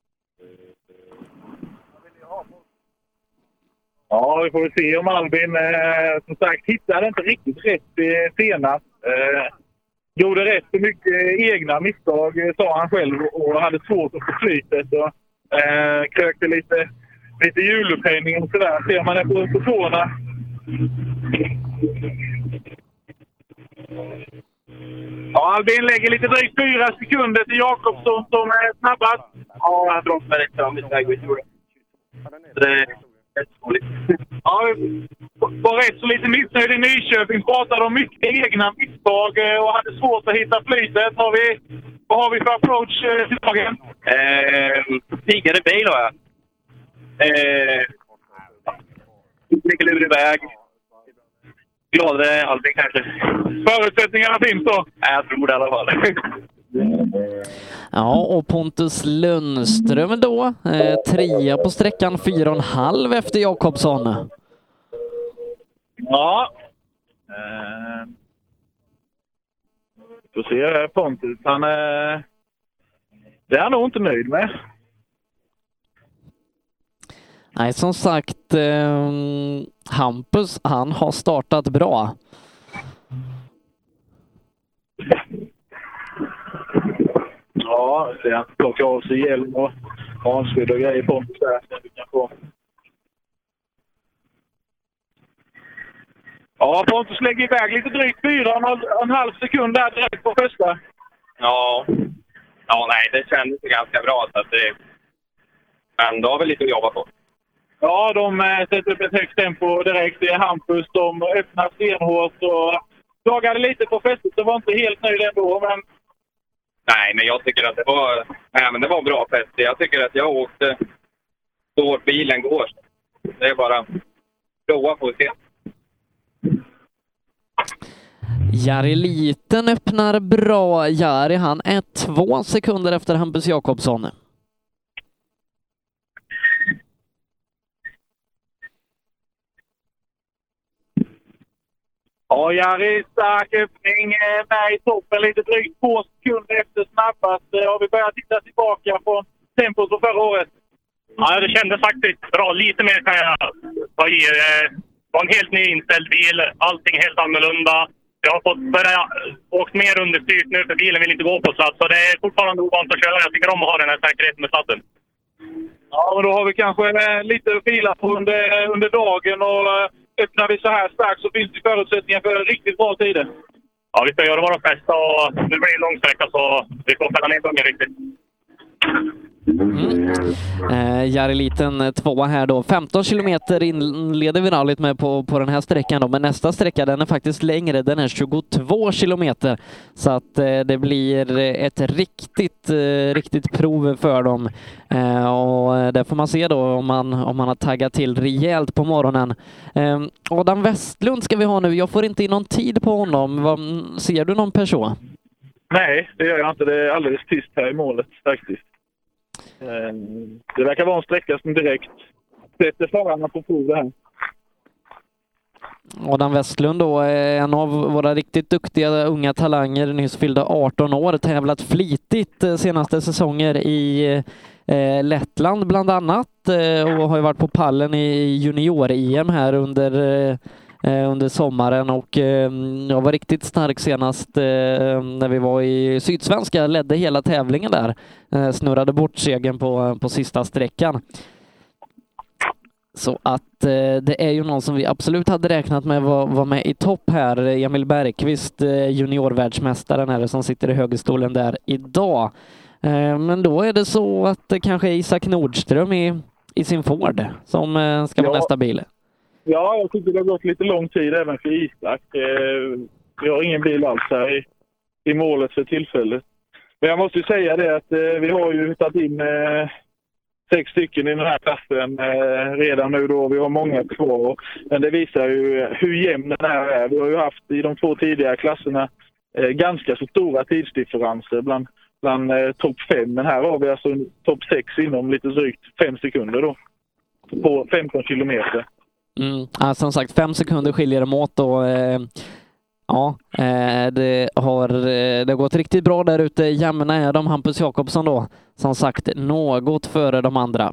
Ja, vi får se om Albin som sagt hittade inte riktigt rätt senast. Gjorde rätt för mycket egna misstag, sa han själv, och hade svårt att få flytet. Och krökte lite hjulupphängning och sådär. Ser man det på tårna. Ja, Albin lägger lite drygt 4 sekunder till Jakobsson som är snabbast. Ja, han bromsar rätt fram i väg. Det är rätt. Ja, var rätt så lite missnöjd i Nyköping. Pratade om mycket egna misstag och hade svårt att hitta flytet. Vad har vi för approach till dagen? Pigare bil har jag. Mycket lurig väg. Gladare Albin kanske. Förutsättningarna finns då? Jag tror det i alla fall. Ja, och Pontus Lundström då. 3 på sträckan, 4,5 efter Jakobsson. Ja. Då ser jag Pontus. Det är han nog inte nöjd med. Nej, som sagt, Hampus, han har startat bra. Ja, det är plocka av sig hjälm och handskydd och grejer på där. Ja, Pontus lägger iväg lite drygt 4,5 sekunder direkt på första. Ja, nej, det kändes ganska bra. Så att men då har vi lite att jobba på. Ja, de sätter upp ett högt tempo direkt. Det är Hampus. De öppnar stenhårt och klagade lite på fästet. Det var inte helt nöjd ändå, men... Nej, men jag tycker att det var bra fäste. Jag tycker att jag åkte så hårt bilen går. Det är bara prova på att se. Jari Liten öppnar bra. Jari, han är 2 sekunder efter Hampus Jakobsson. Ja, Jari, stark öppning med i toppen. Lite drygt 2 sekunder efter snabbast. Har vi börjat titta tillbaka på tempot på förra året? Ja, det kändes faktiskt bra. Lite mer kan jag ge. Det var en helt ny inställd bil. Allting helt annorlunda. Jag har fått åkt mer understyrt nu för bilen vill inte gå på sladd. Så det är fortfarande ovant att köra. Jag tycker om att ha den här säkerheten med sladden. Ja, men då har vi kanske lite att fila på under dagen. Och öppnar vi så här starkt så finns det förutsättningar för riktigt bra tider. Ja, vi ska göra våra bästa och nu blir det långsträcka så vi får fälla ner bungen riktigt. Jari Liten 2 här då. 15 kilometer inleder vi rallyt med på den här sträckan då. Men nästa sträcka den är faktiskt längre. Den är 22 kilometer. Så att det blir ett riktigt prov för dem. Och det får man se då om man har taggat till rejält på morgonen. Adam Westlund ska vi ha nu. Jag får inte in någon tid på honom. Ser du någon person? Nej, det gör jag inte. Det är alldeles tyst här i målet faktiskt. Det verkar vara en sträcka som direkt sätter förarna på prov det här. Adam Westlund då är en av våra riktigt duktiga unga talanger, nyss fyllda 18 år, tävlat flitigt senaste säsonger i Lettland bland annat och har ju varit på pallen i junior-EM här under sommaren och jag var riktigt stark senast när vi var i Sydsvenska, ledde hela tävlingen där, snurrade bort segern på sista sträckan. Så att det är ju någon som vi absolut hade räknat med var med i topp här. Emil Bergqvist, juniorvärldsmästaren här som sitter i högerstolen där idag. Men då är det så att det kanske är Isak Nordström i sin Ford som ska vara nästa bil. Ja, jag tycker det har gått lite lång tid även för Isak. Vi har ingen bil alls här i målet för tillfället. Men jag måste ju säga det att vi har ju tagit in 6 stycken i den här klassen redan nu då. Vi har många kvar. Men det visar ju hur jämn den här är. Vi har ju haft i de 2 tidigare klasserna ganska så stora tidsdifferenser bland topp 5. Men här har vi alltså topp 6 inom lite drygt 5 sekunder då. På 15 kilometer. Ja, som sagt 5 sekunder skiljer dem åt och det har gått riktigt bra där ute. Jämna är de. Hampus Jakobsson då, som sagt, något före de andra.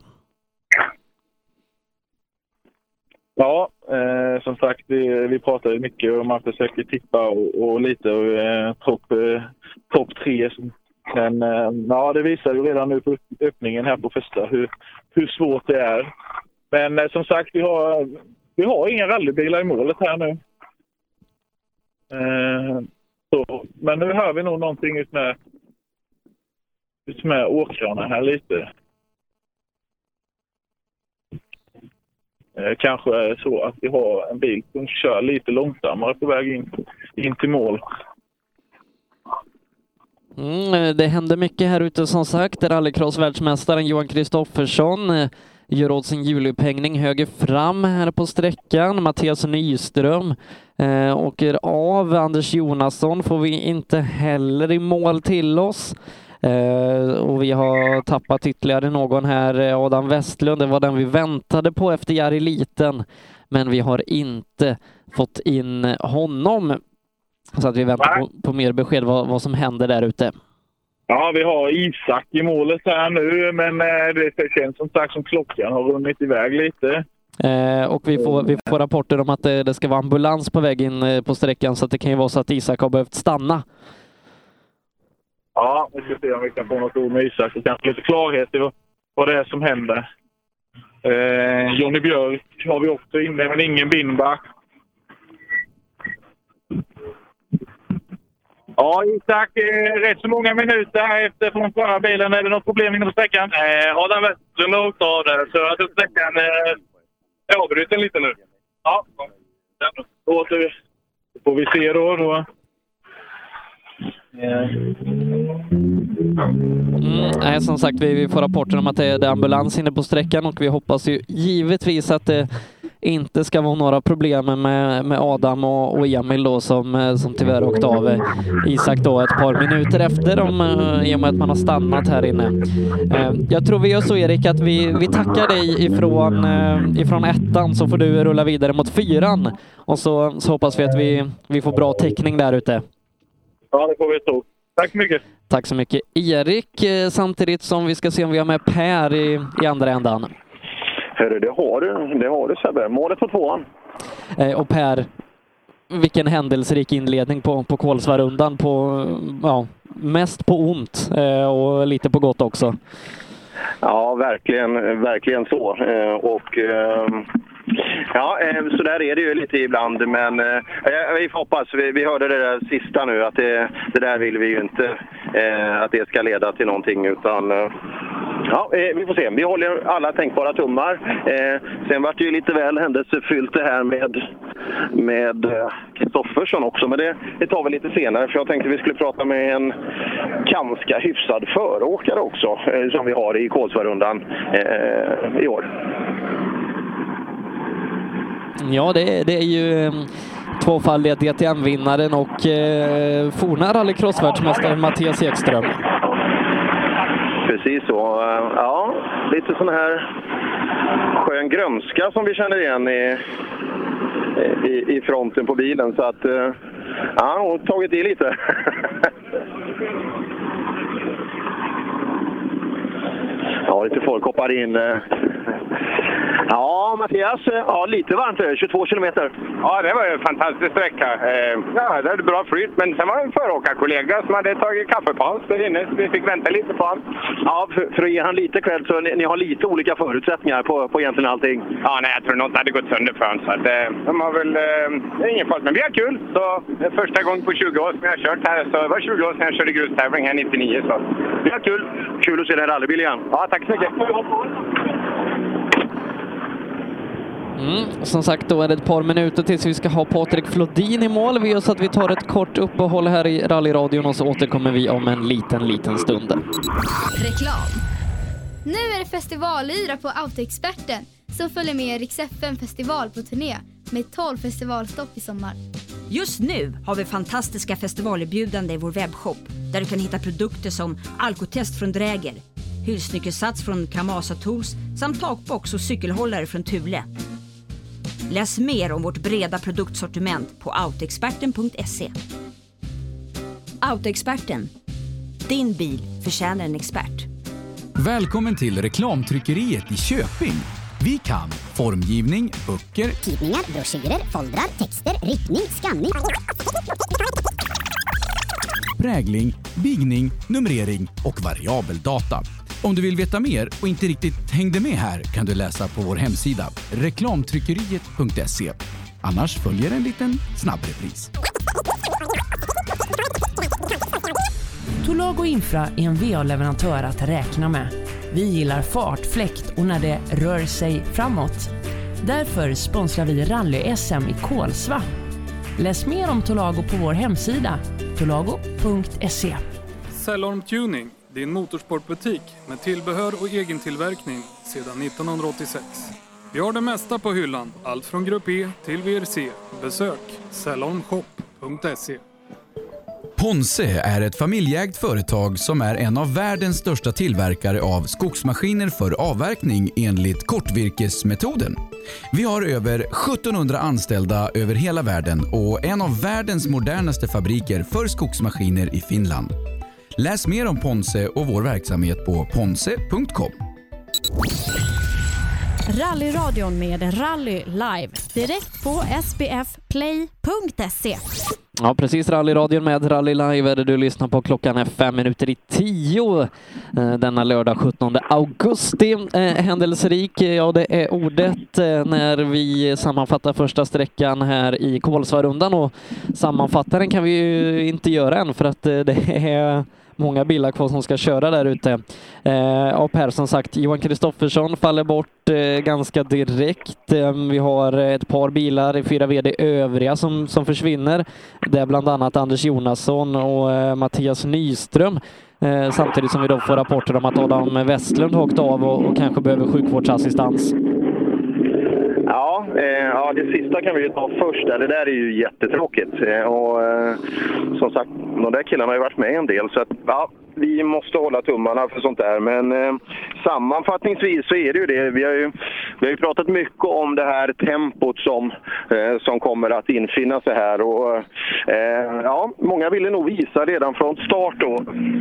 Ja, som sagt, vi pratade mycket och man försöker tippa och lite topp 3. Men det visar ju redan nu på öppningen här på första hur svårt det är. Men som sagt, vi har inga rallybilar i målet här nu. Men nu hör vi nog någonting ut med åkrarna här lite. Kanske är det så att vi har en bil som kör lite långsammare på väg in till mål. Det händer mycket här ute som sagt. Rallycross-världsmästaren Johan Kristoffersson gör åt sin julupphängning höger fram här på sträckan. Mattias Nyström åker av. Anders Jonasson får vi inte heller i mål till oss. Och vi har tappat ytterligare någon här. Adam Westlund, det var den vi väntade på efter Jari Liten. Men vi har inte fått in honom. Så att vi väntar på mer besked vad som händer där ute. Ja, vi har Isak i målet här nu, men det känns som sagt som klockan har runnit iväg lite. Och vi får rapporter om att det ska vara ambulans på väg in på sträckan, så att det kan ju vara så att Isak har behövt stanna. Ja, vi ska se om vi kan få något ord med Isak och kanske lite klarhet i vad det är som händer. Jonny Björk har vi också inne, men ingen Bindback. Ja, Isak, rätt så många minuter här efter från förra bilen. Är det något problem inom sträckan? Adam Westlund har åkt av där, så att sträckan är avbruten lite nu. Ja. Då får vi se då. Som sagt, vi får rapporter om att det är ambulans inne på sträckan och vi hoppas ju givetvis att det inte ska vara några problem med Adam och Emil då som tyvärr åkt av. Isak då ett par minuter efter i och med att man har stannat här inne. Jag tror vi gör så, Erik, att vi tackar dig ifrån 1:an, så får du rulla vidare mot 4:an och så hoppas vi att vi får bra täckning där ute. Ja, det får vi tro. Tack så mycket. Tack så mycket, Erik. Samtidigt som vi ska se om vi har med Per i andra ändan. Hörru, det har du Sebbe. Målet på 2:an. Och Per, vilken händelserik inledning på Kolsvarundan. Mest på ont och lite på gott också. Ja, verkligen så. Så där är det ju lite ibland, men vi får hoppas, vi hörde det där sista nu, att det där vill vi ju inte att det ska leda till någonting, utan vi får se. Vi håller alla tänkbara tummar. Sen var det ju lite väl händelsefyllt det här med Kristoffersson också, men det tar vi lite senare, för jag tänkte vi skulle prata med en ganska hyfsad föråkare också, som vi har i Kolsvarundan i år. Ja, det är ju tvåfaldiga DTM-vinnaren och forna rallycross-världsmästare Mattias Ekström. Precis så. Ja, lite sån här skön grönska som vi känner igen i fronten på bilen. Så att, hon har tagit i lite. Ja, lite folk hoppar in. Ja, Mattias, lite varmt, 22 kilometer. Ja, det var ju en fantastisk sträcka. Det hade bra flyt, men sen var det en föråkarkollega som hade tagit kaffepaus där inne, så vi fick vänta lite på honom. Ja, för att ge han lite kväll, så ni har lite olika förutsättningar på egentligen allting. Ja, nej, jag tror något hade gått sönder för honom, så att de har väl ingen fall. Men vi har kul, så det är första gången på 20 år som jag har kört här, så det var 20 år sedan jag körde grustävling här 99, så vi har kul. Kul att se den rallybil igen. Ja, tack så mycket. Som sagt, då är det ett par minuter tills vi ska ha Patrik Flodin i mål. Vi gör så att vi tar ett kort uppehåll här i rallyradion och så återkommer vi om en liten stund. Reklam. Nu är det festivalyra på Autoexperten som följer med Rix FM-festival på turné med 12 festivalstopp i sommar. Just nu har vi fantastiska festivalerbjudanden i vår webbshop där du kan hitta produkter som alkotest från Dräger, hylsnyckelsats från Kamasa Tools samt takbox och cykelhållare från Thule. Läs mer om vårt breda produktsortiment på autoexperten.se. Autoexperten. Din bil förtjänar en expert. Välkommen till reklamtryckeriet i Köping. Vi kan formgivning, böcker, tidningar, broschyrer, foldrar, texter, ritning, skanning, prägling, bigning, numrering och variabeldata. Om du vill veta mer och inte riktigt hängde med här kan du läsa på vår hemsida reklamtryckeriet.se. Annars följer en liten snabbrepris. Tolago Infra är en VA-leverantör att räkna med. Vi gillar fart, fläkt och när det rör sig framåt. Därför sponsrar vi rally-SM i Kolsva. Läs mer om Tolago på vår hemsida tolago.se. Cellorm Tuning, din motorsportbutik med tillbehör och egen tillverkning sedan 1986. Vi har det mesta på hyllan, allt från Grupp E till VRC. Besök cellormshop.se. Ponsse är ett familjeägt företag som är en av världens största tillverkare av skogsmaskiner för avverkning enligt kortvirkesmetoden. Vi har över 1700 anställda över hela världen och en av världens modernaste fabriker för skogsmaskiner i Finland. Läs mer om Ponsse och vår verksamhet på ponsse.com. Rallyradion med Rally Live direkt på sbfplay.se. Ja, precis. Rallyradion med Rally Live är det du lyssnar på. Klockan är 5:10 denna lördag 17 augusti. Händelserik, ja det är ordet när vi sammanfattar första sträckan här i Kolsvarundan, och sammanfattaren kan vi ju inte göra än för att det är många bilar kvar som ska köra där ute. Och Per, som sagt, Johan Kristoffersson faller bort ganska direkt. Vi har ett par bilar i 4 VD övriga som försvinner. Det är bland annat Anders Jonasson och Mattias Nyström. Samtidigt som vi då får rapporter om att Adam Westlund har åkt av och kanske behöver sjukvårdsassistans. Ja, det sista kan vi ju ta först. Det där är ju jättetråkigt. Och som sagt, de där killarna har ju varit med en del. Så att, ja, vi måste hålla tummarna för sånt där. Men sammanfattningsvis så är det ju det. Vi har ju pratat mycket om det här tempot som kommer att infinna sig här. Och ja, många ville nog visa redan från start då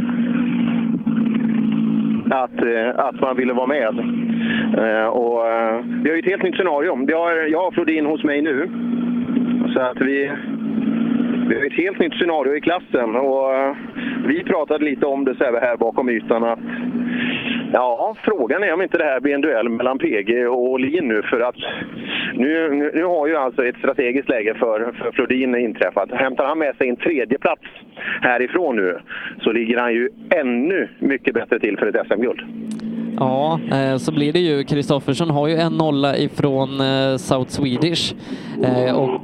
att man ville vara med. Och vi har ju ett helt nytt scenario. Jag har Flodin hos mig nu. Så att vi Vi har ett helt nytt scenario i klassen och vi pratade lite om det så här bakom ytan att frågan är om inte det här blir en duell mellan PG och Åhlin nu, för att nu har ju alltså ett strategiskt läge för Flodin inträffat. Hämtar han med sig en tredje plats härifrån nu så ligger han ju ännu mycket bättre till för ett SM-guld. Ja, så blir det ju. Kristoffersson har ju en 0 ifrån South Swedish och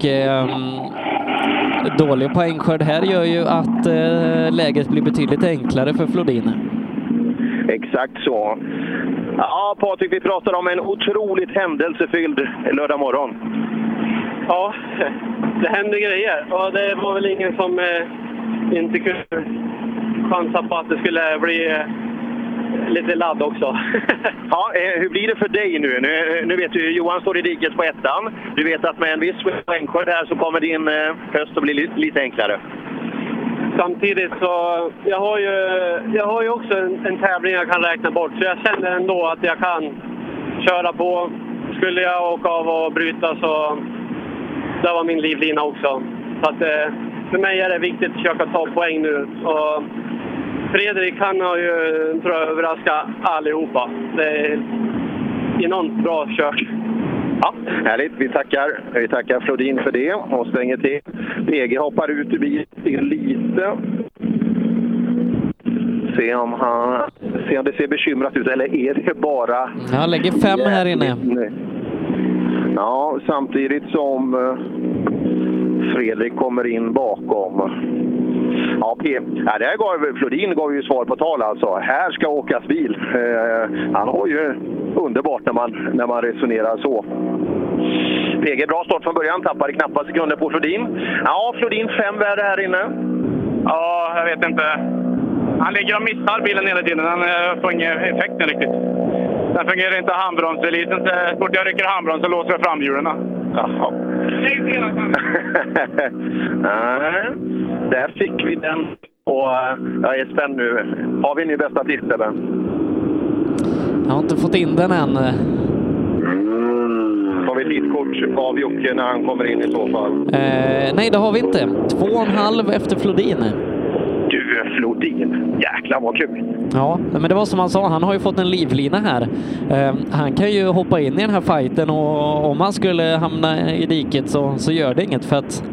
dålig poängskörd här gör ju att läget blir betydligt enklare för Flodin. Exakt så. Ja, Patrik, vi pratar om en otroligt händelsefylld lördag morgon. Ja, det händer grejer. Och det var väl ingen som inte kunde chansa på att det skulle bli lite ladd också. Ja, hur blir det för dig nu? Nu vet du, Johan står i diket på ettan. Du vet att med en viss poängskörd här så kommer din höst att bli lite enklare. Samtidigt så, jag har ju också en tävling jag kan räkna bort. Så jag känner ändå att jag kan köra på. Skulle jag åka av och bryta så det var min livlina också. Så att för mig är det viktigt att försöka ta poäng nu. Och Fredrik, han har ju, tror jag, överraskat allihopa. Det är enormt bra kört. Ja, härligt. Vi tackar Flodin för det och svänger till. PG hoppar ut ur bilen lite. Se om det ser bekymrat ut, eller är det bara... Han lägger 5 här inne. Ja, samtidigt som Fredrik kommer in bakom. Ja, Flodin gav ju svar på tal alltså. Här ska åkas bil. Han har ju underbart när man resonerar så. PG, bra start från början. Tappade knappt sekunder på Flodin. Ja, Flodin 5 värde här inne. Ja, jag vet inte. Han ligger och missar bilen hela tiden. Han får ingen effekt riktigt. Sen fungerar inte handbromsreleasen. Så fort jag rycker handbroms så låser jag framhjulen. Jaha. Nej, där fick vi den. Och jag är spänd nu. Har vi nu bästa tidsställen? Jag har inte fått in den än. Har vi tidskort av Jocke när han kommer in i så fall? Nej, det har vi inte. 2,5 efter Flodin. Du, Flodin. Jäklar vad kul. Ja, men det var som han sa. Han har ju fått en livlina här. Han kan ju hoppa in i den här fighten och om han skulle hamna i diket så gör det inget för att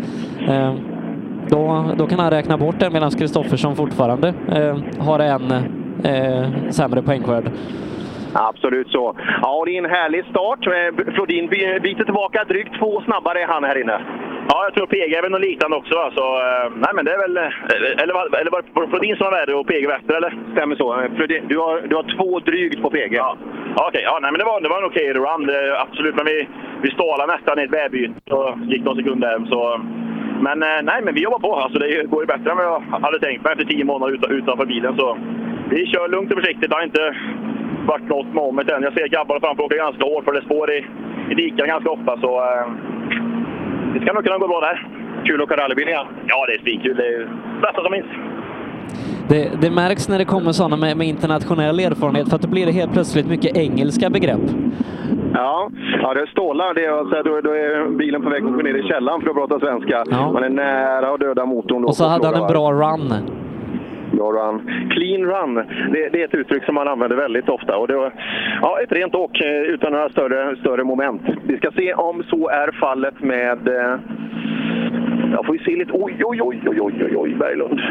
då kan han räkna bort det medan Kristoffersson fortfarande har en sämre poängskörd. Absolut så. Ja, det är en härlig start. Flodin biter tillbaka drygt 2 snabbare än han här inne. Ja, jag tror PG är väl något liknande också. Alltså, nej, men det är väl... Eller var det Flodin som var värre och PG var efter, eller? Stämmer så. Flodin, du har 2 drygt på PG. Ja, okej. Ja, nej, men det var en okej run. Absolut, men vi stålade nästan i ett vägbyte och gick några sekunder. Så... Men nej, men vi jobbar på. Alltså, det går ju bättre än vad jag hade tänkt mig efter 10 månader utanför bilen. Så vi kör lugnt och försiktigt. Det har inte varit något moment än. Jag ser grabbarna framför åka ganska hårt för det spår i diken ganska ofta. Så det ska nog kunna gå bra där. Kul att åka rallybil igen. Ja, det är spikkul. Det är bästa som minns. Det märks när det kommer sådana med internationell erfarenhet för att då blir det helt plötsligt mycket engelska begrepp. Ja, det är stålar. Då är bilen på väg att gå ner i källan för att prata svenska. Ja. Man är nära att döda motorn. Och så hade han en bra run. Bra run. Clean run. Det är ett uttryck som man använder väldigt ofta. Och det var ett rent åk utan några större moment. Vi ska se om så är fallet med... Jag får ju se lite... Oj, Berglund.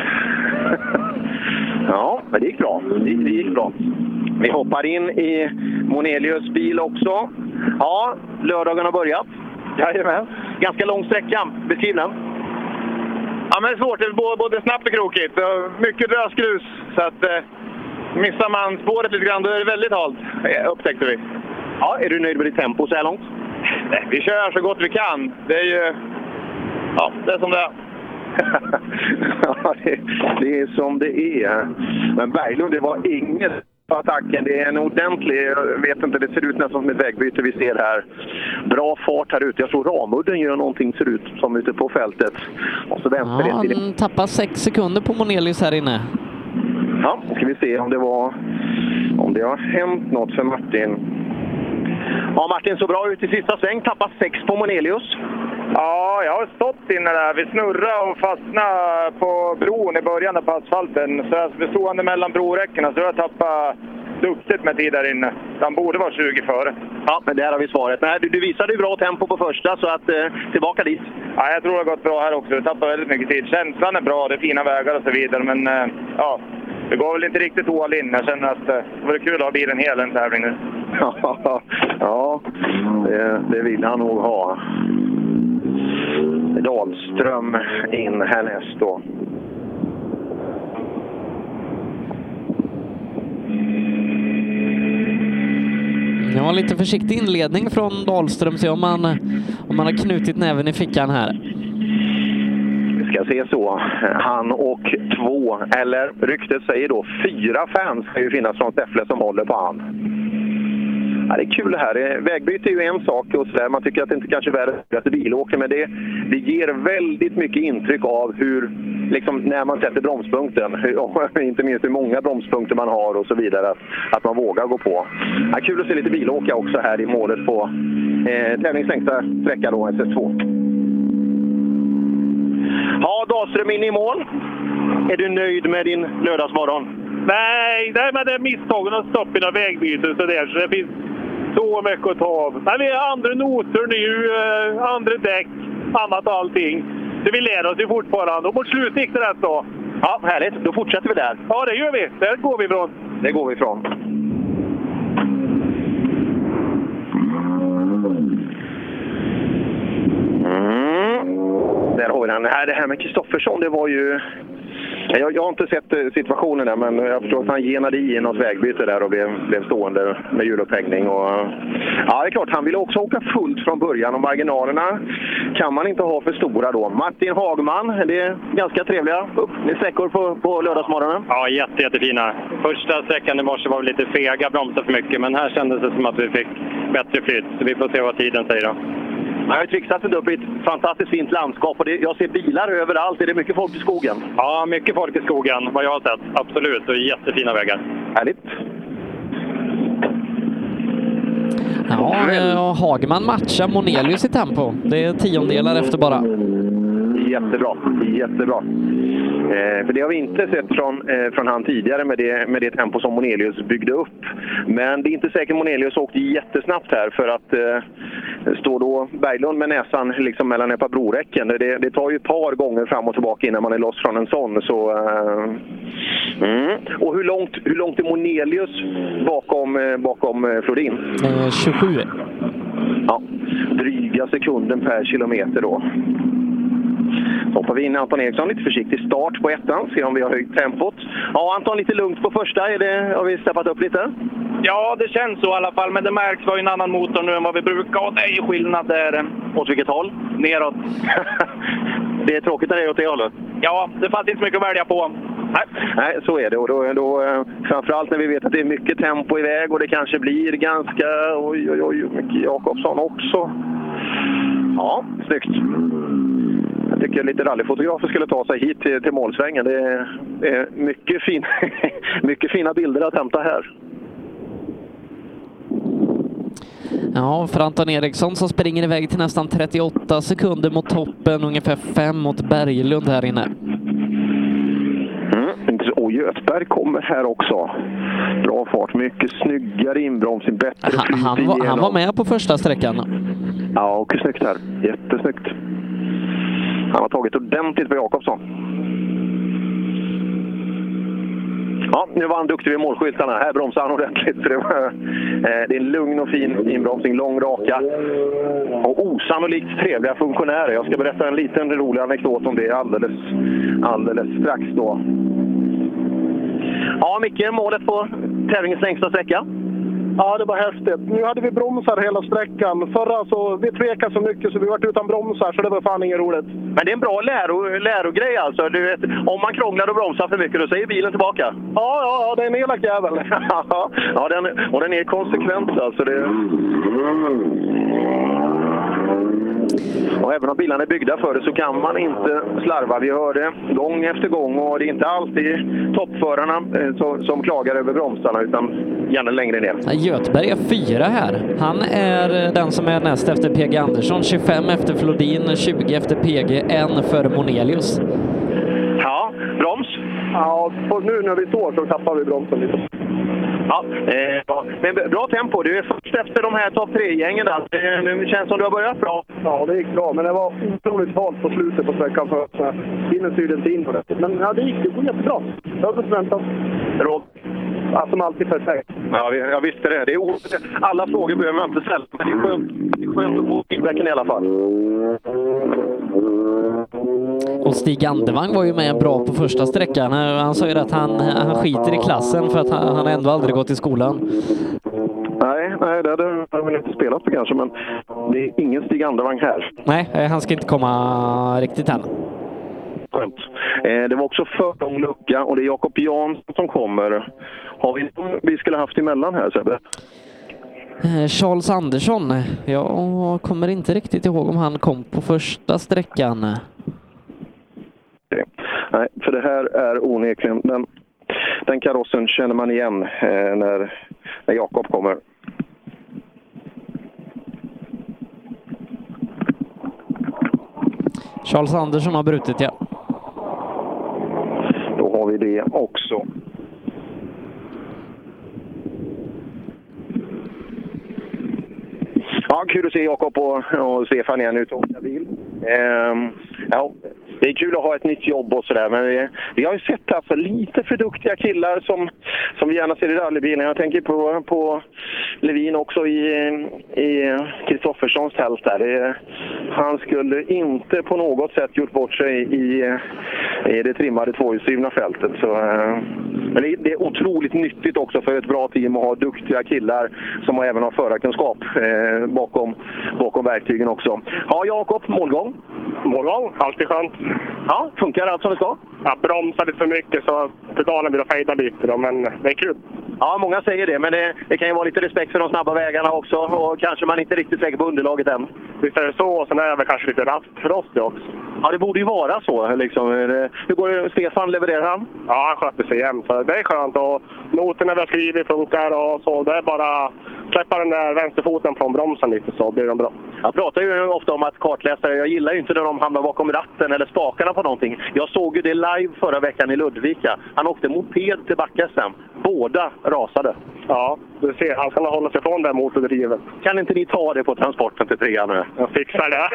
Ja, men det gick bra. Det gick bra. Vi hoppar in i Monelius bil också. Ja, lördagen har börjat. Jajamän. Ganska lång sträcka. Beskriv den. Ja, men det är svårt. Det är både snabbt och krokigt. Mycket drösgrus. Så att missar man spåret lite grann, då är det väldigt halt. Upptäckte vi. Ja, är du nöjd med ditt tempo så här långt? Nej, vi kör så gott vi kan. Det är ju... Ja, det är som det är. Ja, det är som det är. Men Berglund, det var inget på attacken. Det är en ordentlig, jag vet inte, det ser ut nästan som ett vägbyte vi ser här. Bra fart här ute. Jag tror Ramudden gör någonting, ser ut som ute på fältet. Och så vänster ja, han tappar 6 sekunder på Monelius här inne. Ja, ska vi se om det har hänt något för Martin. Ja, Martin så bra ut i sista sväng. Tappar 6 på Monelius. Ja, jag har stått inne där. Vi snurrade och fastnade på bron i början på asfalten. Så vi stod mellan broräckena, så jag tappade duktigt med tid där inne. Han borde vara 20 före. Ja, men där har vi svaret. Nej, du visade ju bra tempo på första, så att tillbaka dit. Ja, jag tror det har gått bra här också. Vi tappar väldigt mycket tid. Känslan är bra, det är fina vägar och så vidare. Men ja, det går väl inte riktigt all in. Jag känner att det vore kul att ha bilen hela en tävling nu. Ja, det vill han nog ha. Dahlström in härnäst då. Ja, lite försiktig inledning från Dahlström, så om man har knutit näven i fickan här. Vi ska se så. Han och 2, eller ryktet säger då 4 fans ska ju finnas från Säffle som håller på han. Ja, det är kul det här. Vägbyte är ju en sak och så där. Man tycker att det inte kanske är värre att bilåker, men det ger väldigt mycket intryck av hur, liksom, när man sätter bromspunkten, inte minst hur många bromspunkter man har och så vidare, att man vågar gå på. Ja, kul att se lite bilåka också här i målet på tävlingslängsta sträcka då, SS2. Ja, Dahlström in i mål. Är du nöjd med din lördagsmorgon? Nej, men det är misstagen och stoppen av vägbyten så det finns så mycket att ta av. Men vi har andra noter nu, andra däck, annat allting. Så vi lär oss ju fortfarande. Och mot slut gick det rätt då. Ja, härligt. Då fortsätter vi där. Ja, det gör vi. Där går vi ifrån. Det går vi ifrån. Där har vi den. Det här med Kristoffersson, det var ju... Jag har inte sett situationen där, men jag förstår att han genade i något vägbyte där och blev stående med hjulupphängning. Och, ja, det är klart, han ville också åka fullt från början och marginalerna kan man inte ha för stora då. Martin Hagman, det är ganska trevliga sträckor på lördagsmorgonen. Ja, jättefina. Första sträckan i morse var lite fega, bromsade för mycket, men här kändes det som att vi fick bättre flyt. Så vi får se vad tiden säger då. Jag har trixat upp i ett fantastiskt fint landskap och jag ser bilar överallt. Är det mycket folk i skogen? Ja, mycket folk i skogen, vad jag har sett. Absolut, och jättefina vägar. Härligt. Ja, Hagman matchar Monelius i tempo. Det är 10-delar efter bara. Jättebra. För det har vi inte sett från han tidigare med det tempo som Monelius byggde upp. Men det är inte säkert Monelius åkte jättesnabbt här, för att stå då Berglund med näsan liksom mellan ett par broräcken. Det tar ju ett par gånger fram och tillbaka innan man är loss från en sån. Så, Och hur långt är Monelius bakom Flodin? 27. Ja, dryga sekunden per kilometer då. Så hoppar vi in Anton Eriksson, lite försiktig start på ettan, se om vi har höjt tempot. Ja, Anton, lite lugnt på första, har vi steppat upp lite? Ja, det känns så i alla fall, men det märks var en annan motor nu än vad vi brukar, och det är ju skillnad där. Åt vilket håll? Neråt. Det är tråkigt när det är åt det hållet. Ja, det fanns inte mycket att välja på. Nej, så är det. Och då, framförallt när vi vet att det är mycket tempo i väg och det kanske blir ganska... Oj, mycket Jakobsson också. Ja, snyggt. Jag tycker lite rallyfotografer skulle ta sig hit till målsvängen. Det är mycket fina bilder att hämta här. Ja, för Anton Eriksson som springer iväg till nästan 38 sekunder mot toppen, ungefär 5 mot Berglund här inne. Och Göthberg kommer här också. Bra fart, mycket snyggare inbromsning, bättre flyt. Han var med på första sträckan. Ja, och snyggt här. Jättesnyggt. Han har tagit ordentligt på Jakobsson. Ja, nu var han duktig vid målskyltarna. Här bromsar han ordentligt. Så det är en lugn och fin inbromsning, lång raka. Och osannolikt trevliga funktionärer. Jag ska berätta en liten rolig anekdot om det alldeles strax då. Ja, Micke, målet på tävlingens längsta sträcka? Ja, det var häftigt. Nu hade vi bromsar hela sträckan. Förra så vi tvekade så mycket så vi var utan bromsar, så det var fan inget roligt. Men det är en bra lärogrej alltså. Du vet, om man krånglar och bromsar för mycket, då säger bilen tillbaka. Ja, det är en elak jävel. Ja, den är konsekvent alltså. Och även om bilarna är byggda för det så kan man inte slarva. Vi hör det gång efter gång och det är inte alltid toppförarna som klagar över bromsarna utan gärna längre ner. Göteberg är 4 här. Han är den som är näst efter PG Andersson, 25 efter Flodin, 20 efter PG, 1 för Monelius. Ja, broms? Ja, nu när vi står så tappar vi bromsen lite. Ja, men bra tempo. Du är först efter de här topp 3-gängen. Nu känns som du har börjat bra. Ja, det gick bra. Men det var otroligt halt på slutet på sträckan för att bilen styrde inte in på det. Men ja, det gick jättebra. Det var förväntat. Råd? Ja, som alltid perfekt. Ja, jag visste det. Alla frågor behöver man inte ställa. Men det är skönt att få feedbacken i alla fall. Och Stig Andevang var ju med bra på första sträckan. Han sa ju att han skiter i klassen för att han ändå aldrig gått i skolan. Nej, det hade han väl inte spelat på kanske, men det är ingen Stig Andevang här. Nej, han ska inte komma riktigt än. Skönt. Det var också för lång lucka och det är Jakob Jansson som kommer. Har vi skulle haft emellan här, Sebbe? Charles Andersson. Jag kommer inte riktigt ihåg om han kom på första sträckan. Nej, för det här är onekligen den karossen känner man igen när Jakob kommer. Charles Andersson har brutit, ja. Då har vi det också. Ja, kul att se Jakob och Stefan igen ute och åka bil. Ja, det är kul att ha ett nytt jobb och sådär, men vi har ju sett alltså lite för duktiga killar som vi gärna ser i rallybilen. Jag tänker på Levin också i Kristofferssons tält där. Han skulle inte på något sätt gjort bort sig i det trimmade tvåhjulsdrivna fältet. Så, men det är otroligt nyttigt också för ett bra team att ha duktiga killar som även har förarkunskap bakom verktygen också. Ja, Jakob, målgång? Målgång, alltid skönt. Ja, funkar allt som det ska? Jag bromsar lite för mycket så pedalen blir att fejda lite då, men det är kul. Ja, många säger det, men det kan ju vara lite respekt för de snabba vägarna också och kanske man inte riktigt säker på underlaget än. Visst är det så, och sen är jag väl kanske lite rostig också. Ja, det borde ju vara så liksom. Hur går det? Stefan, levererar han? Ja, han sköter sig jämt, så det är skönt och noterna vi har skrivit funkar och så. Det är bara släppa den där vänsterfoten från bromsen lite så blir de bra. Jag pratar ju ofta om att kartläsare, jag gillar ju inte när de hamnar bakom ratten eller spakarna på någonting. Jag såg ju det live förra veckan i Ludvika. Han åkte moped till back-SM. Båda rasade. Ja, du ser, han ska hålla sig från den motordriven. Kan inte ni ta det på transporten till 3an nu? Jag fixar det.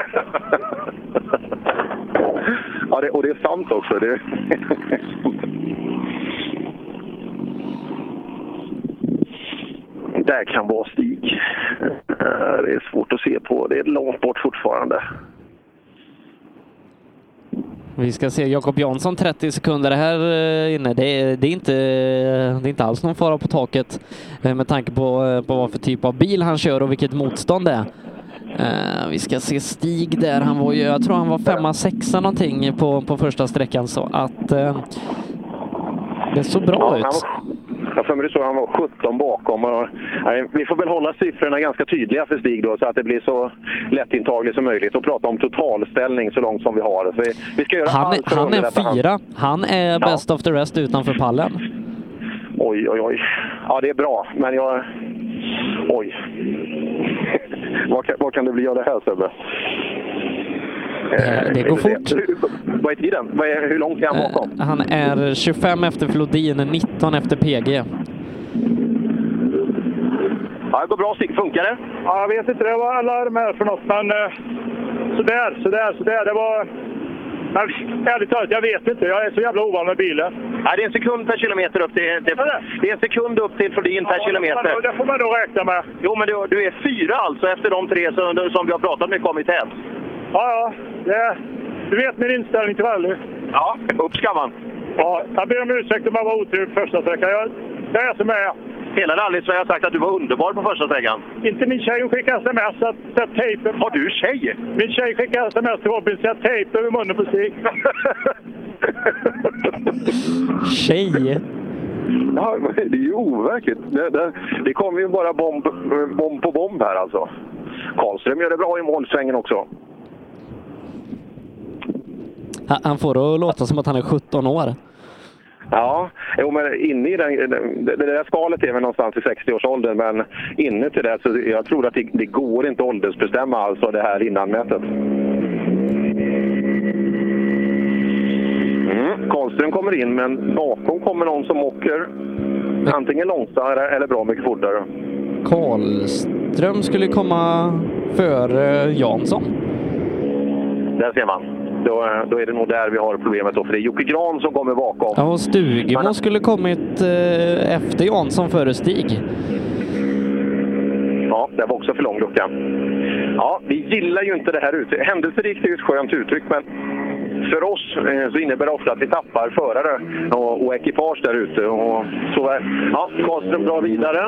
Ja, och det är sant också. Där kan vara Stig. Det är svårt att se på. Det är långt bort fortfarande. Vi ska se Jakob Jansson 30 sekunder här inne. Det är inte alls någon fara på taket med tanke på vad för typ av bil han kör och vilket motstånd det är. Vi ska se Stig där. Jag tror han var 5-6 någonting på första sträckan, så att det såg bra ut. Jag för mig så han var 17 bakom. Vi får väl hålla siffrorna ganska tydliga för Stig då, så att det blir så lättintagligt som möjligt och prata om totalställning så långt som vi har. Så vi ska göra allt för han är 4. Han är best of the rest utanför pallen. Oj. Ja, det är bra, men oj. Vad kan det bli av det här, Sebbe? Det går fort. Vad är tiden? Hur långt är han bakom? Han är 25 efter Flodin, 19 efter PG. Ja, det går bra. Funkar det? Ja, jag vet inte. Det var alarm här för något, men sådär. Det var... Ärligt talat, jag vet inte. Jag är så jävla ovan med bilen. Ja, det är en sekund per kilometer upp till... Det är en sekund upp till Flodin per kilometer. Det får man då räkna med. Jo, men du är 4 alltså efter de 3 som vi har pratat mycket om i tät. Ja. Du vet min inställning till rally. Ja, upp ska man. Ja, jag ber om ursäkt om jag var otur på första sträckan. Jag är som jag är. Hela rallyt så har jag sagt att du var underbar på första sträckan. Inte min tjej, hon skickade sms att sätta tejpen. Har du tjej? Min tjej skickade sms till Robin, sätta tejp över munnen på Stig. Tjej? Ja, det är ju overkligt. Det kommer ju bara bomb på bomb här alltså. Karlström gör det bra i målsvängen också. Han får det att låta som att han är 17 år. Ja, men inne i det där skalet är väl någonstans i 60-årsåldern, men inne till det så jag tror att det går inte att åldersbestämma alltså det här innanmätet. Karlström kommer in, men bakom kommer någon som åker antingen långsammare eller bra mycket fortare. Karlström skulle komma före Jansson. Där ser man. Då är det nog där vi har problemet då, för det är Jocke Gran som kommer bakom. Ja, och Stugemo skulle kommit efter Jansson före Stig. Ja, det var också för lång lucka. Ja, vi gillar ju inte det här uttrycket. Händelserikt är ju ett skönt uttryck, men för oss så innebär det ofta att vi tappar förare och ekipage där ute. Och så ja, Karlström drar vidare.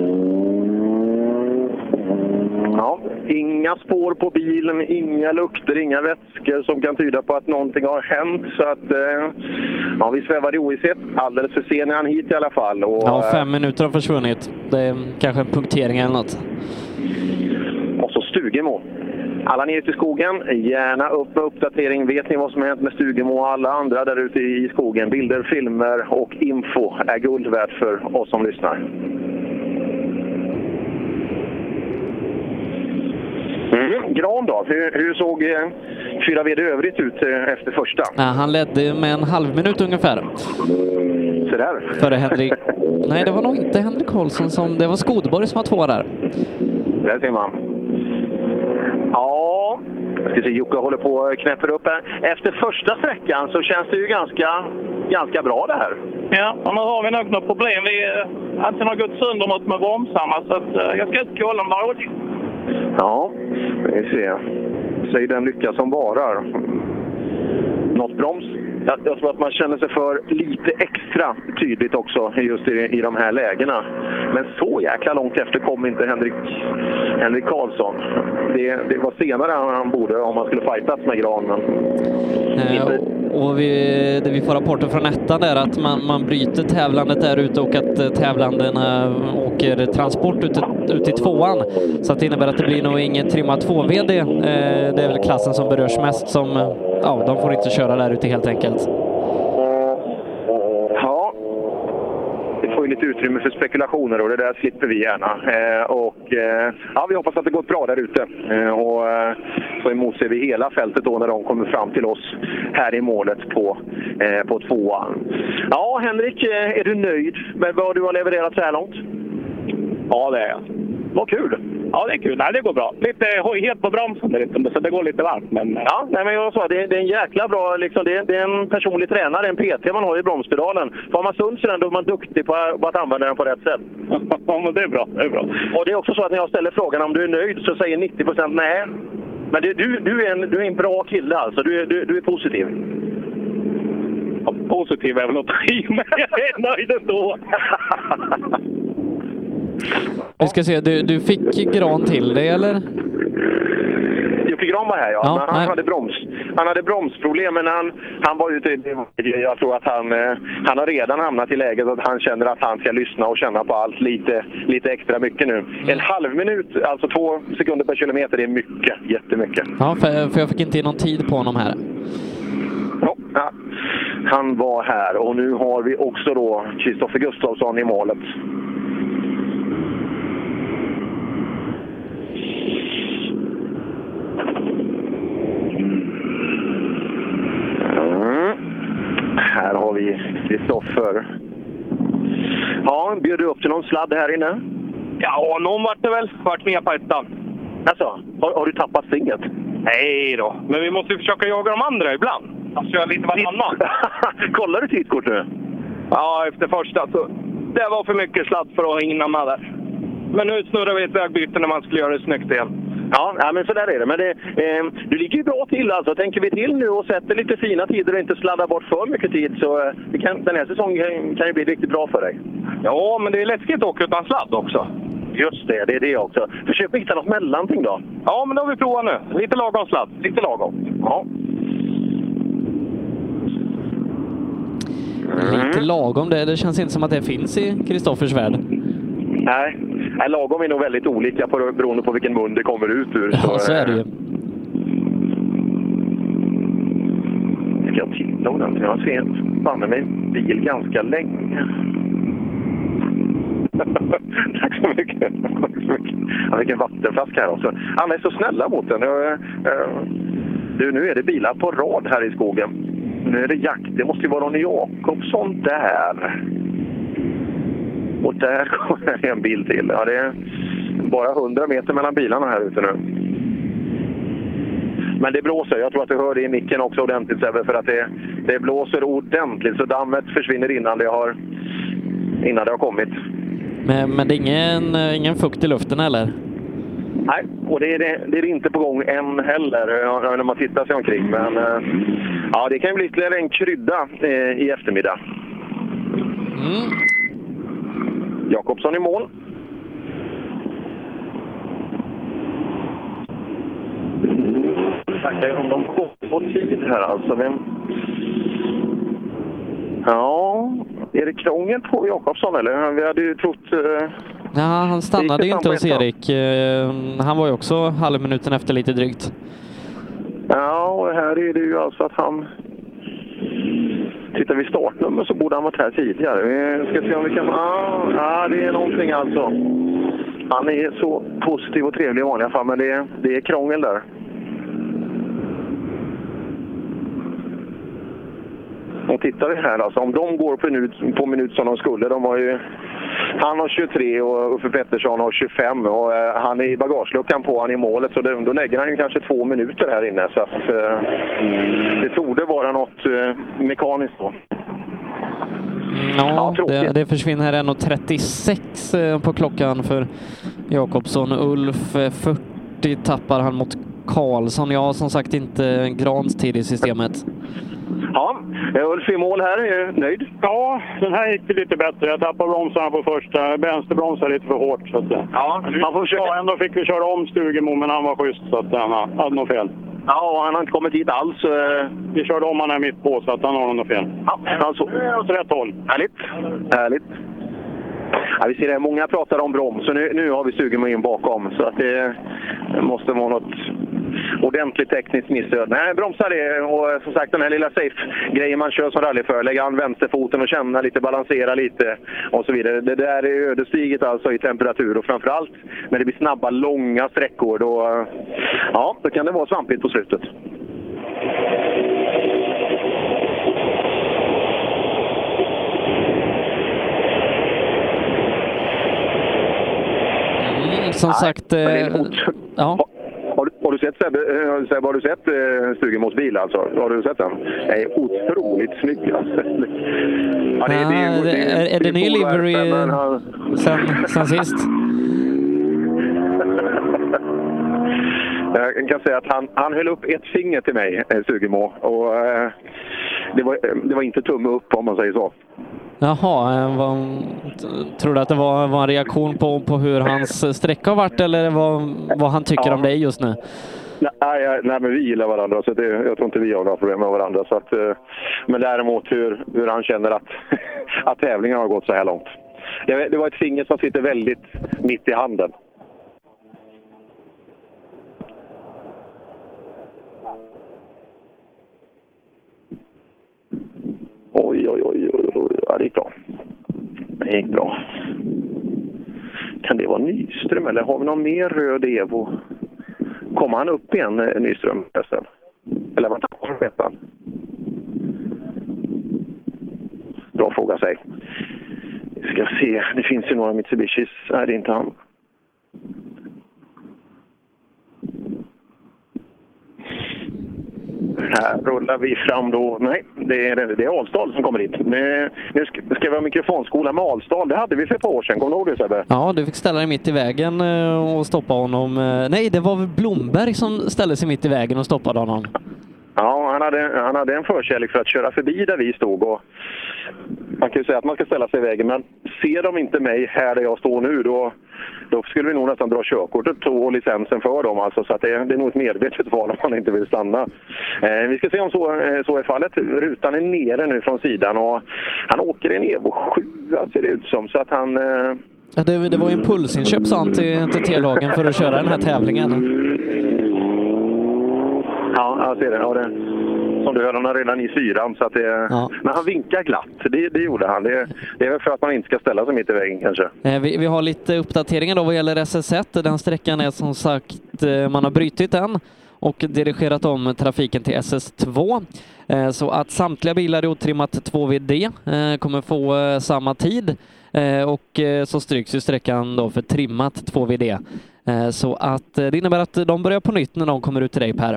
Ja, inga spår på bilen, inga lukter, inga vätskor som kan tyda på att någonting har hänt. Så att ja, vi svävar i ovisshet. Alldeles för sen är han hit i alla fall. Och, ja, 5 minuter har försvunnit. Det är kanske en punktering eller något. Och så Stugemo. Alla ner till skogen, gärna upp med uppdatering. Vet ni vad som har hänt med Stugemo och alla andra där ute i skogen? Bilder, filmer och info är guld värt för oss som lyssnar. Gran då, hur såg 4VD övrigt ut efter första? Ja, han ledde med en halv minut ungefär. Så där. Före Henrik. Nej, det var nog inte Henrik Karlsson det var Skodborg som var 2 där. Där ser man. Ja, ska se, Jocke håller på och knäpper upp här. Efter första sträckan så känns det ju ganska bra det här. Ja, och nu har vi nog något problem. Vi hade nog gått sönder något med bromsarna, så att, jag ska inte kolla om det är ordentligt. Ja, vi ser. Säg den lycka som varar. Något broms. Jag tror att man känner sig för lite extra tydligt också just i de här lägena. Men så jäkla långt efter kom inte Henrik Karlsson. Det var senare han borde om man skulle fightas med Gran. Och det vi får rapporter från ettan är att man bryter tävlandet där ute och att tävlandena åker transport ut i 2:an. Så att det innebär att det blir nog ingen trimmat 2VD. Det är väl klassen som berörs mest som, ja, de får inte köra där ute helt enkelt. Ja, det får ju lite utrymme för spekulationer och det där slipper vi gärna. Ja, vi hoppas att det går bra där ute. Och så emotser vi hela fältet då när de kommer fram till oss här i målet på 2:an. Ja, Henrik, är du nöjd med vad du har levererat så här långt? Ja, det är jag. Vad kul! Ja, det är kul. Nej, det går bra. Lite hojhet på bromsen där ute, så det går lite varmt. Men... Ja, nej, men jag sa det är en jäkla bra, liksom, det är en personlig tränare, en PT man har i bromspedalen. Får man sund så då är man duktig på att använda den på rätt sätt. Ja, men det är bra. Det är bra. Och det är också så att när jag ställer frågan om du är nöjd så säger 90% nej. Men du är en bra kille alltså, du är positiv. Ja, positiv är väl något men jag är nöjd ändå. Vi ska se, du fick Gran till det, eller? Jocke Gran var här, ja. Men han hade bromsproblem, men han var ute. Jag tror att han har redan hamnat i läget att han känner att han ska lyssna och känna på allt lite extra mycket nu. En halv minut, alltså 2 sekunder per kilometer, det är mycket, jättemycket. Ja, för jag fick inte någon tid på honom här. Ja, han var här och nu har vi också då Kristoffer Gustafsson i målet. Här har vi Kristoffer. Ja, bjöd du upp till någon sladd här inne? Ja, någon vart det väl. Vart med på ettan. Alltså, har du tappat stinget? Nej då, men vi måste ju försöka jaga de andra ibland. Alltså, jag lite varannan. Kollar du tidskort nu? Ja, efter första så... Det var för mycket sladd för att hinna med där. Men nu snurrar vi ett vägbyte när man skulle göra det snyggt igen. Ja, men så där är det. Men du ligger ju bra till alltså. Tänker vi till nu och sätter lite fina tider och inte sladdar bort för mycket tid så den här säsongen kan ju bli riktigt bra för dig. Ja, men det är läskigt att åka utan sladd också. Just det är det också. Försök hitta något mellanting då. Ja, men då har vi provat nu. Lite lagom sladd. Lite lagom. Ja. Lite lagom, det känns inte som att det finns i Kristoffers värld. Nej, lagom är nog väldigt olika beroende på vilken mun det kommer ut ur. Ja, så är det ju. ladda ordentligt. Jag ser banne mig bil ganska länge. Tack så mycket. Han fick en vattenflaska här också. Alla är så snälla mot den. Nu är det bilar på rad här i skogen. Nu är det jakt. Det måste ju vara Ronny Jakobsson där. Och där kommer en bil till. Ja, det är bara 100 meter mellan bilarna här ute nu. Men det blåser. Jag tror att du hör det i micken också ordentligt, Sebbe, för att det blåser ordentligt så dammet försvinner innan det har kommit. Men det är ingen fukt i luften eller? Nej, och det är inte på gång än heller när man tittar sig omkring. Men ja, det kan ju bli ytterligare en krydda i eftermiddag. Jakobsson i mål. Tackar om de går på tid här alltså. Ja, är det krångel på Jakobsson eller? Vi hade ju trott... Ja, han stannade ju inte hos Erik. Han var ju också halvminuten efter lite drygt. Ja, och här är det ju alltså att han... Tittar vi startnummer så borde han varit här tidigare. Vi ska se om vi kan... Ja, det är någonting alltså. Han är så positiv och trevlig i vanliga fall, men det är krångel där. Och tittar vi här alltså, om de går på minut som de skulle, de var ju... Han har 23 och Uffe Pettersson har 25 och han är i bagageluckan på han i målet, så då lägger han ju kanske 2 minuter här inne, så att det torde vara något mekaniskt då. Ja, det försvinner här 1:36 på klockan för Jakobsson. Ulf 40 tappar han mot Karlsson. Ja, som sagt inte Grans tid i systemet. Ja, Ulf i mål här, är nöjd? Ja, den här gick det lite bättre. Jag tappade bromsarna på första. Vänsterbromsar lite för hårt. Så att, ja, man får försöka. Ja, ändå fick vi köra om Stugemo, men han var schysst så att han hade något fel. Ja, och han har inte kommit hit alls. Vi körde om han här mitt på så att han har något fel. Ja, alltså. Åt rätt håll. Härligt. Ja, vi ser det. Många pratar om broms, så nu har vi Stugemo in bakom. Så att det måste vara något ordentligt tekniskt missöd. Nej, bromsar det. Och som sagt, den här lilla safe-grejen man kör som rallyförare. Lägga an vänsterfoten och känna lite, balansera lite och så vidare. Det där är ödesdigert alltså i temperatur. Och framförallt när det blir snabba, långa sträckor, då kan det vara svampigt på slutet. Som sagt... ja. Har du sett Sebbe, har du sett Stugemos bil alltså? Har du sett den? Det är otroligt snygg alltså. Ja, är det ny livery sen sist? Jag kan säga att han höll upp ett finger till mig, Stugemo, och det var inte tumme upp om man säger så. Jaha, tror du att det var en reaktion på hur hans sträcka har varit, eller vad han tycker om dig just nu? Nej, men vi gillar varandra, så jag tror inte vi har några problem med varandra. Så att, men däremot hur han känner att tävlingen har gått så här långt. Det var ett finger som sitter väldigt mitt i handen. Oj. Ja, det gick bra. Det gick bra. Kan det vara Nyström eller har vi någon mer röd Evo? Kommer han upp igen, Nyström? Eller vad tar han? Bra fråga sig. Vi ska se. Det finns ju några Mitsubishis. Är det inte han? Här rullar vi fram då. Nej, det är Alsdal som kommer hit. Nu ska vi ha mikrofonskola med Alsdal. Det hade vi för ett par år sedan. Kommer du ihåg det, Sebbe? Ja, du fick ställa dig mitt i vägen och stoppa honom. Nej, det var väl Blomberg som ställde sig mitt i vägen och stoppade honom. Ja, han hade en förkärlek för att köra förbi där vi stod. Och man kan ju säga att man ska ställa sig i vägen, men ser de inte mig här där jag står nu, då skulle vi nog nästan dra körkortet och licensen för dem. Alltså, så att det är nog ett medvetet val om man inte vill stanna. Vi ska se om så är fallet. Rutan är nere nu från sidan och han åker en Evo 7, ser det ut som. Så att han... Ja, det var ju en pulsinköp, sa han till T-lagen för att köra den här tävlingen. Ja, jag ser det. Ja, som du hörde honom redan i syran. Så att men han vinkar glatt, det gjorde han. Det är väl för att man inte ska ställa sig mitt i vägen kanske. Vi har lite uppdateringar då vad gäller SS1. Den sträckan är som sagt, man har brytit den och dirigerat om trafiken till SS2. Så att samtliga bilar i otrimmat 2VD kommer få samma tid. Och så stryks ju sträckan då för trimmat 2VD. Så att det innebär att de börjar på nytt när de kommer ut till dig, Per.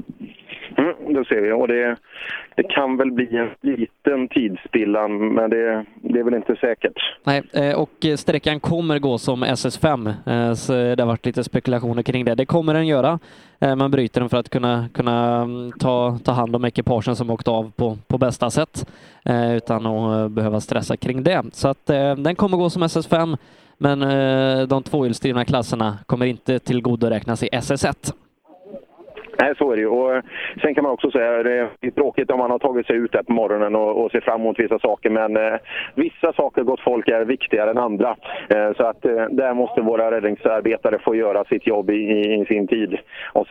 Då ser vi. Och det kan väl bli en liten tidsspillan, men det är väl inte säkert. Nej, och sträckan kommer gå som SS5. Så det har varit lite spekulationer kring det. Det kommer den göra. Man bryter den för att kunna ta hand om ekipagen som åkt av på bästa sätt. Utan att behöva stressa kring det. Så att den kommer gå som SS5. Men de tvåhjulsdrivna klasserna kommer inte tillgodoräknas i SS1. Nej, så är det ju. Och sen kan man också säga att det är tråkigt om man har tagit sig ut där på morgonen och ser fram emot vissa saker. Men vissa saker, gott folk, är viktigare än andra. Så att där måste våra räddningsarbetare få göra sitt jobb i sin tid. Och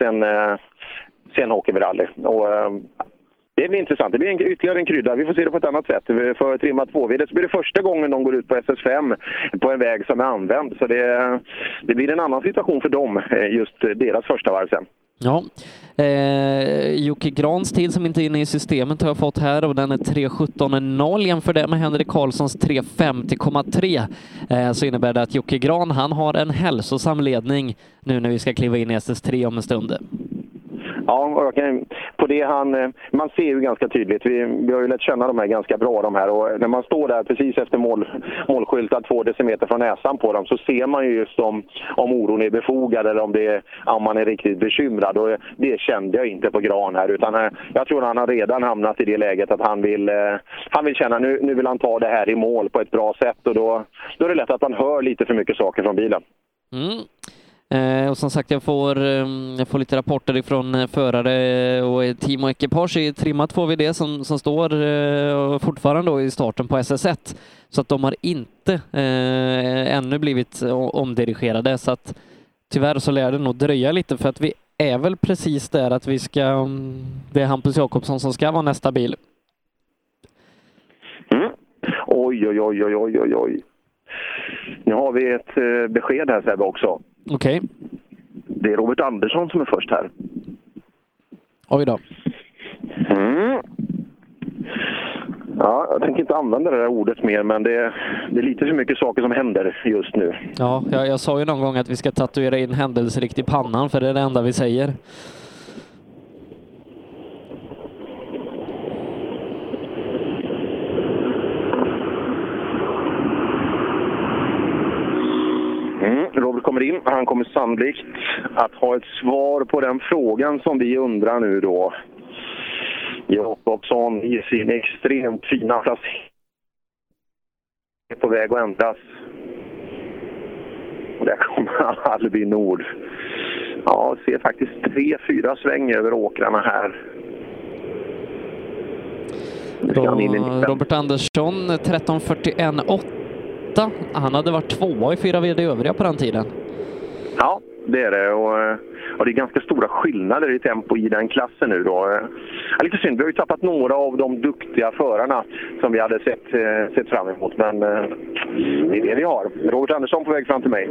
sen åker vi rally. Och det blir intressant. Det blir ytterligare en krydda. Vi får se det på ett annat sätt. För trimma 2VD så blir det första gången de går ut på SS5 på en väg som är använd. Så det blir en annan situation för dem, just deras första varv sen. Ja, Jocke Grans tid som inte är inne i systemet har jag fått här och den är 3.17.0. Jämför det med Henrik Karlssons 3.50,3 så innebär det att Jocke Gran, han har en hälsosam ledning nu när vi ska kliva in i SS3 om en stund. Ja, på det man ser ju ganska tydligt. Vi har ju lärt känna de här ganska bra, de här. Och när man står där precis efter målskyltar 2 decimeter från näsan på dem så ser man ju just om oron är befogad eller om man är riktigt bekymrad. Och det kände jag inte på Gran här. Utan jag tror han har redan hamnat i det läget att han vill känna nu vill han ta det här i mål på ett bra sätt. Och då är det lätt att man hör lite för mycket saker från bilen. Och som sagt, jag får lite rapporter ifrån förare och team och ekipage i trimmat 2VD som står fortfarande då i starten på SS1. Så att de har inte ännu blivit omdirigerade. Så att tyvärr så lär det nog dröja lite för att vi är väl precis där att det är Hampus Jakobsson som ska vara nästa bil. Oj. Nu har vi ett besked här Sebbe också. Okej. Det är Robert Andersson som är först här. Oj då. Ja, jag tänker inte använda det där ordet mer, men det är lite för mycket saker som händer just nu. Ja, jag sa ju någon gång att vi ska tatuera in händelserikt i pannan, för det är det enda vi säger. Robert kommer in. Han kommer sannolikt att ha ett svar på den frågan som vi undrar nu då. Jakobsson i sin extremt fina placering är på väg att ändras. Och där kommer Albin Nord. Ja, ser faktiskt 3-4 sväng över åkrarna här. Robert Andersson 13.41,8. Han hade varit 2 i 4VD övriga på den tiden. Ja, det är det. Och det är ganska stora skillnader i tempo i den klassen nu då. Ja, lite synd, vi har ju tappat några av de duktiga förarna som vi hade sett fram emot. Men det är det vi har. Robert Andersson på väg fram till mig.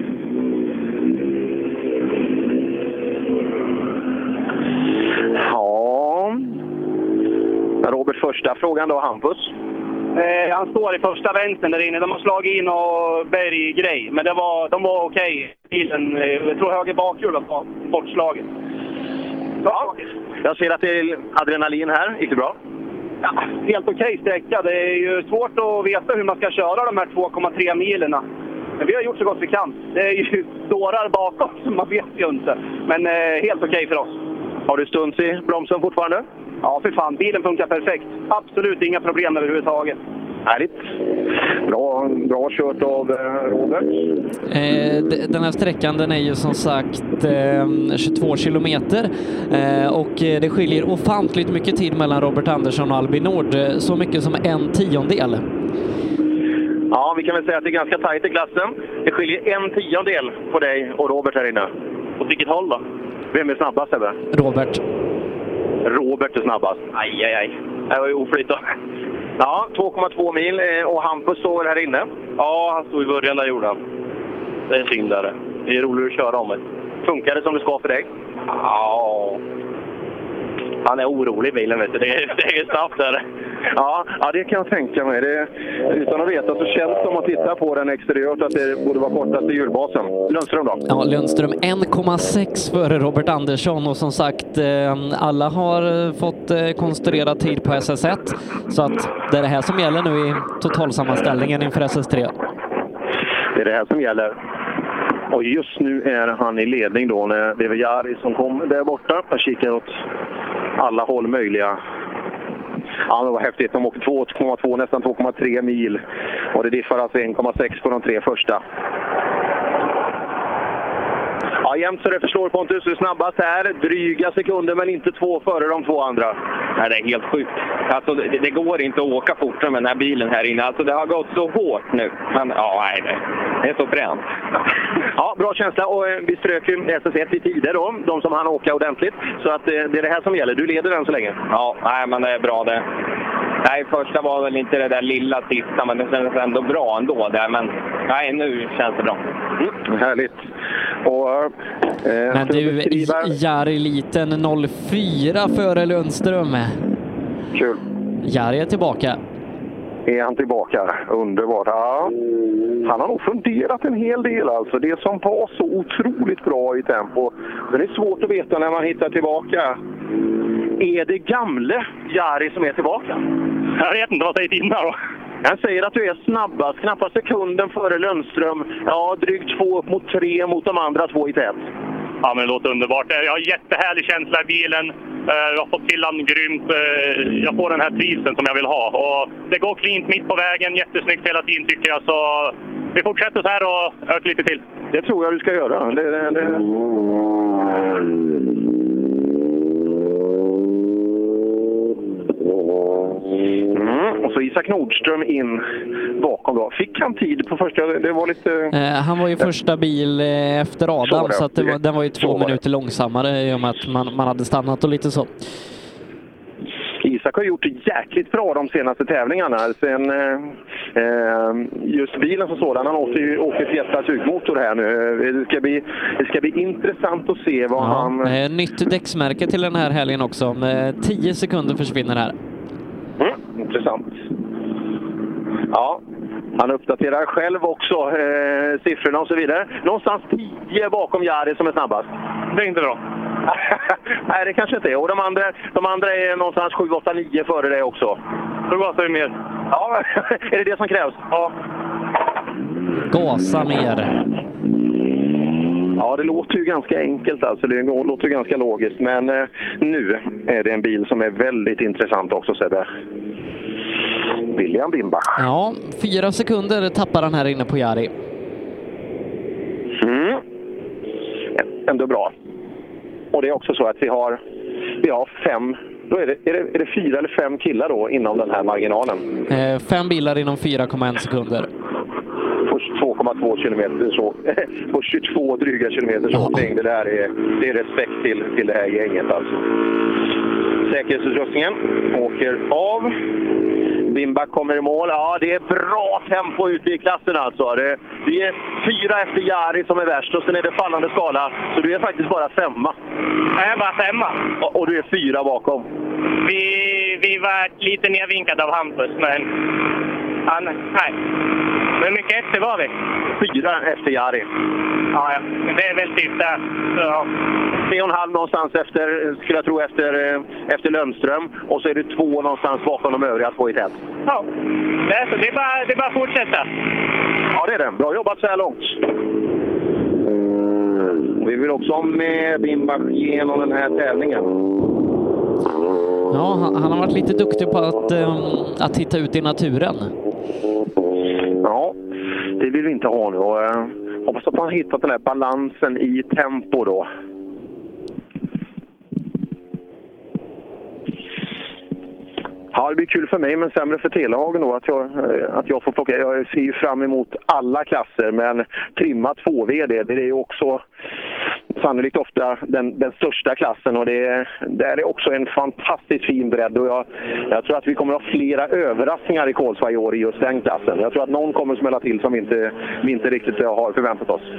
Ja. Robert, första frågan då, Hampus. Han står i första vänstern där inne. De har slagit in och berggrej. Men de var okej. Bilen, jag tror höger bakhjul var bortslagen. Ja, jag ser att det är adrenalin här. Gick det bra? Ja, helt okej sträcka. Det är ju svårt att veta hur man ska köra de här 2,3 milerna. Men vi har gjort så gott vi kan. Det är ju dårar bakom så man vet ju inte. Men helt okej för oss. Har du stuns i bromsen fortfarande? Ja, för fan. Bilen funkar perfekt. Absolut inga problem överhuvudtaget. Härligt. Bra kört av Robert. Den här sträckan den är ju som sagt 22 kilometer och det skiljer ofantligt mycket tid mellan Robert Andersson och Albin Nord. Så mycket som 1/10. Ja, vi kan väl säga att det är ganska tajt i klassen. Det skiljer 1/10 på dig och Robert här inne. Åt vilket håll då? Vem är snabbast, Ebbe? Robert. Robert är snabbast. Aj. Det var ju oflyt då. Ja, 2,2 mil och Hampus står här inne. Ja, han stod i början där gjorde han. Det är synd där. Det är roligt att köra om det. Funkar det som det ska för dig? Ja. Han är orolig i bilen, vet du. Det är snabbt där. Ja, det kan jag tänka mig. Utan att veta så känns det som att titta på den exteriört att det borde vara kortast i hjulbasen. Lundström då? Ja, Lundström 1,6 före Robert Andersson och som sagt alla har fått konstruera tid på SS1 så att det är det här som gäller nu i totalsammanställningen inför SS3. Det är det här som gäller. Och just nu är han i ledning då när det är Jari som kom där borta. Jag kikar åt alla håll möjliga. Ja, det var häftigt. De åkte 2,2, nästan 2,3 mil. Och det diffar alltså 1,6 på de 3 första. Ja, jämt så det förstår Pontus. Du är snabbast här. Dryga sekunder men inte 2 före de 2 andra. Nej, det är helt sjukt. Alltså, det går inte att åka fortare med den här bilen här inne. Alltså, det har gått så hårt nu. Men det är så fränt. Ja, bra känsla. Och vi strök ju SS1 i tider då. De som hann åka ordentligt. Så att det är det här som gäller. Du leder den så länge. Ja, men det är bra det. Nej, första var väl inte det där lilla sista, men det kändes ändå bra ändå där. Men nej, nu känns det bra. Härligt. Och, men du, Jari liten 04 före Lundström. Kul. Jari är tillbaka. Är han tillbaka? Underbart. Ja. Han har nog funderat en hel del alltså. Det som var så otroligt bra i tempo. Det är svårt att veta när man hittar tillbaka. Är det gamle Jari som är tillbaka? Jag vet inte, vad säger Tina då? Han säger att du är snabbast, knappt sekunden före Lundström. Ja, drygt 2 upp mot 3 mot de andra 2 i tät. Ja, men det låter underbart. Jag har jättehärlig känsla i bilen. Jag har fått till den grymt. Jag får den här trivseln som jag vill ha. Och det går klint mitt på vägen, jättesnyggt hela tiden tycker jag. Så vi fortsätter så här och ökar lite till. Det tror jag du ska göra. Och så Isak Nordström in bakom då. Fick han tid på första? Det var lite... han var ju första bil efter Adam så att den var ju 2 minuter långsammare i och med att man hade stannat och lite så. Isak har gjort det jäkligt bra de senaste tävlingarna. Sen just bilen som sådan, han åker Fiesta tugmotor här nu. Det ska bli intressant att se vad han... Nytt däcksmärke till den här helgen också. 10 sekunder försvinner här. Intressant. Ja, han uppdaterar själv också siffrorna och så vidare. Någonstans 10 bakom Jari som är snabbast. Det är inte bra. Nej, det kanske inte är. Och de andra är någonstans 7, 8, 9 före det också. Då gasar vi mer. Ja, är det som krävs? Ja. Gasa mer. Ja, det låter ju ganska enkelt alltså. Det låter ju ganska logiskt. Men nu är det en bil som är väldigt intressant också, Sebbe. William Bimbach. Ja, 4 sekunder tappar han här inne på Jari. Ändå bra. Och det är också så att vi har 5... Då är det 4 eller 5 killar då inom den här marginalen. 5 bilar inom 4,1 sekunder. På 2,2 kilometer så. På 22 dryga kilometer så. Det är respekt till det här gänget alltså. Säkerhetsutrustningen åker av. Bimbach kommer i mål. Ja, det är bra tempo ute i klassen alltså. Det är 4 efter Jari som är värst och sen är det fallande skala. Så du är faktiskt bara 5. Jag är bara 5. Och du är 4 bakom. Vi var lite nedvinkade av Hampus, men nej. Men mycket efter var vi. 4 efter Jari. Ja. Det är väl typ där. Ja. 3,5 någonstans efter, skulle jag tro, efter Lundström. Och så är det 2 någonstans bakom de övriga 2 i tät. Ja, det är bara att fortsätta. Ja, det är det. Bra jobbat så här långt. Vi vill också ha med Bimbach genom den här tävlingen. Ja, han har varit lite duktig på att hitta ut i naturen. Ja, det vill vi inte ha nu. Och, hoppas att man har hittat den här balansen i tempo då. Ja, det blir kul för mig men sämre för Telehagen då att jag får plocka. Jag ser ju fram emot alla klasser men trimma 2VD, det är ju också sannolikt ofta den största klassen, och det är också en fantastiskt fin bredd, och jag tror att vi kommer att ha flera överraskningar i Kolsva i år i just den klassen. Jag tror att någon kommer smälla till som vi inte riktigt har förväntat oss.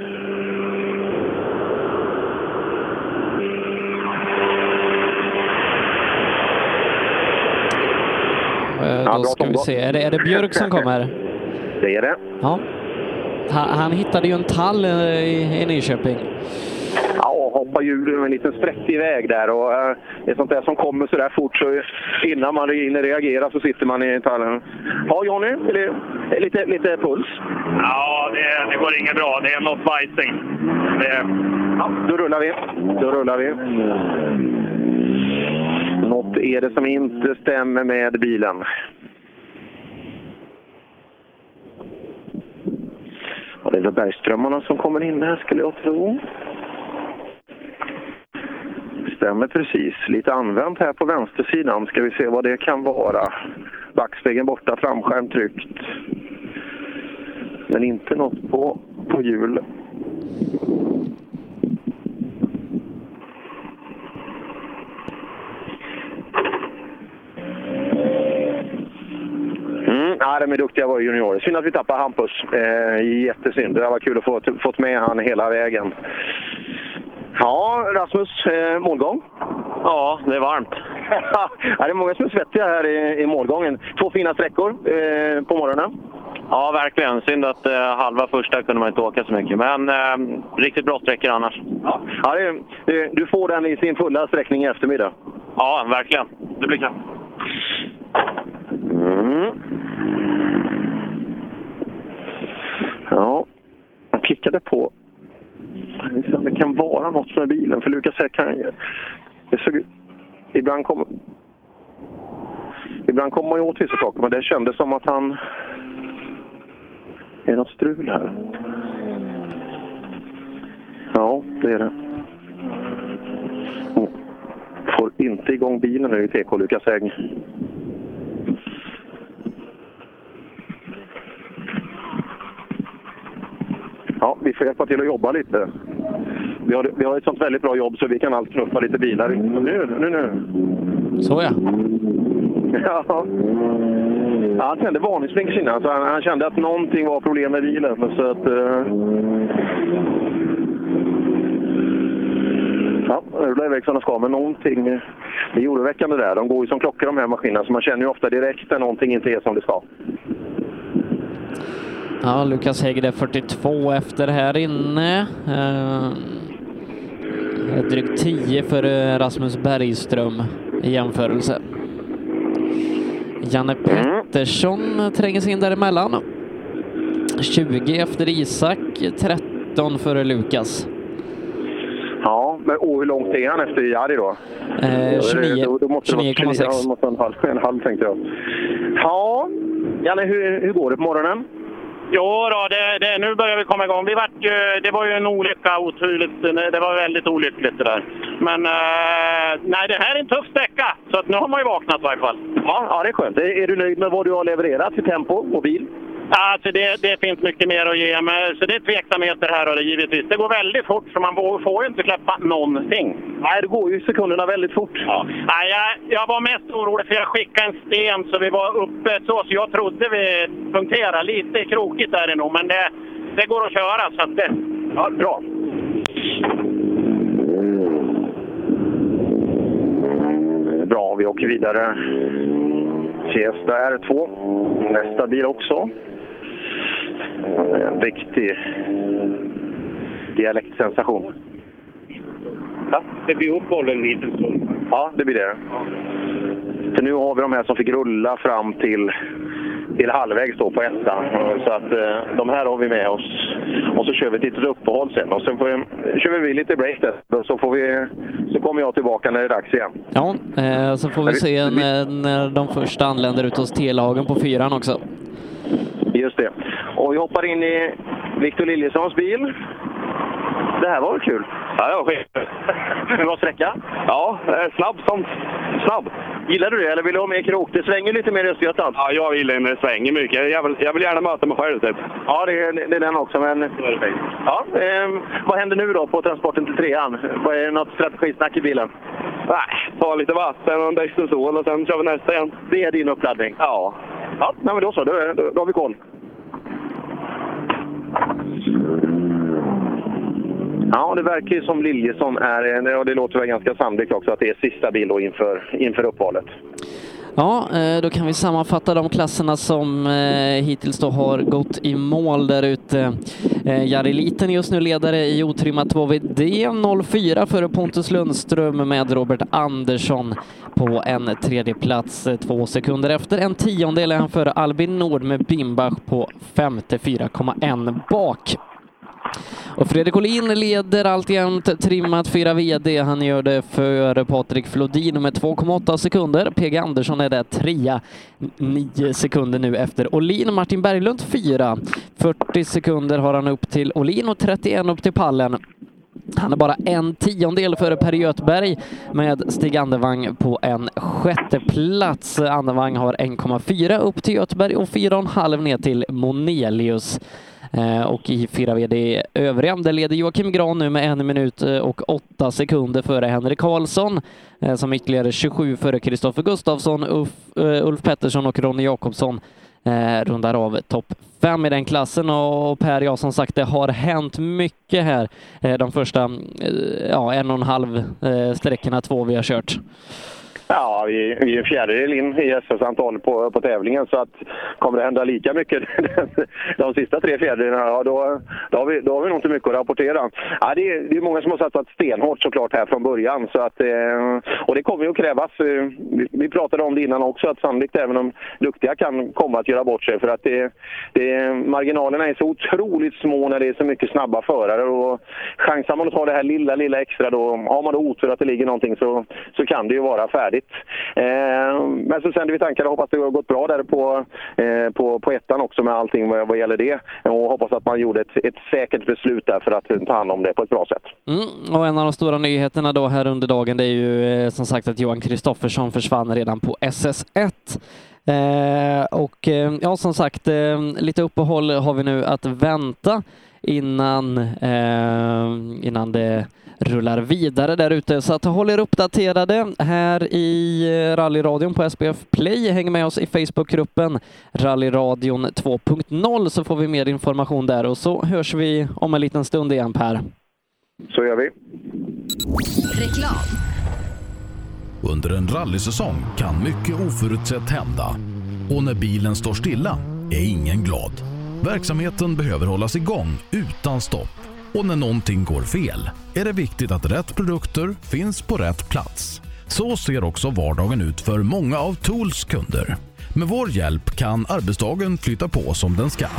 Då ska vi se. Är det Björk som kommer? Det är det. Ja. Han hittade ju en tall i Nyköping. Ja, hoppar ju en liten spräckig väg där, och det är sånt där som kommer så där fort, så innan man reagerar så sitter man i tallen. Ja, Johnny, lite puls? Ja, det går inget bra. Det är något bajsing. Ja, då rullar vi. Något är det som inte stämmer med bilen. Och det är väl Bergströmmarna som kommer in här, skulle jag tro. Stämmer precis. Lite använt här på vänstersidan. Ska vi se vad det kan vara. Backspegeln borta, framskärm tryckt. Men inte något på hjul. Ja, de är duktiga var juniorer. Synd att vi tappar Hampus. Jättesynd. Det var kul att fått med han hela vägen. Ja, Rasmus, målgång? Ja, det är varmt. Ja, det är många som är svettiga här i målgången. 2 fina sträckor på morgonen. Ja, verkligen. Synd att halva första kunde man inte åka så mycket. Men riktigt bra sträckor annars. Ja, du får den i sin fulla sträckning i eftermiddag. Ja, verkligen. Det blir kul. Ja, jag klickade på. Det kan vara något med bilen, för Lukas här kan det såg, ibland kommer man ju åt vissa saker, men det kändes som att han är något strul här. Ja, det är det. Får inte igång bilen nu i TK, Lukas Hägg. Ja, vi får hjälpa till att jobba lite. Vi har ett sånt väldigt bra jobb så vi kan allt knuffa lite bilar. Nu. Så ja. Ja, han tände varningsblinkers innan, så han kände att någonting var problem med bilen. Så att... Ja, det blev iväg som de ska, men någonting är oroväckande där. De går ju som klockor de här maskinerna, så man känner ju ofta direkt när någonting inte är som det ska. Ja, Lukas Hägg är 42 efter här inne. Drygt 10 för Rasmus Bergström i jämförelse. Janne Pettersson tränger sig in däremellan. 20 efter Isak, 13 för Lukas. Ja, men hur långt är han efter Jari då? 29,6. En halv tänkte jag. Ja, Janne, hur går det på morgonen? Jo då, nu börjar vi komma igång. Det var ju en olycka, oturligt. Det var väldigt olyckligt det där. Men nej, det här är en tuff sträcka. Så att nu har man ju vaknat i varje fall. Ja, det är skönt. Är du nöjd med vad du har levererat i tempo och bil? Alltså det finns mycket mer att ge, men så det är tveksamheter här och det givetvis. Det går väldigt fort så man får ju inte släppa någonting. Nej, det går ju sekunderna väldigt fort. Ja. Nej, jag var mest orolig för jag skickade en sten så vi var uppe så jag trodde vi punkterade lite krokigt där nog, men det går att köra så att det... Ja, bra. Bra, vi åker vidare. Fiesta R2. Nästa bil också. En riktig dialektsensation. Ja, det blir uppehållen lite stund. Ja, det blir det. För nu har vi de här som fick rulla fram till halvvägs då på ettan. Så att de här har vi med oss. Och så kör vi ett litet uppehåll sen. Och sen kör vi lite break där. Så kommer jag tillbaka när det är dags igen. Ja, så får vi se när de första anländer ut hos T-lagen på 4 också. Just det. Och vi hoppar in i Victor Liljesons bil. Det här var väl kul. Ja, det var skit. Hur var sträckan? Ja, snabb. Gillar du det eller vill du ha mer krok? Det svänger lite mer i Östergötland. Ja, jag gillar när det svänger mycket. Jag vill gärna möta mig själv typ. Ja, det är den också. Men ja, vad händer nu då på transporten till 3an? Vad är det något strategisnack i bilen? Nej, ta lite vatten och dextrosol och sen kör vi nästa igen. Det är din uppladdning? Ja. Ja, men då så. Då har vi koll. Ja, det verkar ju som Liljesson är, och det låter väl ganska sannolikt också att det är sista bil då inför uppvalet. Ja, då kan vi sammanfatta de klasserna som hittills då har gått i mål där ute. Jari Liten just nu ledare i otrimmat 2VD 04 före Pontus Lundström med Robert Andersson på en tredje plats 2 sekunder efter. En tiondel är han före Albin Nord med Bimbach på 54,1 bak. Och Fredrik Olin leder alltjämt trimmat 4VD. Han gör det för Patrik Flodin med 2,8 sekunder. PG Andersson är där 3, 9 sekunder nu efter Olin. Martin Berglund 4. 40 sekunder har han upp till Olin och 31 upp till pallen. Han är bara en tiondel före Per Göthberg med Stig Andervang på en sjätte plats. Andervang har 1,4 upp till Göthberg och 4,5 ner till Monelius. Och i 4VD övriga, där leder Joakim Gran nu med 1 minut och 8 sekunder före Henrik Karlsson, som ytterligare 27 före Kristoffer Gustafsson, Ulf Pettersson och Ronny Jakobsson rundar av topp 5 i den klassen. Och Per, ja, som sagt, det har hänt mycket här de första 1,5 sträckorna 2 vi har kört. Ja, vi är en fjärdedel in i SS-antal på tävlingen, så att kommer det hända lika mycket de sista 3 fjärdedelarna, ja, då har vi nog inte mycket att rapportera. Ja, det är många som har satsat stenhårt såklart här från början, så att, och det kommer ju att krävas. Vi pratade om det innan också, att sannolikt även de duktiga kan komma att göra bort sig, för att marginalerna är så otroligt små när det är så mycket snabba förare, och chansar man att ta det här lilla extra, då har man då otur att det ligger någonting, så kan det ju vara färdigt. Men så sänder vi tankar och hoppas det har gått bra där på ettan också med allting vad gäller det, och hoppas att man gjorde ett säkert beslut där för att ta hand om det på ett bra sätt. Och en av de stora nyheterna då här under dagen, det är ju som sagt att Johan Kristoffersson försvann redan på SS1. Och ja, som sagt, lite uppehåll har vi nu att vänta innan det rullar vidare där ute. Så att håll er uppdaterade här i rallyradion på SPF Play. Häng med oss i Facebookgruppen Rallyradion 2.0, så får vi mer information där, och så hörs vi om en liten stund igen, Per. Så gör vi. Reklam. Under en rallysäsong kan mycket oförutsett hända. Och när bilen står stilla är ingen glad. Verksamheten behöver hållas igång utan stopp. Och när någonting går fel är det viktigt att rätt produkter finns på rätt plats. Så ser också vardagen ut för många av Tools kunder. Med vår hjälp kan arbetsdagen flytta på som den ska.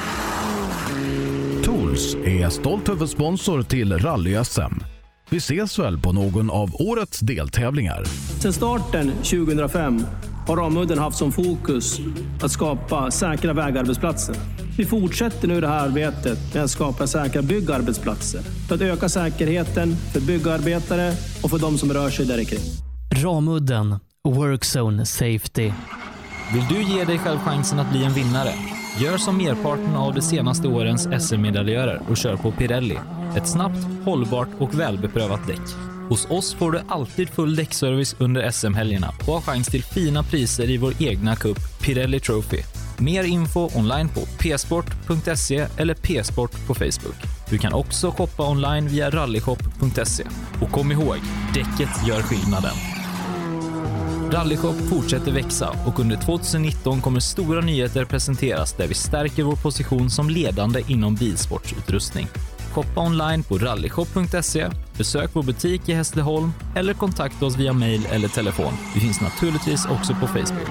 Tools är stolt huvudsponsor till Rally-SM. Vi ses väl på någon av årets deltävlingar. Sedan starten 2005 har Ramudden haft som fokus att skapa säkra vägarbetsplatser. Vi fortsätter nu det här arbetet med att skapa säkra byggarbetsplatser för att öka säkerheten för byggarbetare och för de som rör sig där kring. Ramudden Workzone Safety. Vill du ge dig själv chansen att bli en vinnare? Gör som merparten av de senaste årens SM-medaljörer och kör på Pirelli. Ett snabbt, hållbart och välbeprövat däck. Hos oss får du alltid full däckservice under SM-helgerna och har chans till fina priser i vår egna cup Pirelli Trophy. Mer info online på psport.se eller psport på Facebook. Du kan också shoppa online via rallyshop.se. Och kom ihåg, däcket gör skillnaden. Rallyshop fortsätter växa och under 2019 kommer stora nyheter presenteras där vi stärker vår position som ledande inom bilsportsutrustning. Shoppa online på rallyshop.se, besök vår butik i Hässleholm eller kontakta oss via mail eller telefon. Vi finns naturligtvis också på Facebook.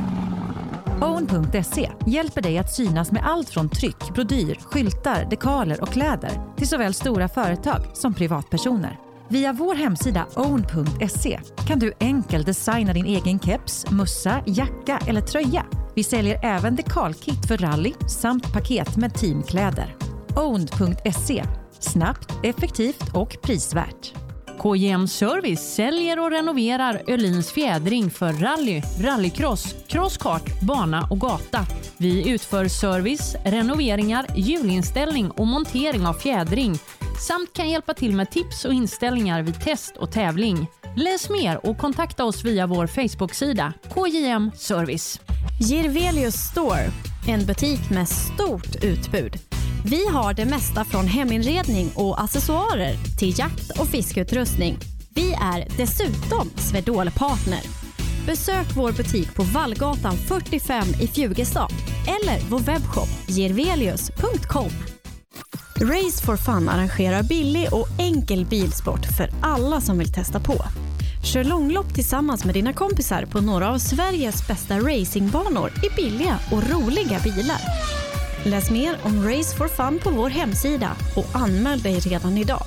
Own.se hjälper dig att synas med allt från tryck, brodyr, skyltar, dekaler och kläder till såväl stora företag som privatpersoner. Via vår hemsida own.se kan du enkelt designa din egen keps, mussa, jacka eller tröja. Vi säljer även dekalkit för rally samt paket med teamkläder. Own.se. Snabbt, effektivt och prisvärt. KJM Service säljer och renoverar Öhlins fjädring för rally, rallycross, crosskart, bana och gata. Vi utför service, renoveringar, hjulinställning och montering av fjädring samt kan hjälpa till med tips och inställningar vid test och tävling. Läs mer och kontakta oss via vår Facebook-sida KJM Service. Jirvelius Store, en butik med stort utbud. Vi har det mesta från heminredning och accessoarer till jakt- och fiskeutrustning. Vi är dessutom Swedol-partner. Besök vår butik på Vallgatan 45 i Fjugestad eller vår webbshop jirvelius.com. Race for Fun arrangerar billig och enkel bilsport för alla som vill testa på. Kör långlopp tillsammans med dina kompisar på några av Sveriges bästa racingbanor i billiga och roliga bilar. Läs mer om Race for Fun på vår hemsida och anmäl dig redan idag.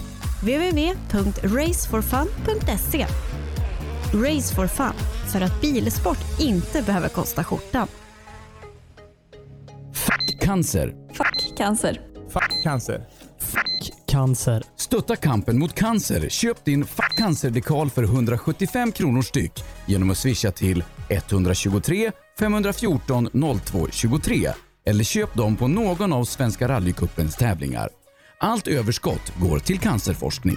www.raceforfun.se. Race for Fun, för att bilsport inte behöver kosta skjortan. Fuck cancer. Fuck cancer. Fuck cancer. Fuck cancer. Stötta kampen mot cancer. Köp din Fuck cancer-dekal för 175 kronor styck genom att swisha till 123 514 0223 eller köp dem på någon av Svenska rallycupens tävlingar. Allt överskott går till cancerforskning.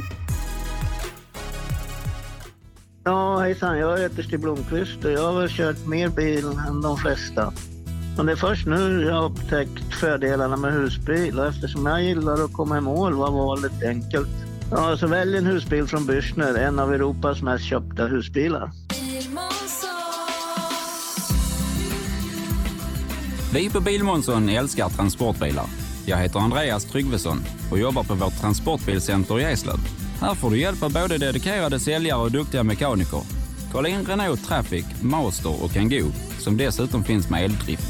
Ja, hejsan. Jag heter Stig Blomqvist och jag har väl kört mer bil än de flesta. Men det är först nu jag har upptäckt fördelarna med husbil, och eftersom jag gillar att komma i mål var valet enkelt. Ja, så välj en husbil från Bürstner, en av Europas mest köpta husbilar. Vi på Bilmånsson älskar transportbilar. Jag heter Andreas Tryggvesson och jobbar på vårt transportbilcenter i Eslöv. Här får du hjälp av både dedikerade säljare och duktiga mekaniker. Kolla in Renault Traffic, Master och Kangoo, som dessutom finns med eldrift.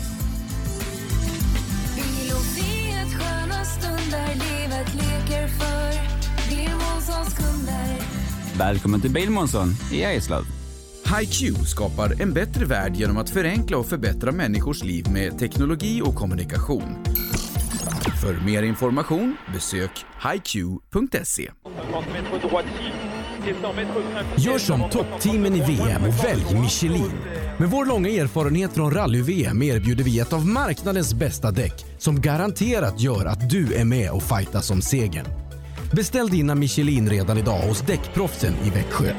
Bil och frihet, sköna stunder, livet leker för Bilmånssons kunder. Välkommen till Bilmånsson i Eslöv. HiQ skapar en bättre värld genom att förenkla och förbättra människors liv med teknologi och kommunikation. För mer information besök hiq.se. Gör som toppteamen i VM och välj Michelin. Med vår långa erfarenhet från rally-VM erbjuder vi ett av marknadens bästa däck som garanterat gör att du är med och fightas om segern. Beställ dina Michelin redan idag hos Däckproffsen i Växjö.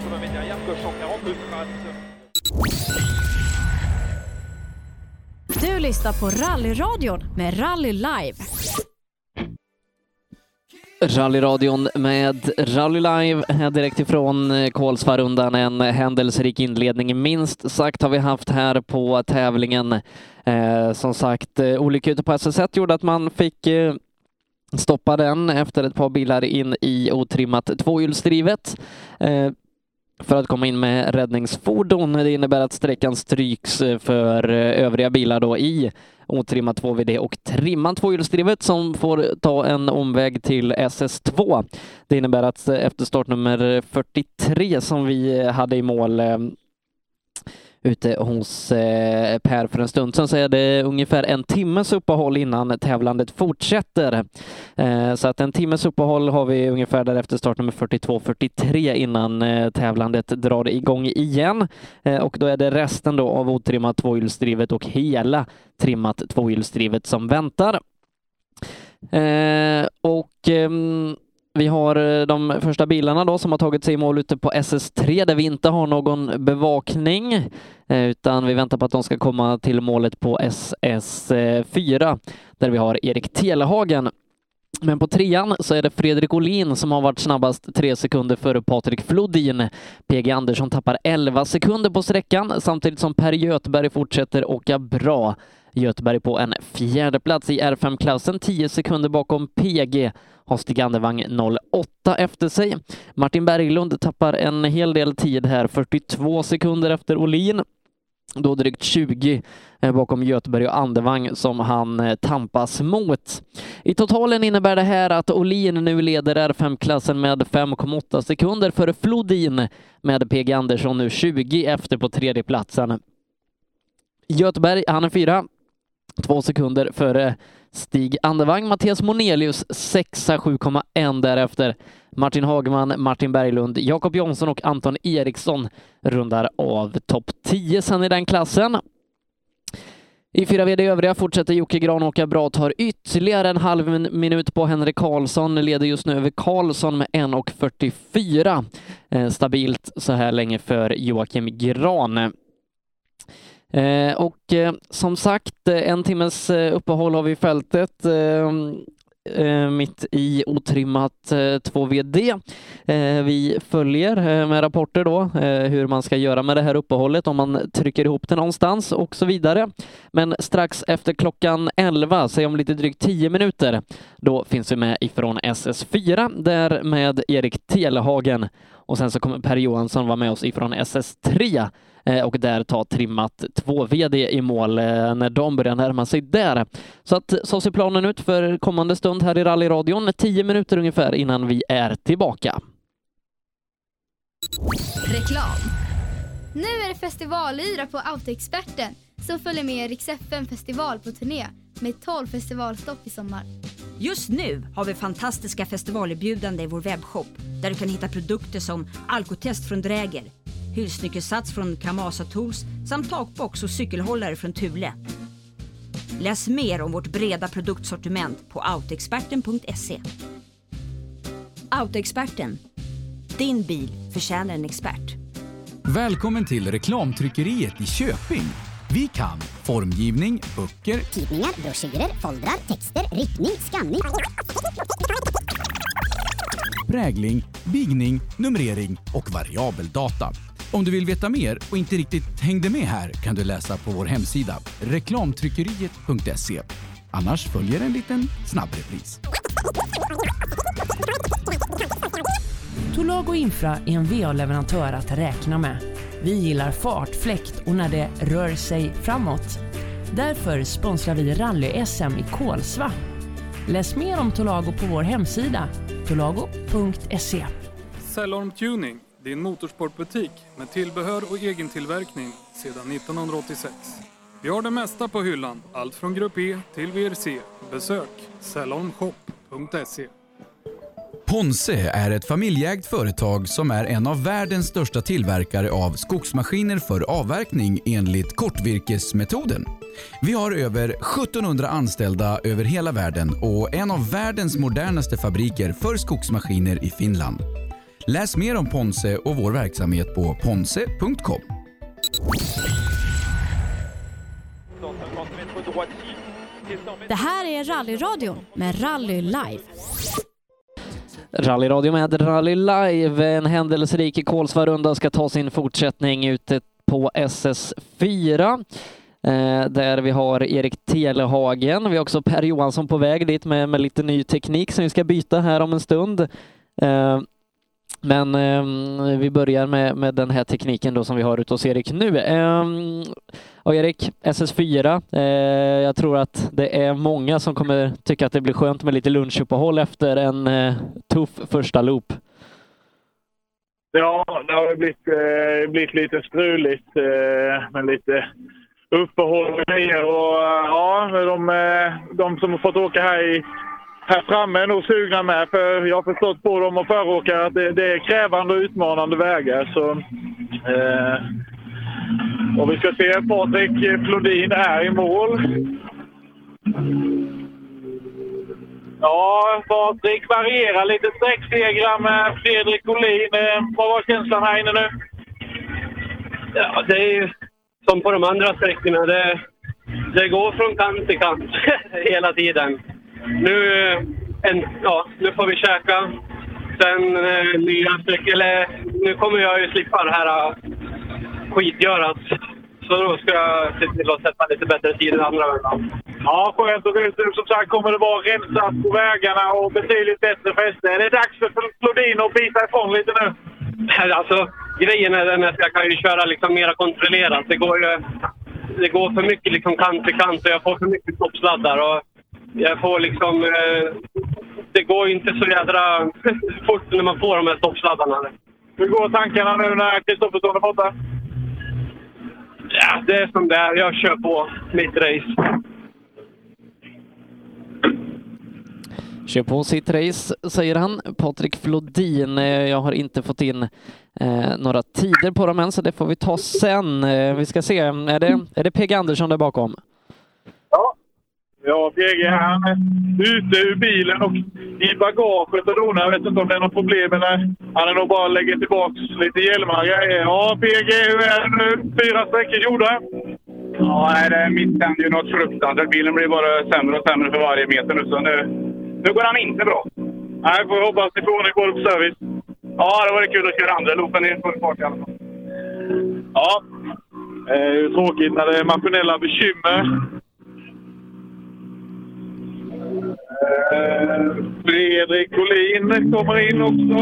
Du lyssnar på Rallyradion med Rally Live. Rallyradion med Rally Live här direkt ifrån Kolsvarundan. En händelserik inledning minst sagt har vi haft här på tävlingen. Som sagt, olycka ute på SS1 gjorde att man fick stoppa den efter ett par bilar in i otrimmat tvåhjulsdrivet. För att komma in med räddningsfordon. Det innebär att sträckan stryks för övriga bilar då i otrimmat 2VD och trimmat tvåhjulsdrivet som får ta en omväg till SS2. Det innebär att efter startnummer 43 som vi hade i mål ute hos Per för en stund sedan, så är det ungefär en timmes uppehåll innan tävlandet fortsätter. Så att en timmes uppehåll har vi ungefär därefter startnummer 42-43 innan tävlandet drar igång igen. Och då är det resten då av otrimmat tvåhjulsdrivet och hela trimmat tvåhjulsdrivet som väntar. Vi har de första bilarna då som har tagit sig i mål ute på SS3 där vi inte har någon bevakning utan vi väntar på att de ska komma till målet på SS4 där vi har Erik Telehagen. Men på trean så är det Fredrik Olin som har varit snabbast 3 sekunder före Patrik Flodin. PG Andersson tappar 11 sekunder på sträckan samtidigt som Per Göthberg fortsätter åka bra. Göthberg på en 4:e plats i R5-klassen, 10 sekunder bakom PG. Har Stig Andevang 08 efter sig. Martin Berglund tappar en hel del tid här, 42 sekunder efter Olin. Då drygt 20 bakom Göthberg och Andevang som han tampas mot. I totalen innebär det här att Olin nu leder R5-klassen med 5,8 sekunder före Flodin med PG Andersson nu 20 efter på 3:e platsen. Göthberg, han är 4. 2 sekunder före Stig Andevang, Mattias Monelius 6:a, 7,1 därefter. Martin Hagman, Martin Berglund, Jakob Jonsson och Anton Eriksson rundar av topp 10 sen i den klassen. I 4VD övriga fortsätter Jocke Granåka bra, tar ytterligare en halv minut på Henrik Karlsson, leder just nu över Karlsson med 1:44. Stabilt så här länge för Joakim Gran. Och som sagt, en timmes uppehåll har vi i fältet. Mitt i otrimmat 2VD. Vi följer med rapporter då hur man ska göra med det här uppehållet, om man trycker ihop det någonstans och så vidare. Men strax efter klockan 11, så om lite drygt 10 minuter, då finns vi med ifrån SS4 där med Erik Telehagen, och sen så kommer Per Johansson vara med oss ifrån SS3 och där ta trimmat 2VD i mål när de börjar närma sig där. Så att så ser planen ut för kommande stund här i rallyradion. 10 minuter ungefär innan vi är tillbaka. Reklam. Nu är det festivalyra på Autoexperten som följer med Rix FM festival på turné med 12 festivalstopp i sommar. Just nu har vi fantastiska festivalerbjudanden i vår webbshop där du kan hitta produkter som alkotest från Dräger, hylsnyckelsats från Kamasa Tools samt takbox och cykelhållare från Thule. Läs mer om vårt breda produktsortiment på autoexperten.se. Autoexperten. Din bil förtjänar en expert. Välkommen till reklamtryckeriet i Köping. Vi kan formgivning, böcker, tidningar, broschyrer, foldrar, texter, ritning, skanning, prägling, bigning, numrering och variabeldata. Om du vill veta mer och inte riktigt hängde med här kan du läsa på vår hemsida reklamtryckeriet.se. Annars följer en liten snabbrepris. Tolago Infra är en VA-leverantör att räkna med. Vi gillar fart, fläkt och när det rör sig framåt. Därför sponsrar vi Rally-SM i Kolsva. Läs mer om Tolago på vår hemsida tolago.se. Cellorm Tuning, din motorsportbutik med tillbehör och egen tillverkning sedan 1986. Vi har det mesta på hyllan, allt från Grupp E till VRC. Besök cellormshop.se. Ponsse är ett familjeägt företag som är en av världens största tillverkare av skogsmaskiner för avverkning enligt kortvirkesmetoden. Vi har över 1700 anställda över hela världen och en av världens modernaste fabriker för skogsmaskiner i Finland. Läs mer om Ponsse och vår verksamhet på ponsse.com. Det här är Rallyradion med Rally Live. Rallyradio med Rally Live. En händelserik Kolsvarunda ska ta sin fortsättning ute på SS4. Där vi har Erik Telehagen. Vi har också Per Johansson på väg dit med lite ny teknik som vi ska byta här om en stund. Men vi börjar med den här tekniken då som vi har ute hos Erik nu. Och Erik, SS4, jag tror att det är många som kommer tycka att det blir skönt med lite lunchuppehåll efter en tuff första loop. Ja, det har blivit lite struligt med lite uppehåll och grejer. Och ja, de som har fått åka här framme är nog sugna med, för jag har förstått på dem och föråkare att det är krävande och utmanande vägar. Så, och vi ska se Patrik Flodin är i mål. Ja, Patrik varierar lite sträcksegrar med Fredrik Olin. Vad var känslan här inne nu? Ja, det är ju som på de andra sträckorna. Det går från kant till kant hela tiden. Nu får vi käka. Sen nya sträckor. Nu kommer jag ju slippa det här skitgöras. Så då ska jag se till att sätta lite bättre tid än andra vändan. Ja, skönt. Och som sagt kommer det vara rensat på vägarna och betydligt bättre fäste. Är det dags för Flodin att bita ifrån lite nu? Alltså, grejen är den att jag kan ju köra liksom mera kontrollerat. Det går för mycket liksom kant till kant och jag får för mycket stoppsladdar. Och jag får liksom... det går inte så jädra fort när man får de här stoppsladdarna. Hur går tankarna nu när Kristoffersson är borta? Ja, det är som det är. Jag kör på mitt race. Kör på sitt race, säger han. Patrik Flodin, jag har inte fått in några tider på dem än, så det får vi ta sen. Vi ska se, är det PG Andersson där bakom? Ja, PG han är ute ur bilen och i bagaget och donar. Jag vet inte om det är något problem eller han är nog bara lägger tillbaka lite hjälmar. Ja, PG, hur är det nu? 4 sträckor gjorda. Ja, det misständer ju något fruktansvärt. Bilen blir bara sämre och sämre för varje meter nu. Så nu går han inte bra. Nej, får hoppas ni får ordning på det på service. Ja, det var kul att köra andra loopen i full fart i alla fall. Ja, det är ju tråkigt när det är maskinella bekymmer. Fredrik Collin kommer in också.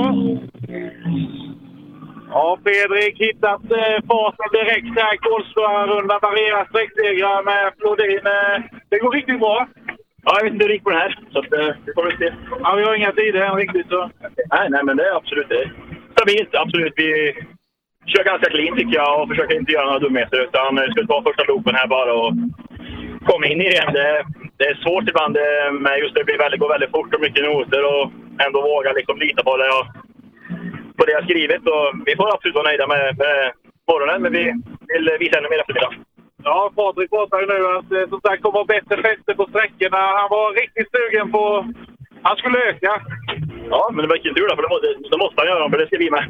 Ja, Fredrik hittat farten direkt här. Kolsvara-rundan varierar sträcksegrar med Flodin. Det går riktigt bra. Ja, jag vet inte hur det gick på det här. Så att, vi får väl se. Ja, vi har inga tider än riktigt så. Nej, men det är absolut det. Stabilt, absolut. Vi kör ganska clean tycker jag och försöker inte göra några dumheter. Utan ska ta första loopen här bara och komma in i det. Det är svårt ibland med just det går väldigt fort och mycket noter och ändå våga liksom lita på det jag skrivit. Och vi får absolut vara nöjda med morgonen, men vi vill visa ännu mer eftermiddag. Ja, Patrik pratar ju nu att som sagt kommer bättre fäste på sträckorna. Han var riktigt sugen på han skulle öka. Ja, men det var inte tur för det måste han göra, för det ska vi med.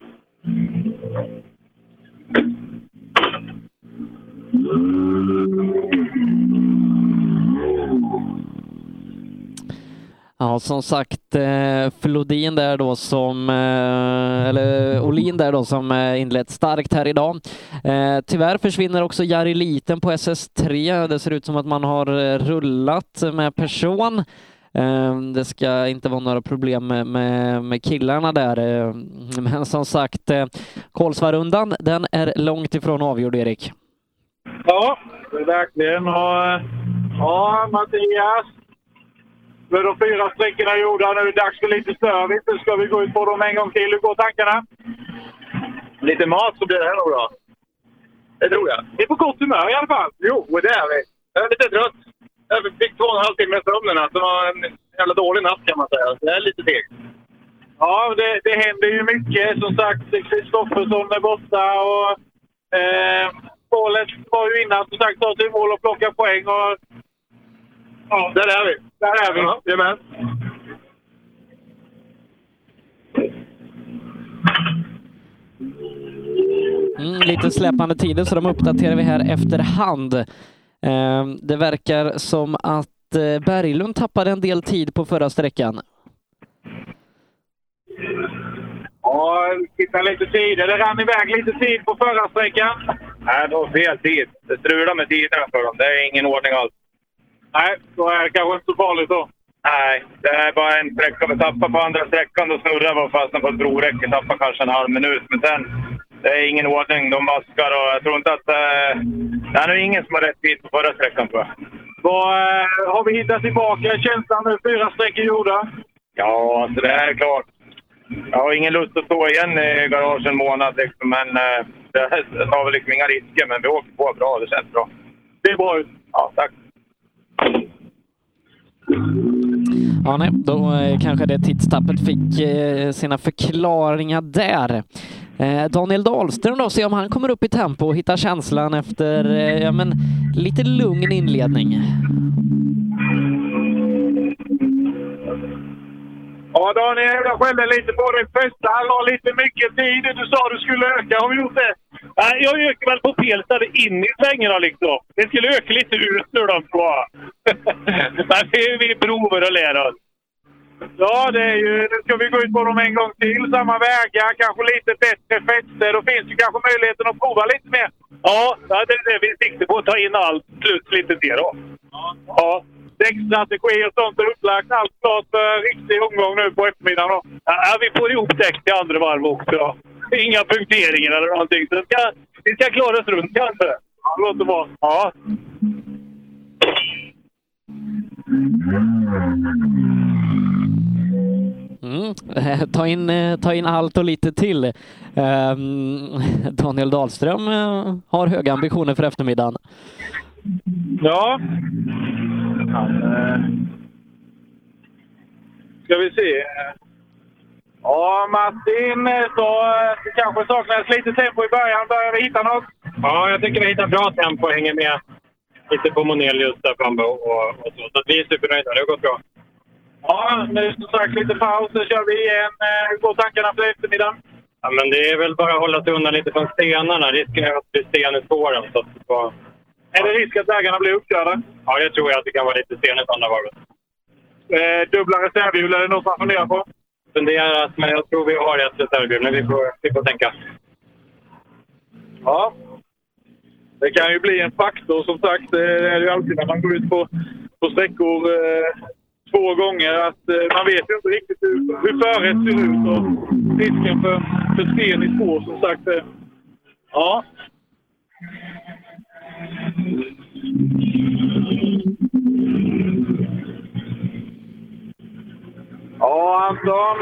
Ja, som sagt, Flodin där då eller Olin där då som inlett starkt här idag. Tyvärr försvinner också Jari Liten på SS3. Det ser ut som att man har rullat med person. Det ska inte vara några problem med killarna där. Men som sagt, Kolsvarundan, den är långt ifrån avgjord, Erik. Ja, det är verkligen. Ja, Mattias. Nu är de 4 sträckorna gjorda. Nu är det dags för lite service. Nu ska vi gå ut på dem en gång till. Hur går tankarna? Lite mat så blir det här nog bra. Det tror jag. Vi är på gott humör i alla fall. Jo, det är vi. Jag är lite trött. Jag fick 2,5 timmar i sömnen. Det var en jävla dålig natt kan man säga. Det är lite segt. Ja, det händer ju mycket. Som sagt, Kristoffersson är borta och målet var ju innan som sagt ta till mål och plocka poäng. Och, ja, där är vi. Ja, jajamän. Lite släpande tider så de uppdaterar vi här efterhand. Det verkar som att Berglund tappade en del tid på förra sträckan. Ja, titta lite tid. Det rann iväg lite tid på förra sträckan. Nej, det var fel tid. Det strular med tiderna för dem. Det är ingen ordning alls. Nej, då är det kanske inte så farligt då. Nej, det är bara en sträcka. Vi tappar på andra sträckan, då snurrar vi och fastnar på ett broräcke. Tappar kanske en halv minut, men sen det är ingen ordning. De vaskar och jag tror inte att det är nog ingen som har rätt tid på förra sträckan, tror jag. Har vi hittat tillbaka känslan nu? 4 sträckor gjorda? Ja, alltså det här är klart. Jag har ingen lust att stå igen i garage en månad, liksom, men det har väl liksom inga risker. Men vi åker på bra, det känns bra. Det är bra ut. Ja, tack. Ja, nej, då kanske det tidstappet fick sina förklaringar där. Daniel Dahlström då, se om han kommer upp i tempo och hittar känslan efter lite lugn inledning. Ja, Daniel, jag skällde lite på det första. Han la lite mycket tid. Du sa du skulle öka. Har vi gjort det? Nej, jag ökar väl på pelstad in i svängarna liksom. Det skulle öka lite ut nu då, tror jag. Men vi provar och lär oss. Ja, det är ju... Nu ska vi gå ut på dem en gång till. Samma vägar, kanske lite bättre fäster. Då finns ju kanske möjligheten att prova lite mer. Ja, det är det vi siktar på. Att ta in allt plus lite till då. Ja. Däckstrategi och sånt är upplagt. Allt klart för riktig omgång nu på eftermiddagen då. Ja, vi får ihop däck till andra varv också då. Inga punkteringar eller någonting. Så vi ska klara oss runt kanske. Ja, det låter bra. Ja. Ta in allt och lite till. Daniel Dahlström har höga ambitioner för eftermiddagen. Ja. Ska vi se. Ja, Martin så kanske saknas lite tempo i början. Börjar vi hitta något? Ja, jag tycker vi hittar bra tempo och hänger med lite på Monelius där framme och så. Så att vi är supernöjda, det har gått bra. Ja, nu som sagt lite paus. Så kör vi igen. Hur går tankarna för eftermiddagen? Ja, men det är väl bara att hålla sig undan lite från stenarna. Risken är att det blir sten i spåren. Så att Är det risk att vägarna blir uppkörda? Ja, det tror jag att det kan vara lite stenigt andra varvet. Dubbla reservhjul, är det något man funderar på? Funderat, men jag tror vi har ett reservhjul. Men vi får tänka. Ja. Det kan ju bli en faktor som sagt. Det är ju alltid när man går ut på sträckor 2 gånger att man vet ju inte riktigt hur förrätt ser ut och risken för sten i spår som sagt. Ja. Ja, Anton.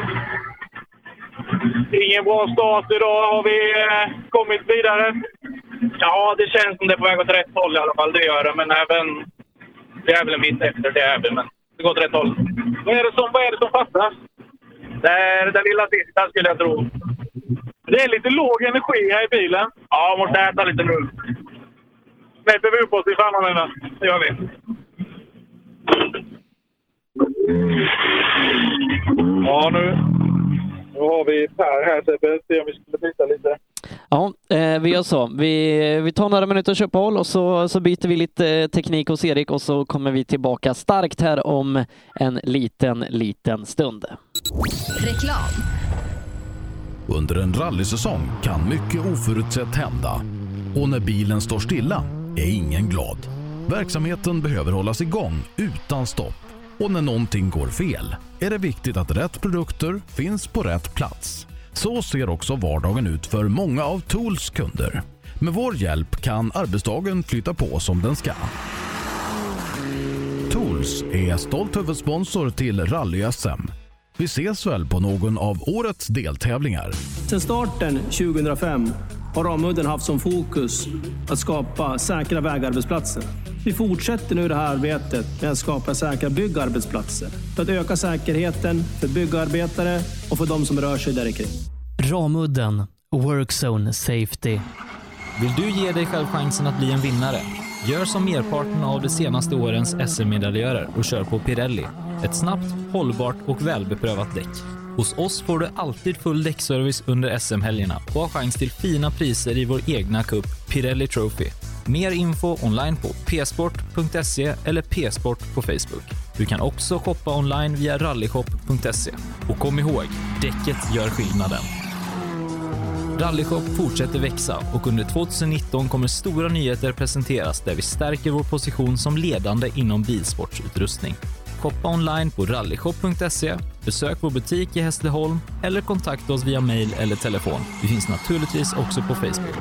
Ingen bra start idag. Har vi kommit vidare? Ja, det känns som det är på väg åt rätt håll i alla fall. Det gör det, men det är väl en bit efter det är men det går åt rätt håll. Vad är det som fattas? Det är den lilla sista skulle jag tro. Det är lite låg energi här i bilen. Ja, måste äta lite nu. Släpper vi upp oss i framåt? Det gör vi. Ja, nu har vi Per här, Sebbe. Se om vi skulle byta lite. Ja, vi gör så. Vi tar några minuters uppehåll och så byter vi lite teknik hos Erik och så kommer vi tillbaka starkt här om en liten stund. Reklam. Under en rallysäsong kan mycket oförutsett hända. Och när bilen står stilla är ingen glad. Verksamheten behöver hållas igång utan stopp. Och när någonting går fel är det viktigt att rätt produkter finns på rätt plats. Så ser också vardagen ut för många av Tools kunder. Med vår hjälp kan arbetsdagen flytta på som den ska. Tools är stolt huvudsponsor till Rally-SM. Vi ses väl på någon av årets deltävlingar. Sedan starten 2005 har Ramudden haft som fokus att skapa säkra vägarbetsplatser. Vi fortsätter nu det här arbetet med att skapa säkra byggarbetsplatser för att öka säkerheten för byggarbetare och för de som rör sig där kring. Ramudden Workzone Safety. Vill du ge dig själv chansen att bli en vinnare? Gör som merparten av de senaste årens SM-medaljörer och kör på Pirelli. Ett snabbt, hållbart och välbeprövat däck. Hos oss får du alltid full däckservice under SM-helgerna och har chans till fina priser i vår egna cup Pirelli Trophy. Mer info online på psport.se eller psport på Facebook. Du kan också shoppa online via rallyshop.se. Och kom ihåg, däcket gör skillnaden. Rallyshop fortsätter växa och under 2019 kommer stora nyheter presenteras där vi stärker vår position som ledande inom bilsportsutrustning. Shoppa online på rallyshop.se, besök vår butik i Hässleholm eller kontakta oss via mail eller telefon. Vi finns naturligtvis också på Facebook.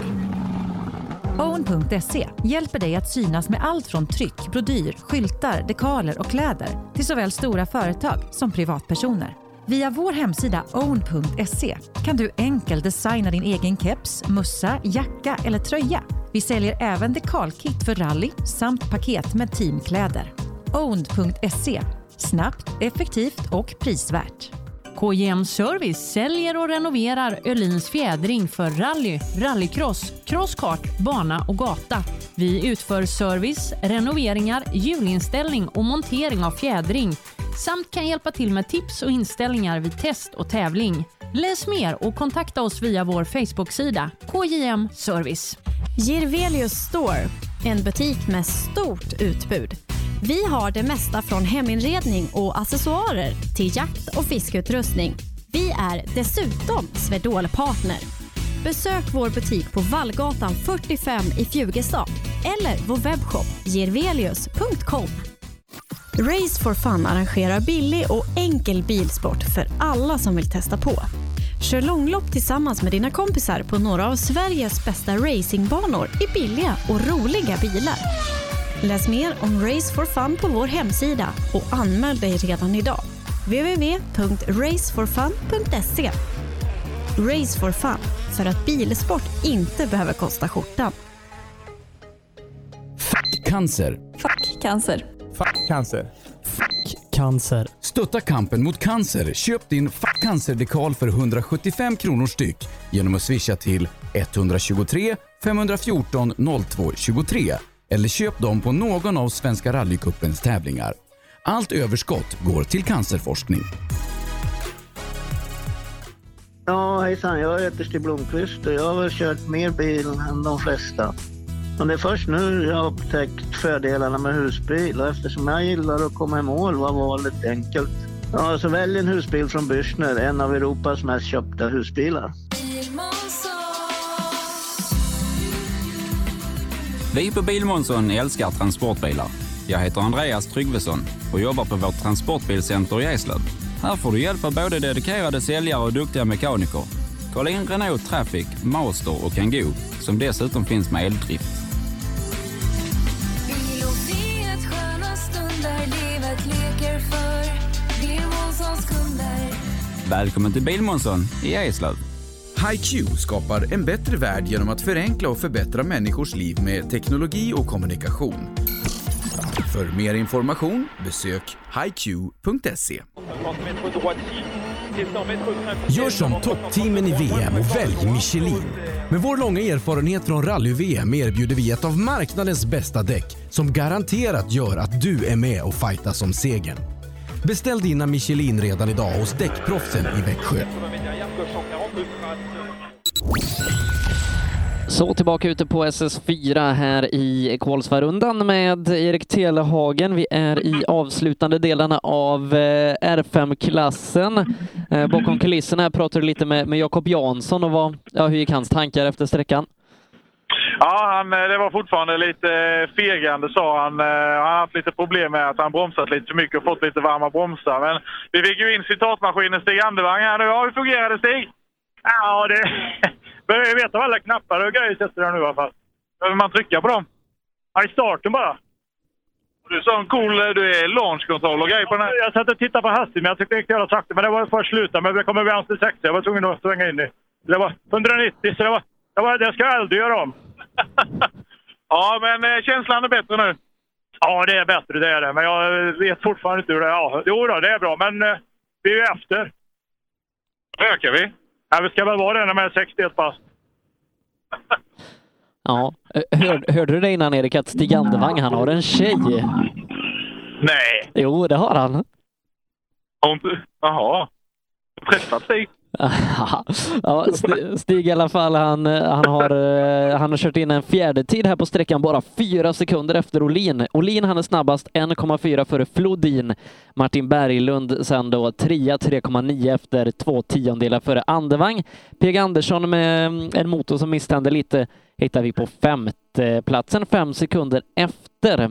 Own.se hjälper dig att synas med allt från tryck, brodyr, skyltar, dekaler och kläder till såväl stora företag som privatpersoner. Via vår hemsida own.se kan du enkelt designa din egen keps, mussa, jacka eller tröja. Vi säljer även dekalkit för rally samt paket med teamkläder. Own.se. Snabbt, effektivt och prisvärt. KJM Service säljer och renoverar Öhlins fjädring för rally, rallycross, crosskart, bana och gata. Vi utför service, renoveringar, hjulinställning och montering av fjädring samt kan hjälpa till med tips och inställningar vid test och tävling. Läs mer och kontakta oss via vår Facebook-sida KJM Service. Girvelius Store, en butik med stort utbud. Vi har det mesta från heminredning och accessoarer till jakt- och fiskeutrustning. Vi är dessutom Swedol-partner. Besök vår butik på Vallgatan 45 i Fjugestad eller vår webbshop girvelius.com. Race for Fun arrangerar billig och enkel bilsport för alla som vill testa på. Kör långlopp tillsammans med dina kompisar på några av Sveriges bästa racingbanor i billiga och roliga bilar. Läs mer om Race for Fun på vår hemsida och anmäl dig redan idag. www.raceforfun.se. Race for Fun, för att bilsport inte behöver kosta skjortan. Cancer. Cancer. Cancer. Cancer. Stötta kampen mot cancer. Köp din cancerdekal för 175 kronor styck genom att swisha till 123 514 02 23 eller köp dem på någon av Svenska rallycupens tävlingar. Allt överskott går till cancerforskning. Ja, hejsan. Jag heter Stig Blomqvist och jag har väl kört mer bil än de flesta. Men det är först nu jag har upptäckt fördelarna med husbil, och eftersom jag gillar att komma i mål var valet enkelt. Ja, så välj en husbil från Bürstner, en av Europas mest köpta husbilar. Vi på Bilmånsson älskar transportbilar. Jag heter Andreas Tryggvesson och jobbar på vårt transportbilcenter i Eslöv. Här får du hjälp av både dedikerade säljare och duktiga mekaniker. Kolla in Renault Traffic, Master och Kangoo, som dessutom finns med eldrift. Bil och frihet, sköna stunder, livet leker för Bilmånssons kunder. Välkommen till Bilmånsson i Eslöv. HiQ skapar en bättre värld genom att förenkla och förbättra människors liv med teknologi och kommunikation. För mer information, besök hiq.se. Gör som toppteamen i VM och välj Michelin. Med vår långa erfarenhet från rally-VM erbjuder vi ett av marknadens bästa däck som garanterat gör att du är med och fightas om segern. Beställ dina Michelin redan idag hos Däckproffsen i Växjö. Så tillbaka ute på SS4 här i Kolsvarundan med Erik Telehagen. Vi är i avslutande delarna av R5-klassen. Bakom kulisserna pratar du lite med Jakob Jansson och hur gick hans tankar efter sträckan? Ja, det var fortfarande lite fegande, sa han. Han har haft lite problem med att han bromsat lite för mycket och fått lite varma bromsar. Men vi fick ju in citatmaskinen Stig Andevang här nu. Ja, hur fungerar det, Stig? Ja, det... Jag vet av alla knappar och grejer sätter jag nu i alla fall. Behöver man trycka på dem? Ja, i starten bara. Du sa en cool, du är launchkontroll och grejer på den här. Jag satt och tittade på hastighet, men jag tyckte det gick jävla sakta. Men det var först sluta, men det kommer vänster 60. Jag var tvungen att svänga in i. Det var 190, så det ska jag aldrig göra om. Ja, men känslan är bättre nu. Ja, det är bättre, det är det. Men jag vet fortfarande inte hur det är. Ja, jo då, det är bra, men vi är ju efter. Ökar vi? Ja, vi ska väl vara det när man är 61 fast. Ja, hörde du det innan, Erik, att Stig Andevang, han har en tjej? Nej. Jo, det har han. Jaha. Träffat Stig? Ja, Stig i alla fall, han har kört in en fjärde tid här på sträckan, bara 4 sekunder efter Olin. Olin, han är snabbast, 1,4 före Flodin. Martin Berglund sen då 3,9 efter 2/10 före Andevang. P.G. Andersson med en motor som misstände lite hittar vi på 5:e platsen, 5 sekunder efter.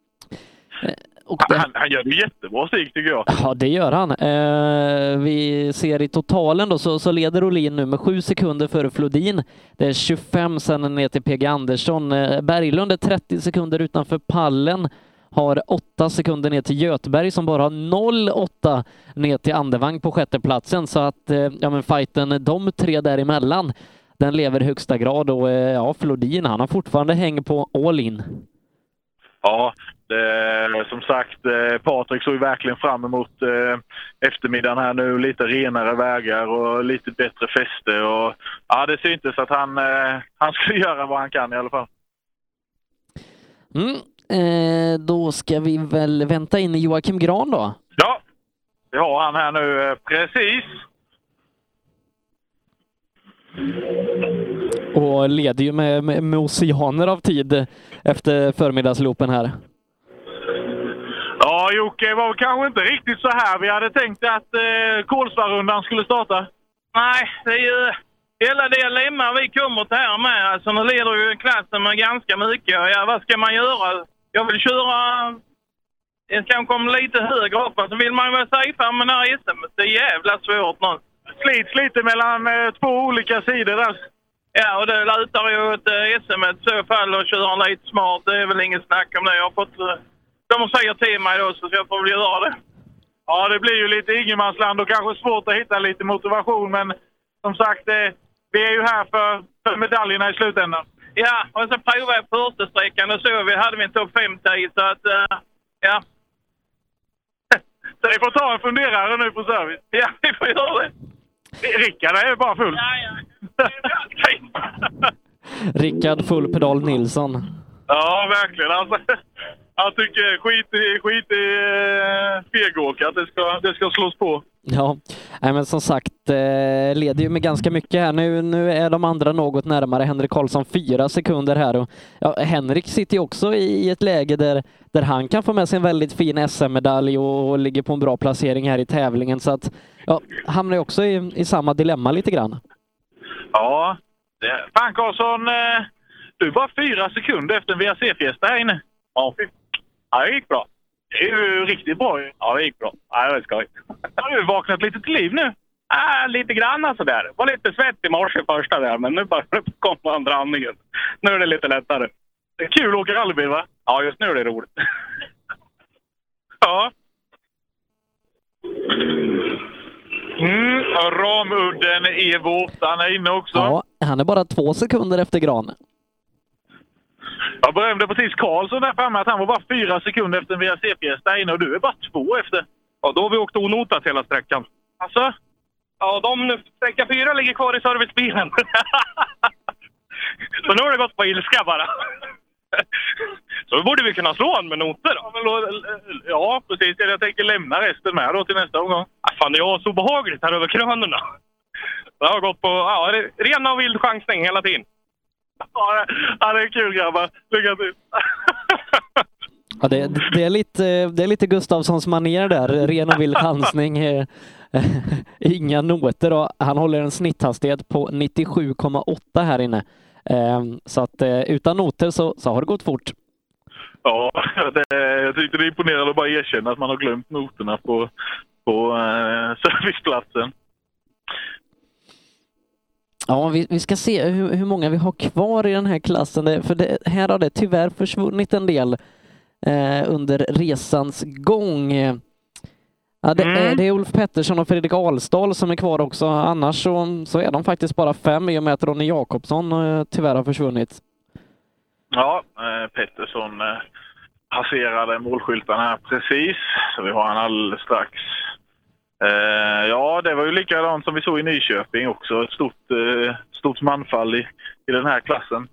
Han gör det jättebra, Stig, tycker jag. Ja, det gör han. Vi ser i totalen då så leder Olin nu med 7 sekunder före Flodin. Det är 25 sen ner till P.G. Andersson. Berglund är 30 sekunder utanför pallen. Har 8 sekunder ner till Göteberg som bara har 0,8 ner till Andevang på 6:e platsen. Så att fighten de 3 däremellan, den lever i högsta grad. Och Flodin, han har fortfarande häng på all in. Ja, som sagt, Patrik såg verkligen fram emot eftermiddagen här nu. Lite renare vägar och lite bättre fäste. Och, ja, det syntes att han skulle göra vad han kan i alla fall. Då ska vi väl vänta in Joakim Gran då? Ja, vi har han här nu precis. Och leder ju med oceaner av tid efter förmiddagsloopen här. Ja, Jocke, var kanske inte riktigt så här vi hade tänkt att Kolsvarundan skulle starta. Nej, det är ju hela det lemma vi kommer till här med. Alltså, nu leder ju klassen med ganska mycket. Ja, vad ska man göra? Jag vill köra... Det kan komma lite högre upp. Så vill man ju vara safe med den här SM. Det är jävla svårt nu. Slits lite mellan 2 olika sidor där. Ja, och det lutar ju åt SM i så fall och köra lite smart. Det är väl ingen snack om det. Jag har fått... De säger till mig då, så jag får väl göra det. Ja, det blir ju lite ingenmansland och kanske svårt att hitta lite motivation. Men som sagt, vi är ju här för medaljerna i slutändan. Ja, och så provade jag första sträckan och så hade vi en topp 5-tid. Så att, ja. Så vi får ta en funderare nu på service. Ja, vi får göra det. Rickard är bara full. Rickard full pedal Nilsson. Ja, verkligen. Alltså, jag tycker skit i fegåk, att det ska slås på. Ja, nej, men som sagt leder ju med ganska mycket här. Nu är de andra något närmare. Henrik Karlsson 4 sekunder här. Och, ja, Henrik sitter ju också i ett läge där han kan få med sig en väldigt fin SM-medalj och ligger på en bra placering här i tävlingen. Så att ja, hamnar ju också i samma dilemma lite grann. Ja, fan Karlsson, du är bara 4 sekunder efter en VRC-fiesta här inne. Ja, det gick bra. Det är ju riktigt bra. Ja, det gick bra. Ja, det var skojigt. Har du vaknat lite till liv nu? Lite grann sådär. Det var lite svett i morse första där, men nu bara kom andra andningen. Nu är det lite lättare. Det är kul att åka rallybil, va? Ja, just nu är det roligt. Ja. Ramudden Evo, han är inne också. Ja, han är bara 2 sekunder efter Gran. Jag berömde precis Karlsson där framme att han var bara 4 sekunder efter en VRC-fiesta inne och du är bara 2 efter. Ja, då har vi åkt onotat hela sträckan. Alltså? Ja, sträcka 4 ligger kvar i servicebilen. Så nu har det gått på ilska bara. Så då borde vi kunna slå han med noter då. Ja, precis. Jag tänker lämna resten med då till nästa omgång. Fan, det är så behagligt här över krönorna. Det har gått på ren och vild chansning hela tiden. Ja, det är kul grabbar. Lycka till. Ja, det är lite Gustafssons manér där. Ren och vild chansning. Inga noter. Och han håller en snitthastighet på 97,8 här inne. Så att utan noter så har det gått fort. Ja, jag tyckte det är imponerande att bara erkänna att man har glömt noterna på serviceplatsen. Ja, vi ska se hur många vi har kvar i den här klassen. För här har det tyvärr försvunnit en del under resans gång. Ja, det är Ulf Pettersson och Fredrik Ahlstad som är kvar också. Annars så är de faktiskt bara 5 i och med att Ronny Jakobsson tyvärr har försvunnit. Ja, Pettersson passerade målskyltarna här precis. Så vi har han alldeles strax. Ja, det var ju likadant som vi såg i Nyköping också. Ett stort manfall i den här klassen.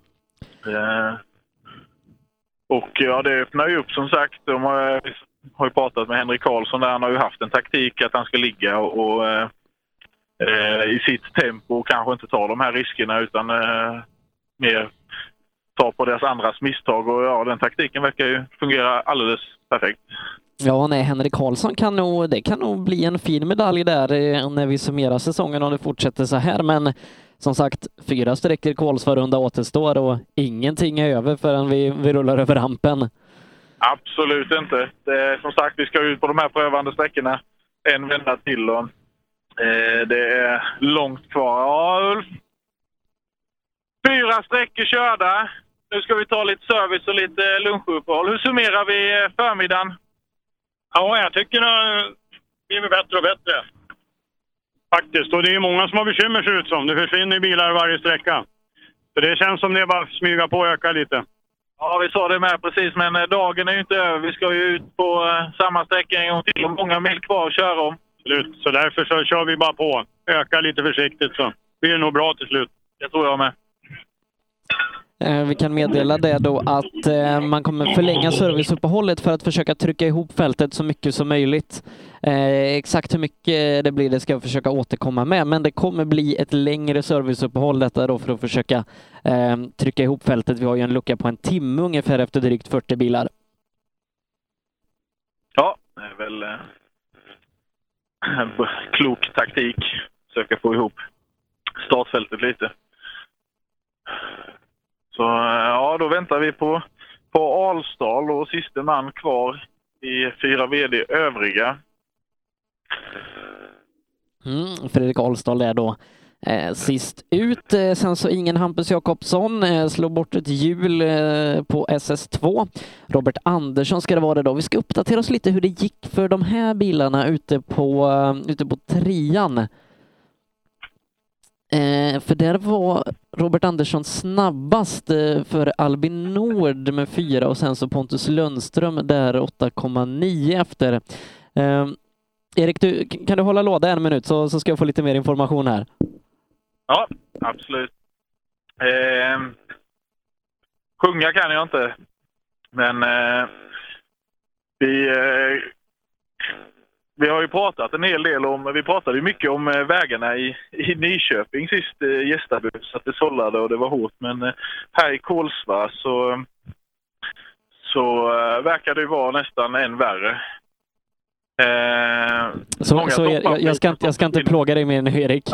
Och ja, det öppnar ju upp som sagt. De har ju pratat med Henrik Karlsson där. Han har ju haft en taktik att han ska ligga och i sitt tempo och kanske inte ta de här riskerna utan mer ta på deras andras misstag. Och ja, den taktiken verkar ju fungera alldeles perfekt. Ja, nej, Henrik Karlsson kan nog bli en fin medalj där när vi summerar säsongen om det fortsätter så här. Men som sagt, 4 sträckor kvalsvarrunda återstår och ingenting är över förrän vi rullar över rampen. Absolut inte. Som sagt, vi ska ut på de här prövande sträckorna en vända till och det är långt kvar. Ja, Ulf. 4 sträckor körda. Nu ska vi ta lite service och lite lunchuppehåll. Hur summerar vi förmiddagen? Ja, jag tycker det blir bättre och bättre. Faktiskt. Och det är många som har bekymmer ser ut som. Det försvinner bilar varje sträcka. Så det känns som det bara smyga på och öka lite. Ja, vi sa det med precis. Men dagen är ju inte över. Vi ska ju ut på samma sträcka en gång till. Och många mil kvar att köra om. Slut. Så därför så kör vi bara på. Öka lite försiktigt så blir det nog bra till slut. Det tror jag med. Vi kan meddela det då att man kommer förlänga serviceuppehållet för att försöka trycka ihop fältet så mycket som möjligt. Exakt hur mycket det blir det ska jag försöka återkomma med, men det kommer bli ett längre serviceuppehåll detta då för att försöka trycka ihop fältet. Vi har ju en lucka på en timme ungefär efter drygt 40 bilar. Ja, det är väl klok taktik. Försöka få ihop startfältet lite. Så ja, då väntar vi på Ahlstad och sista man kvar i 4 VD övriga. Fredrik Ahlstad är då sist ut. Sen så ingen Hampus Jakobsson slår bort ett hjul på SS2. Robert Andersson ska det vara det då. Vi ska uppdatera oss lite hur det gick för de här bilarna ute på 3:an. För där var Robert Andersson snabbast för Albin Nord med 4 och sen så Pontus Lundström där 8,9 efter. Erik, kan du hålla låda en minut så ska jag få lite mer information här. Ja, absolut. Sjunga kan jag inte. Men vi har ju pratat en hel del om, vi pratade ju mycket om vägarna i Nyköping sist gästade så att det sållade och det var hårt. Men här i Kolsva så verkar det ju vara nästan än värre. Jag ska inte plåga dig mer nu, Erik.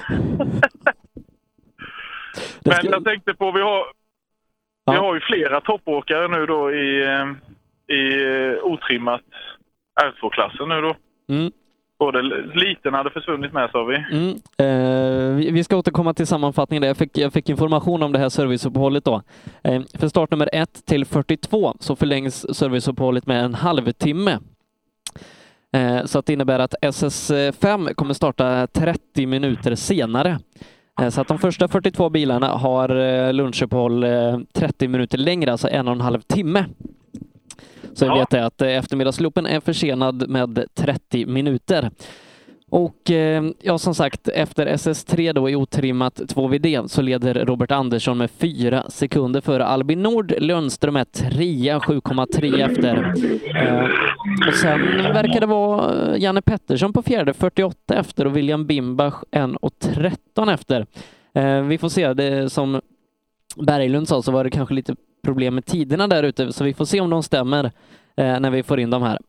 Men jag tänkte på, vi har ju flera toppåkare nu då i otrimmat R2-klassen nu då. Både liten hade försvunnit med, sa vi. Vi ska återkomma till sammanfattningen där. Jag fick information om det här serviceuppehållet då. För startnummer 1 till 42 så förlängs serviceuppehållet med en halvtimme. Så att det innebär att SS5 kommer starta 30 minuter senare. Så att de första 42 bilarna har lunchuppehåll 30 minuter längre, alltså 1,5 timme. Så jag vet att eftermiddagsloppen är försenad med 30 minuter. Och som sagt, efter SS3 då i otrimmat 2VD så leder Robert Andersson med 4 sekunder före Albin Nord. Lundström är 3, 7,3 efter. Och sen verkar det vara Janne Pettersson på fjärde, 48 efter, och William Bimbach 1,13 efter. Vi får se, det som Berglund sa så var det kanske lite problem med tiderna där ute, så vi får se om de stämmer när vi får in dem här.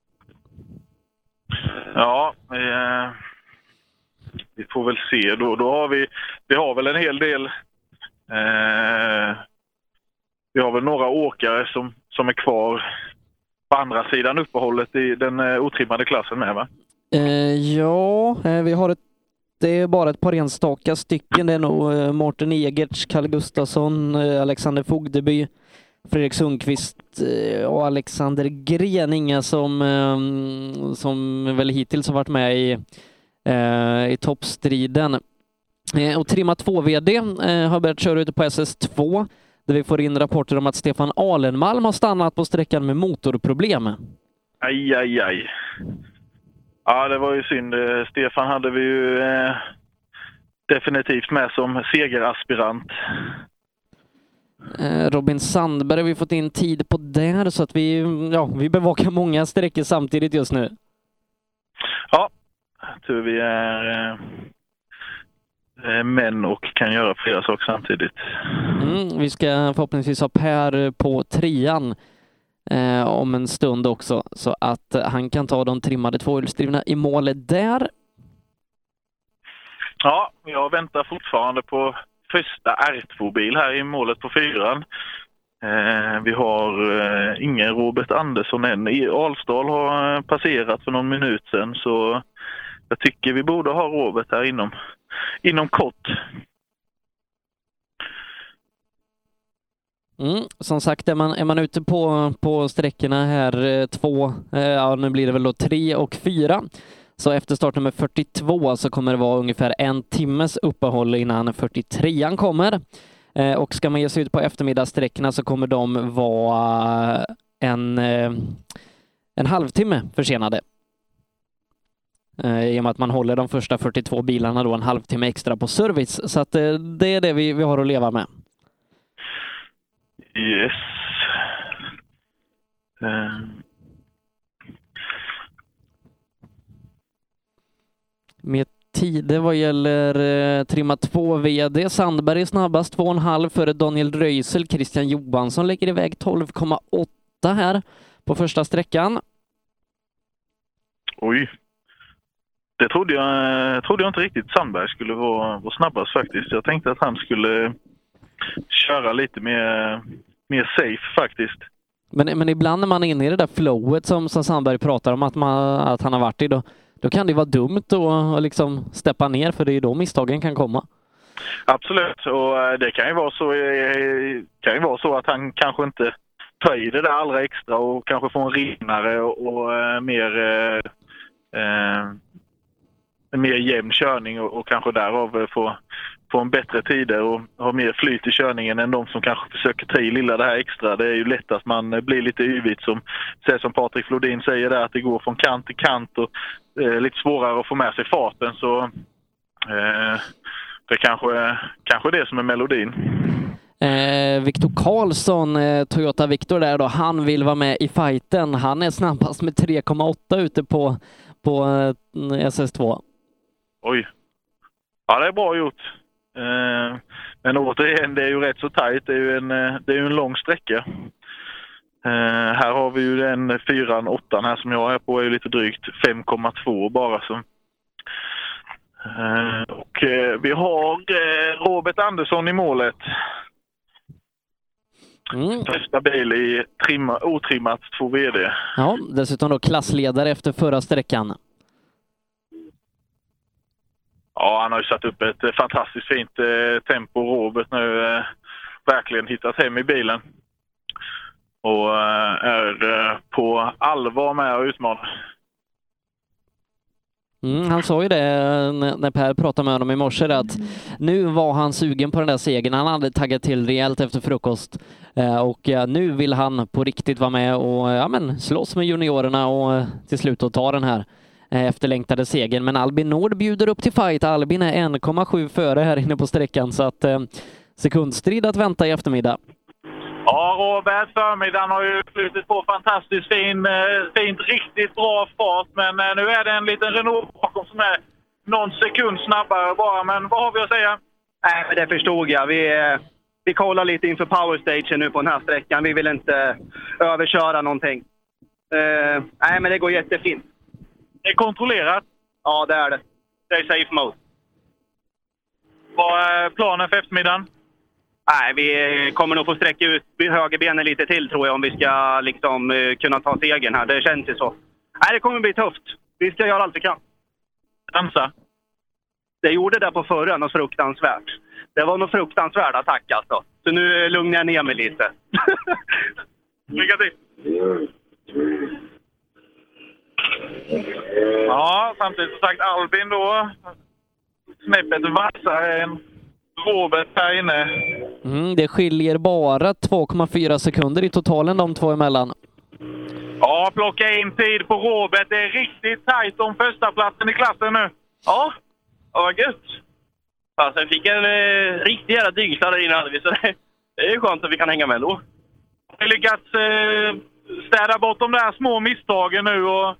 Ja, vi får väl se. Då har vi har väl en hel del. Vi har väl några åkare som är kvar på andra sidan uppehållet i den otrimmade klassen med, va? Vi har det är bara ett par enstaka stycken. Det är nog Mårten Egerts, Carl Gustafsson, Alexander Fogdeby, Fredrik Sundqvist och Alexander Gren. Inga som väl hittills har varit med i toppstriden. Och Trimma 2VD har börjat köra ute på SS2 där vi får in rapporter om att Stefan Alenmalm har stannat på sträckan med motorproblem. Aj. Ja, det var ju synd. Stefan hade vi ju definitivt med som segeraspirant. Robin Sandberg har vi fått in tid på där så att vi bevakar många sträckor samtidigt just nu. Ja, tur vi är män och kan göra flera saker samtidigt. Vi ska förhoppningsvis ha Per på 3:an om en stund också, så att han kan ta de trimmade tvåhjulsdrivna i målet där. Ja, jag väntar fortfarande på första R2-bil här i målet på 4:an. Vi har ingen Robert Andersson än. Alsdal har passerat för någon minut sedan, så jag tycker vi borde ha Robert här inom kort. Som sagt, är man ute på sträckorna här nu blir det väl då 3 och 4. Så efter startnummer 42 så kommer det vara ungefär en timmes uppehåll innan 43an kommer. Och ska man ge sig ut på eftermiddagssträckorna så kommer de vara en halvtimme försenade. I och med att man håller de första 42 bilarna då en halvtimme extra på service. Så att det är det vi har att leva med. Yes. Med tider vad gäller Trimma 2VD. Sandberg är snabbast, 2,5 före Daniel Röisel. Christian Johansson lägger iväg 12,8 här på första sträckan. Oj. Det trodde jag inte riktigt Sandberg skulle vara snabbast faktiskt. Jag tänkte att han skulle köra lite mer safe faktiskt. Men ibland när man är inne i det där flowet som Sandberg pratar om att han har varit i, då kan det vara dumt att liksom steppa ner, för det är då misstagen kan komma. Absolut, och det kan ju vara så att han kanske inte tar i det där allra extra och kanske får en rinnare och mer jämn körning och kanske därav få en bättre tider och ha mer flyt i körningen än de som kanske försöker ta i lilla det här extra. Det är ju lätt att man blir lite yvigt som Patrik Flodin säger där, att det går från kant till kant och lite svårare att få med sig farten, så det kanske det som är melodin. Viktor Karlsson, Toyota Victor där då, han vill vara med i fighten. Han är snabbast med 3,8 ute på SS2. Oj. Ja, det är bra gjort. Men återigen, det är ju rätt så tajt. Det är ju en lång sträcka. Här har vi ju den 4-8 här som jag är på, är ju lite drygt 5,2 bara. Så. Och vi har Robert Andersson i målet. Första bil i otrimmat 2VD. Ja, dessutom då klassledare efter förra sträckan. Ja, han har ju satt upp ett fantastiskt fint tempo. Robert nu verkligen hittat hem i bilen. Och är på allvar med att utmana. Han sa ju det när Per pratade med honom i morse, att nu var han sugen på den där segern. Han hade taggat till rejält efter frukost. Och nu vill han på riktigt vara med och slåss med juniorerna och till slut att ta den här efterlängtade segern. Men Albin Nord bjuder upp till fight. Albin är 1,7 före här inne på sträckan, så att sekundstrid att vänta i eftermiddag. Ja, Robert, förmiddagen har ju flutit på fantastiskt fint, riktigt bra fart. Men nu är det en liten Renault bakom som är någon sekund snabbare bara. Men vad har vi att säga? Nej, men det förstod jag. Vi kollar lite inför power station nu på den här sträckan. Vi vill inte överköra någonting. Nej, men det går jättefint. Det är kontrollerat? Ja, det är det. Det är safe mode. Vad är planen för eftermiddagen? Nej, vi kommer nog få sträcka ut högerbenen lite till, tror jag, om vi ska kunna ta segern här. Det känns ju så. Nej, det kommer bli tufft. Vi ska göra allt vi kan. Dansa? Det gjorde det på förra, något fruktansvärt. Det var något fruktansvärd attack alltså. Så nu lugnar jag ner mig lite. Lycka till! Ja, samtidigt som sagt Albin då. Snäppet vassare än Robert här inne. Det skiljer bara 2,4 sekunder i totalen de två emellan. Ja, plocka in tid på Robert. Det är riktigt tajt om första platsen i klassen nu. Ja, vad gött. Alltså, vi fick en riktig jävla dyngsla där inne. Så det är ju skönt att vi kan hänga med då. Har ni lyckats städa bort de där små misstagen nu? Och...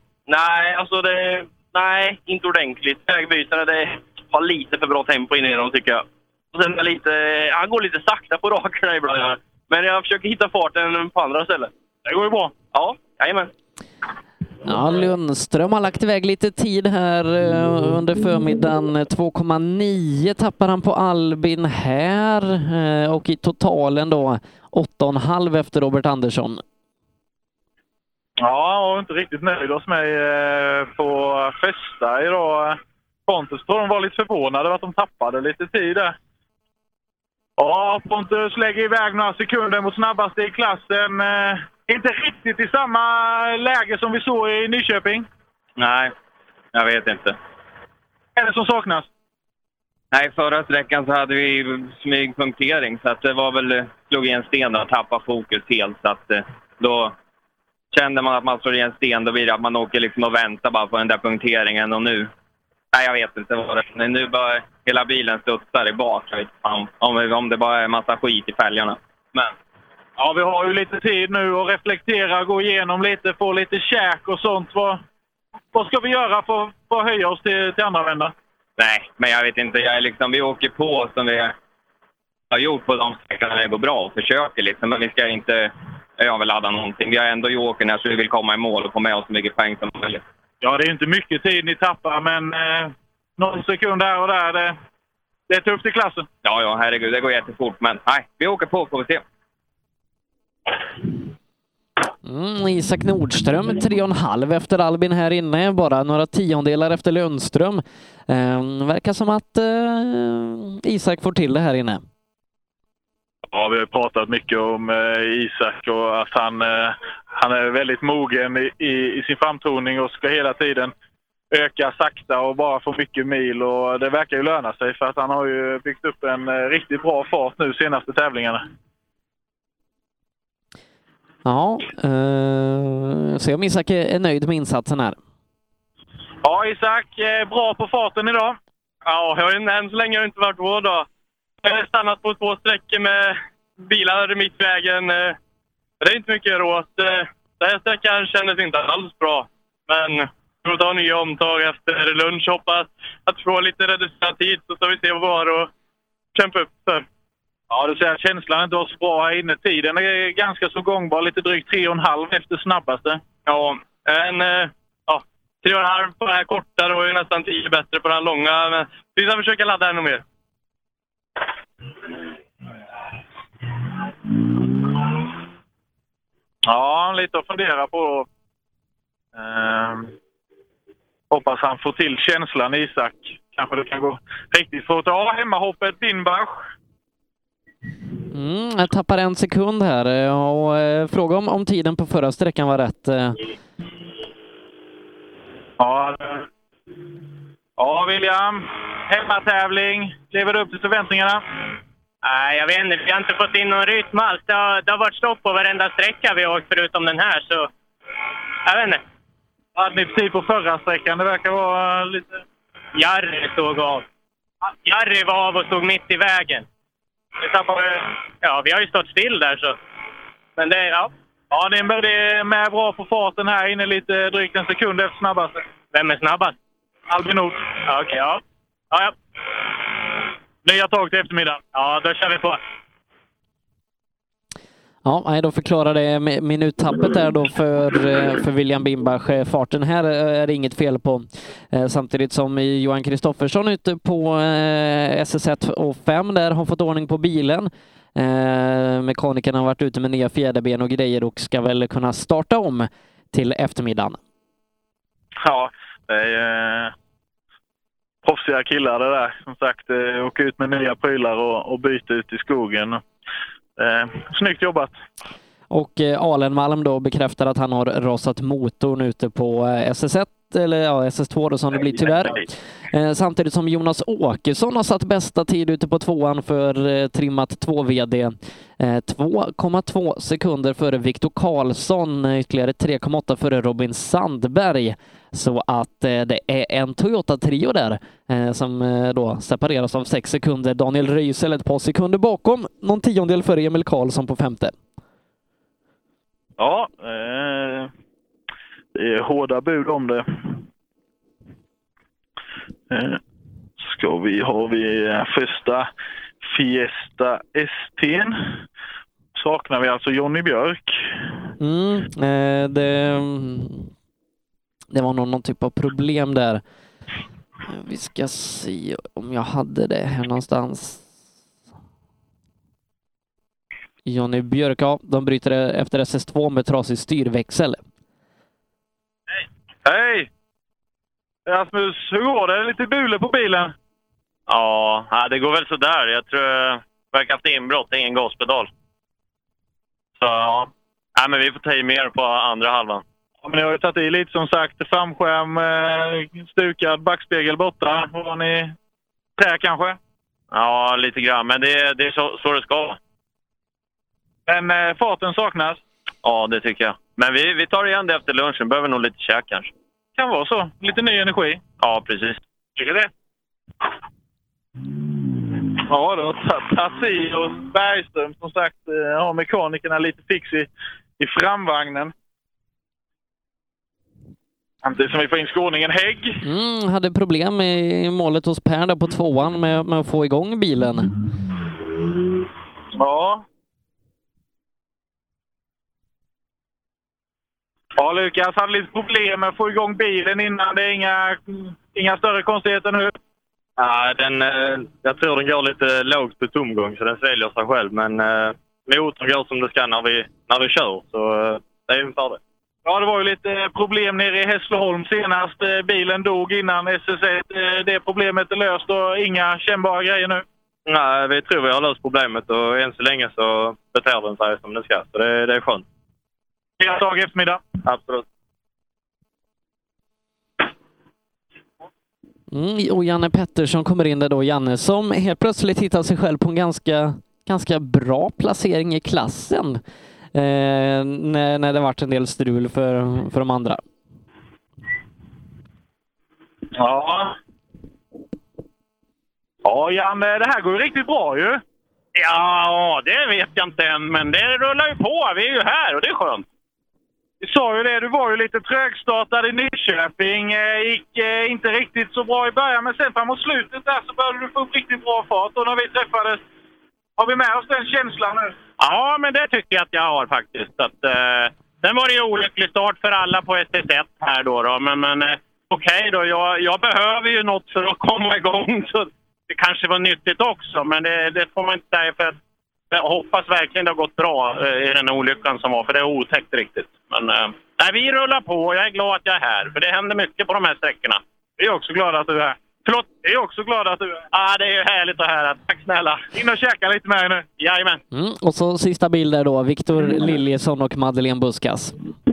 Nej, inte ordentligt. Vägbytarna, det har lite för bra tempo in i dem, tycker jag. Och sen han går lite sakta på rakerna ibland. Men jag försöker hitta farten på andra ställen. Det går ju bra. Ja, jajamän. Ja, Lundström har lagt iväg lite tid här under förmiddagen. 2,9 tappar han på Albin här. Och i totalen då 8,5 efter Robert Andersson. Ja, och inte riktigt nöjd hos mig på första idag. Pontus tror de var lite förvånade att de tappade lite tid där. Ja, Pontus lägger iväg några sekunder mot snabbaste i klassen. Inte riktigt i samma läge som vi såg i Nyköping. Nej, jag vet inte. Vad är det som saknas? Nej, förra sträckan så hade vi smygpunktering. Så att det var väl, slog i en sten och tappade fokus helt. Så att då kände man att man slår i en sten. Då blir det att man åker liksom och väntar bara på den där punkteringen. Och nu, nej jag vet inte vad det är. Men nu bara hela bilen studsar i bak. Om det bara är en massa skit i fälgarna. Men... Ja, vi har ju lite tid nu att reflektera, gå igenom lite, få lite käk och sånt. Vad ska vi göra för att höja oss till andra vända? Nej, men jag vet inte. Vi åker på som vi har gjort på de sträckorna det går bra och försöker liksom. Men vi ska inte överladda någonting. Vi har ändå jokern här så vi vill komma i mål och få med oss så mycket poäng som möjligt. Ja, det är inte mycket tid ni tappar, men någon sekund här och där, det är tufft i klassen. Ja, herregud, det går jättefort. Men nej, vi åker på, får vi se. Isak Nordström 3,5 efter Albin här inne, bara några tiondelar efter Lundström. Verkar som att Isak får till det här inne. Ja, vi har pratat mycket om Isak och att han är väldigt mogen i sin framtoning och ska hela tiden öka sakta och bara få mycket mil. Och det verkar ju löna sig för att han har ju byggt upp en riktigt bra fart nu senaste tävlingarna. Ja, så jag Isak är nöjd med insatsen här. Ja, Isak, bra på farten idag. Ja, än så länge har det inte varit vår dag. Jag har stannat på 2 sträckor med bilar i mittvägen. Det är inte mycket åt. Den här sträckan kändes inte alls bra. Men för att ta nya omtag efter lunch, hoppas att få lite reducerad tid, så ska vi se vad vi har och kämpa upp för. Ja, du ser att känslan inte var så bra här inne. Tiden är ganska så gångbar, lite drygt 3,5 efter snabbaste. Ja, 3,5 på den här korta och nästan 10 bättre på den långa. Men vi ska försöka ladda ännu mer. Ja, lite att fundera på. Hoppas han får till känslan, Isak. Kanske det kan gå riktigt fort. Ja, hemmahoppet Bimbach. Jag tappar 1 sekund här och fråga om tiden på förra sträckan var rätt. Ja, William. Hemmatävling. Lever du upp till förväntningarna? Nej, jag vet inte. Vi har inte fått in någon rytm alls. Det har varit stopp på varenda sträcka vi har åkt förutom den här, så jag vet inte. Hade ni tid på förra sträckan? Det verkar vara lite... Jarry stod av. Jarry var av och stod mitt i vägen. Ja, vi har ju stått still där så. Men det, ja. Ja, det är med bra på farten här inne, lite drygt 1 sekund efter snabbaste. Vem är snabbast? Albin Nord. Ja, okej, ja. Ja. Nya tag till eftermiddag. Ja, då kör vi på. Ja, då förklarar det minuttappet där då för William Bimbach. Farten här är det inget fel på. Samtidigt som Johan Kristoffersson ute på SS1 och 5 där har fått ordning på bilen. Mekanikerna har varit ute med nya fjäderben och grejer och ska väl kunna starta om till eftermiddagen. Ja, det är proffsiga killar det där. Som sagt, åka ut med nya prylar och byta ut i skogen. Snyggt jobbat. Och Alenmalm då bekräftar att han har rasat motorn ute på SS1 eller SS2 då, som det blir tyvärr. Samtidigt som Jonas Åkesson har satt bästa tid ute på 2:an för trimmat 2VD. 2,2 sekunder före Viktor Karlsson, ytterligare 3,8 före Robin Sandberg. Så att det är en Toyota-trio där som då separeras av 6 sekunder. Daniel Röisel ett par sekunder bakom, någon 10:ondel före Emil Karlsson på 5:e. Ja, det är hårda bud om det. Har vi första Fiesta ST:n. Saknar vi alltså Jonny Björk. Det var någon typ av problem där. Vi ska se om jag hade det här någonstans. Jonny Björk, ja, de bryter efter SS2 med trasig styrväxel. Hej! Rasmus, hur går det? Lite bule på bilen? Ja, det går väl så där. Jag tror jag verkar haft inbrott, ingen gaspedal. Så ja, men vi får ta i mer på andra halvan. Ja, men ni har ju tagit i lite som sagt. Framskärm, stukad, backspegel borta. Har ni trä kanske? Ja, lite grann. Men det är så det ska. Men farten saknas? Ja, det tycker jag. Men vi tar igen det efter lunchen. Behöver nog lite käk kanske. Kan vara så. Lite ny energi. Ja, precis. Tycker det? Ja, då Tassi och Bergström som sagt har mekanikerna lite fix i framvagnen. Samtidigt som vi får in skåningen Hägg. Hade problem i målet hos Per där på 2:an med att få igång bilen. Ja. Ja, Lukas hade lite problem med att få igång bilen innan. Det är inga större konstigheter nu. Ja, jag tror den går lite lågt på tomgång så den sväljer sig själv. Men motorn går som det ska när vi kör. Så det är ungefär det. Ja, det var ju lite problem nere i Hässleholm senast. Bilen dog innan SS1. Det problemet är löst och inga kännbara grejer nu. Nej, vi tror vi har löst problemet och än så länge så beter den sig som den ska. Så det är skönt. Hela dag eftermiddag. Absolut. Och Janne Pettersson kommer in där då. Janne som helt plötsligt hittar sig själv på en ganska bra placering i klassen när det varit en del strul för de andra. Ja. Ja, Janne, det här går ju riktigt bra ju. Ja, det vet jag inte än, men det rullar ju på. Vi är ju här och det är skönt. Du sa ju det, du var ju lite trögstartad i Nyköping. Gick inte riktigt så bra i början, men sen framåt slutet där så började du få upp riktigt bra fart. Och när vi träffades, har vi med oss den känslan nu? Ja, men det tycker jag att jag har faktiskt. Sen var det ju olycklig start för alla på SS1 här då. Men okej då, jag behöver ju något för att komma igång. Så det kanske var nyttigt också, men det får man inte säga, för att jag hoppas verkligen det har gått bra i den olyckan som var, för det är otäckt riktigt. Men nej, vi rullar på och jag är glad att jag är här, för det händer mycket på de här sträckorna. Vi är också glada att du är här. Förlåt, jag är också glad att du är här. Ja, det är ju härligt att höra. Tack snälla. In och käka lite med nu. Jajamän. Och så sista bilder då, Viktor Liljesson och Madeleine Buskas.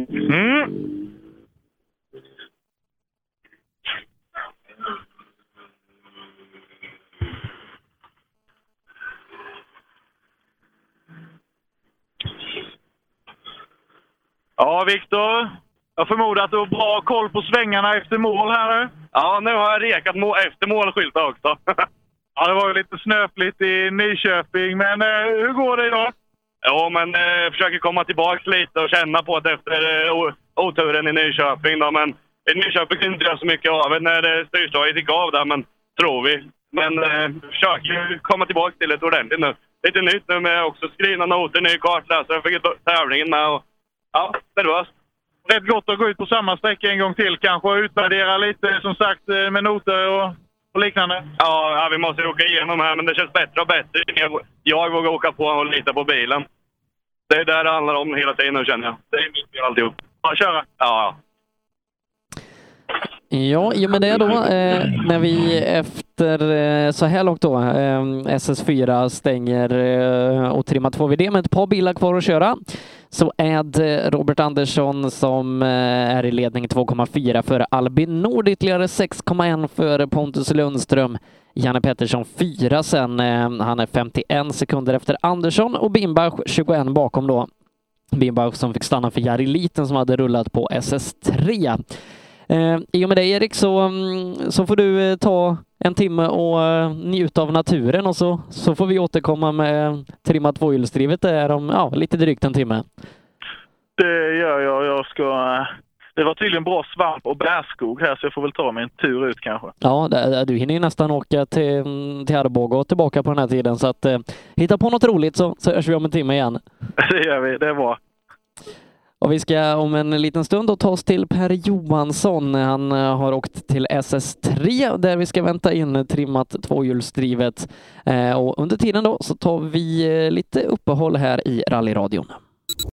Ja, Viktor. Jag förmodar att du har bra koll på svängarna efter mål här nu. Ja, nu har jag rekat efter målskyltar också. Ja, det var ju lite snöpligt i Nyköping, men hur går det idag? Ja, men försöker komma tillbaka lite och känna på det efter oturen i Nyköping då. Men i Nyköping kunde inte göra så mycket av det när styrslaget gick av där, men tror vi. Men försöker komma tillbaka till ett ordentligt nu. Lite nytt nu med också skrivna noter, ny kartläsare för tävlingen med och ja, nervöst. Rätt gott att gå ut på samma sträcka en gång till kanske och utvärdera lite som sagt med noter och liknande. Ja, vi måste åka igenom här, men det känns bättre och bättre. Jag vågar åka på och lita på bilen. Det är där det handlar om hela tiden nu, känner jag. Det är mitt fel alltihop. Ja, köra. Ja. Ja, i och med det då, när vi efter så här långt då, SS4 stänger och trimmar 2VD med ett par bilar kvar att köra, så är det Robert Andersson som är i ledning 2,4 för Albin Nord, ytterligare 6,1 för Pontus Lundström. Janne Pettersson 4 sen, han är 51 sekunder efter Andersson och Bimbach 21 bakom då. Bimbach som fick stanna för Jari Liten som hade rullat på SS3. I och med det, Erik, så får du ta en timme och njuta av naturen och så får vi återkomma med trimma tvåhjulsdrivet där om lite drygt en timme. Det gör jag. Det var tydligen bra svamp och bärskog här, så jag får väl ta mig en tur ut kanske. Ja, du hinner ju nästan åka till Arboga och tillbaka på den här tiden, så att hitta på något roligt så hörs vi om en timme igen. Det gör vi, det är bra. Och vi ska om en liten stund då ta oss till Per Johansson. Han har åkt till SS3 där vi ska vänta in trimmat tvåhjulsdrivet. Och under tiden då så tar vi lite uppehåll här i rallyradion.